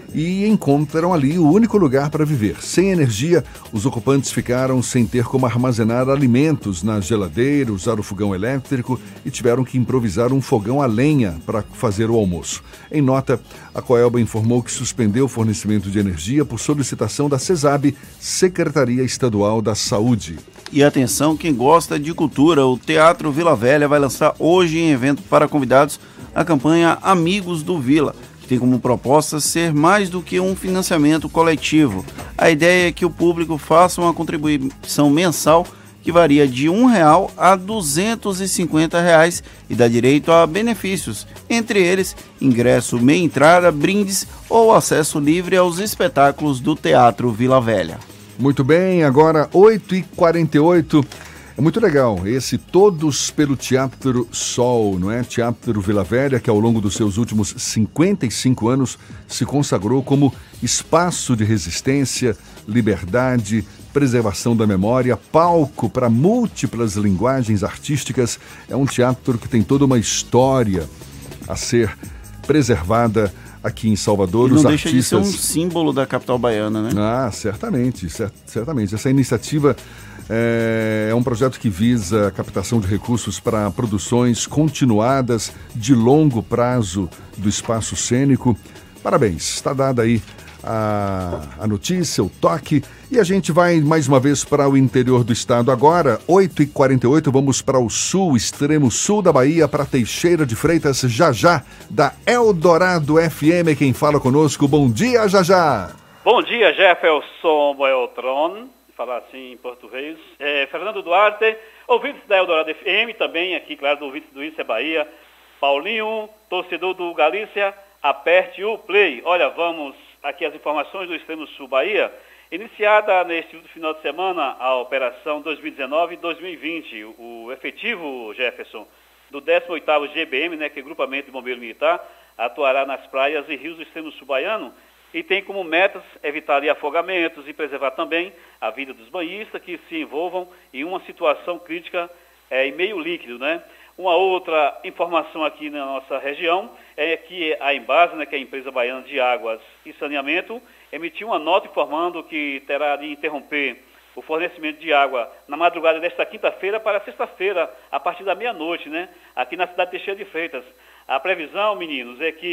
e encontram ali o único lugar para viver. Sem energia, os ocupantes ficaram sem ter como armazenar alimentos na geladeira, usar o fogão elétrico e tiveram que improvisar um fogão a lenha para fazer o almoço. Em nota, a Coelba informou que suspendeu o fornecimento de energia por solicitação da CESAB, Secretaria Estadual da Saúde. E atenção, quem gosta de cultura, o Teatro Vila Velha vai lançar hoje em evento para convidados a campanha Amigos do Vila, que tem como proposta ser mais do que um financiamento coletivo. A ideia é que o público faça uma contribuição mensal que varia de um real a duzentos e cinquenta reais e dá direito a benefícios, entre eles ingresso meia entrada, brindes ou acesso livre aos espetáculos do Teatro Vila Velha. Muito bem, agora oito e quarenta e oito. É muito legal esse Todos pelo Teatro Sol, não é? Teatro Vila Velha, que ao longo dos seus últimos cinquenta e cinco anos se consagrou como espaço de resistência, liberdade, preservação da memória, palco para múltiplas linguagens artísticas. É um teatro que tem toda uma história a ser preservada aqui em Salvador. E não os deixa artistas... de ser um símbolo da capital baiana, né? Ah, certamente, cer- certamente. Essa iniciativa é, é um projeto que visa a captação de recursos para produções continuadas de longo prazo do espaço cênico. Parabéns, está dada aí a, a notícia, o toque. E a gente vai mais uma vez para o interior do estado agora, oito e quarenta e oito, vamos para o sul, extremo sul da Bahia, para Teixeira de Freitas, Jajá, da Eldorado F M, quem fala conosco. Bom dia, Jajá! Bom dia, Jefferson Beltrão, falar assim em português. É, Fernando Duarte, ouvintes da Eldorado F M, também aqui, claro, ouvintes do Isso é Bahia. Paulinho, torcedor do Galícia, aperte o play. Olha, vamos aqui as informações do extremo sul Bahia. Iniciada neste último final de semana a operação dois mil e dezenove dois mil e vinte, o efetivo, Jefferson, do décimo oitavo G B M, né, que é Grupamento de Bombeiro Militar, atuará nas praias e rios do extremo sul baiano e tem como metas evitar ali afogamentos e preservar também a vida dos banhistas que se envolvam em uma situação crítica é, em meio líquido, né? Uma outra informação aqui na nossa região é que a Embasa, né, que é a Empresa Baiana de Águas e Saneamento, emitiu uma nota informando que terá de interromper o fornecimento de água na madrugada desta quinta-feira para sexta-feira, a partir da meia-noite, né, aqui na cidade de Teixeira de Freitas. A previsão, meninos, é que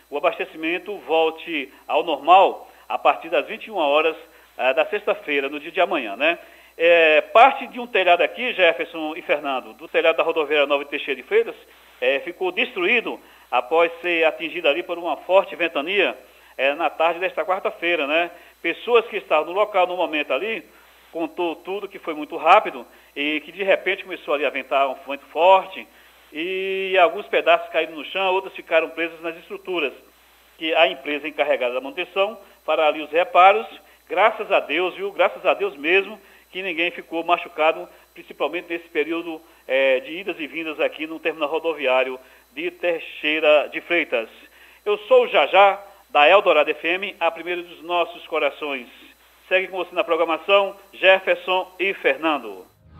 o abastecimento volte ao normal a partir das vinte e uma horas ah, da sexta-feira, no dia de amanhã, né? É, parte de um telhado aqui, Jefferson e Fernando, do telhado da rodoviária Nova Teixeira de Freitas, é, ficou destruído após ser atingido ali por uma forte ventania é, na tarde desta quarta-feira, né? Pessoas que estavam no local no momento ali, contou tudo que foi muito rápido e que de repente começou ali a ventar um vento forte e alguns pedaços caíram no chão, outros ficaram presos nas estruturas, que a empresa encarregada da manutenção fará ali os reparos, graças a Deus, viu? Graças a Deus mesmo, que ninguém ficou machucado, principalmente nesse período é, de idas e vindas aqui no terminal rodoviário de Teixeira de Freitas. Eu sou o Jajá, da Eldorado F M, a primeira dos nossos corações. Segue com você na programação, Jefferson e Fernando.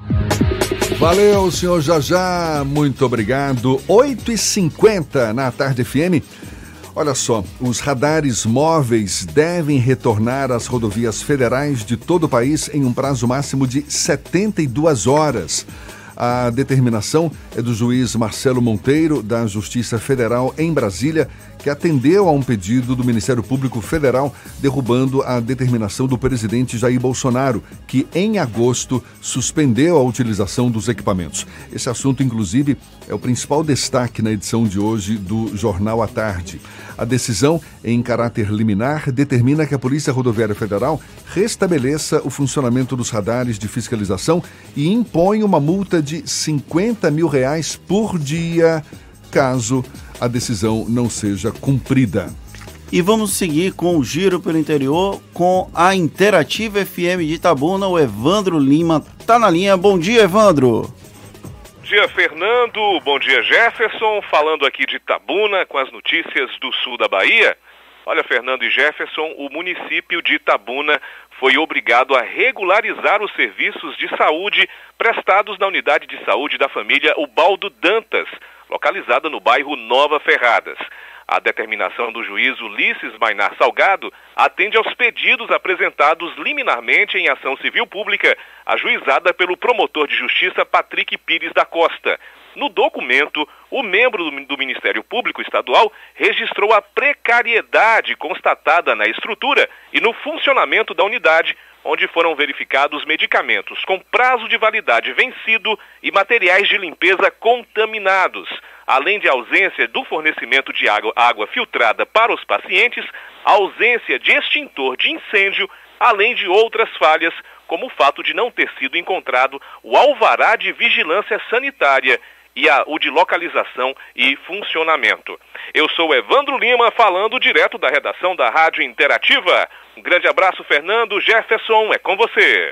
Valeu, senhor Jajá, muito obrigado. oito e cinquenta na Tarde F M. Olha só, os radares móveis devem retornar às rodovias federais de todo o país em um prazo máximo de setenta e duas horas. A determinação é do juiz Marcelo Monteiro, da Justiça Federal em Brasília, que atendeu a um pedido do Ministério Público Federal, derrubando a determinação do presidente Jair Bolsonaro, que em agosto suspendeu a utilização dos equipamentos. Esse assunto, inclusive, é o principal destaque na edição de hoje do Jornal à Tarde. A decisão, em caráter liminar, determina que a Polícia Rodoviária Federal restabeleça o funcionamento dos radares de fiscalização e impõe uma multa de cinquenta mil reais por dia, caso a decisão não seja cumprida. E vamos seguir com o giro pelo interior com a Interativa F M de Itabuna. O Evandro Lima tá na linha. Bom dia, Evandro. Bom dia, Fernando. Bom dia, Jefferson. Falando aqui de Itabuna com as notícias do sul da Bahia. Olha, Fernando e Jefferson, o município de Itabuna foi obrigado a regularizar os serviços de saúde prestados na unidade de saúde da família Ubaldo Dantas, localizada no bairro Nova Ferradas. A determinação do juiz Ulisses Mainar Salgado atende aos pedidos apresentados liminarmente em ação civil pública, ajuizada pelo promotor de justiça Patrick Pires da Costa. No documento, o membro do, do Ministério Público Estadual registrou a precariedade constatada na estrutura e no funcionamento da unidade, onde foram verificados medicamentos com prazo de validade vencido e materiais de limpeza contaminados, além de ausência do fornecimento de água, água filtrada para os pacientes, ausência de extintor de incêndio, além de outras falhas, como o fato de não ter sido encontrado o alvará de vigilância sanitária e a, o de localização e funcionamento. Eu sou Evandro Lima, falando direto da redação da Rádio Interativa. Um grande abraço, Fernando. Jefferson, é com você.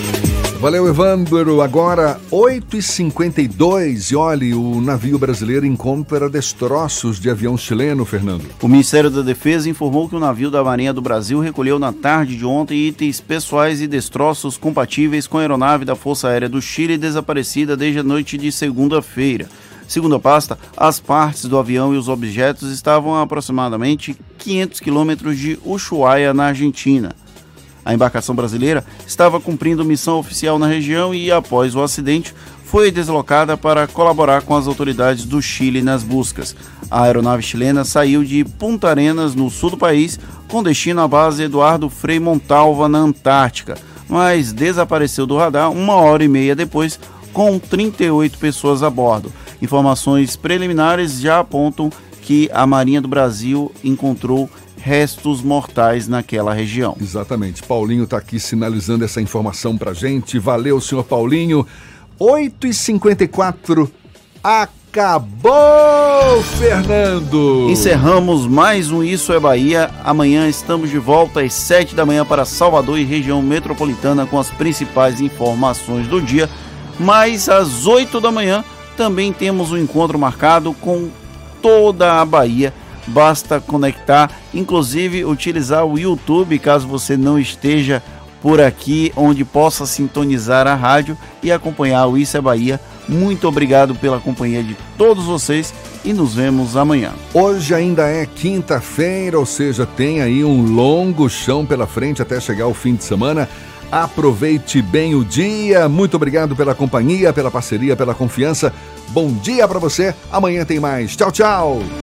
Valeu, Evandro. Agora, oito e cinquenta e dois, e olhe, o navio brasileiro encontra destroços de avião chileno, Fernando. O Ministério da Defesa informou que o navio da Marinha do Brasil recolheu na tarde de ontem itens pessoais e destroços compatíveis com a aeronave da Força Aérea do Chile, desaparecida desde a noite de segunda-feira. Segundo a pasta, as partes do avião e os objetos estavam a aproximadamente quinhentos quilômetros de Ushuaia, na Argentina. A embarcação brasileira estava cumprindo missão oficial na região e, após o acidente, foi deslocada para colaborar com as autoridades do Chile nas buscas. A aeronave chilena saiu de Punta Arenas, no sul do país, com destino à base Eduardo Frei Montalva, na Antártica, mas desapareceu do radar uma hora e meia depois, com trinta e oito pessoas a bordo. Informações preliminares já apontam que a Marinha do Brasil encontrou restos mortais naquela região. Exatamente. Paulinho está aqui sinalizando essa informação pra gente. Valeu, senhor Paulinho. oito e cinquenta e quatro. Acabou, Fernando! Encerramos mais um Isso é Bahia. Amanhã estamos de volta às sete da manhã para Salvador e região metropolitana com as principais informações do dia. Mas às oito da manhã também temos um encontro marcado com toda a Bahia. Basta conectar, inclusive utilizar o YouTube, caso você não esteja por aqui, onde possa sintonizar a rádio e acompanhar o Isso é Bahia. Muito obrigado pela companhia de todos vocês e nos vemos amanhã. Hoje ainda é quinta-feira, ou seja, tem aí um longo chão pela frente até chegar o fim de semana. Aproveite bem o dia. Muito obrigado pela companhia, pela parceria, pela confiança. Bom dia para você. Amanhã tem mais. Tchau, tchau.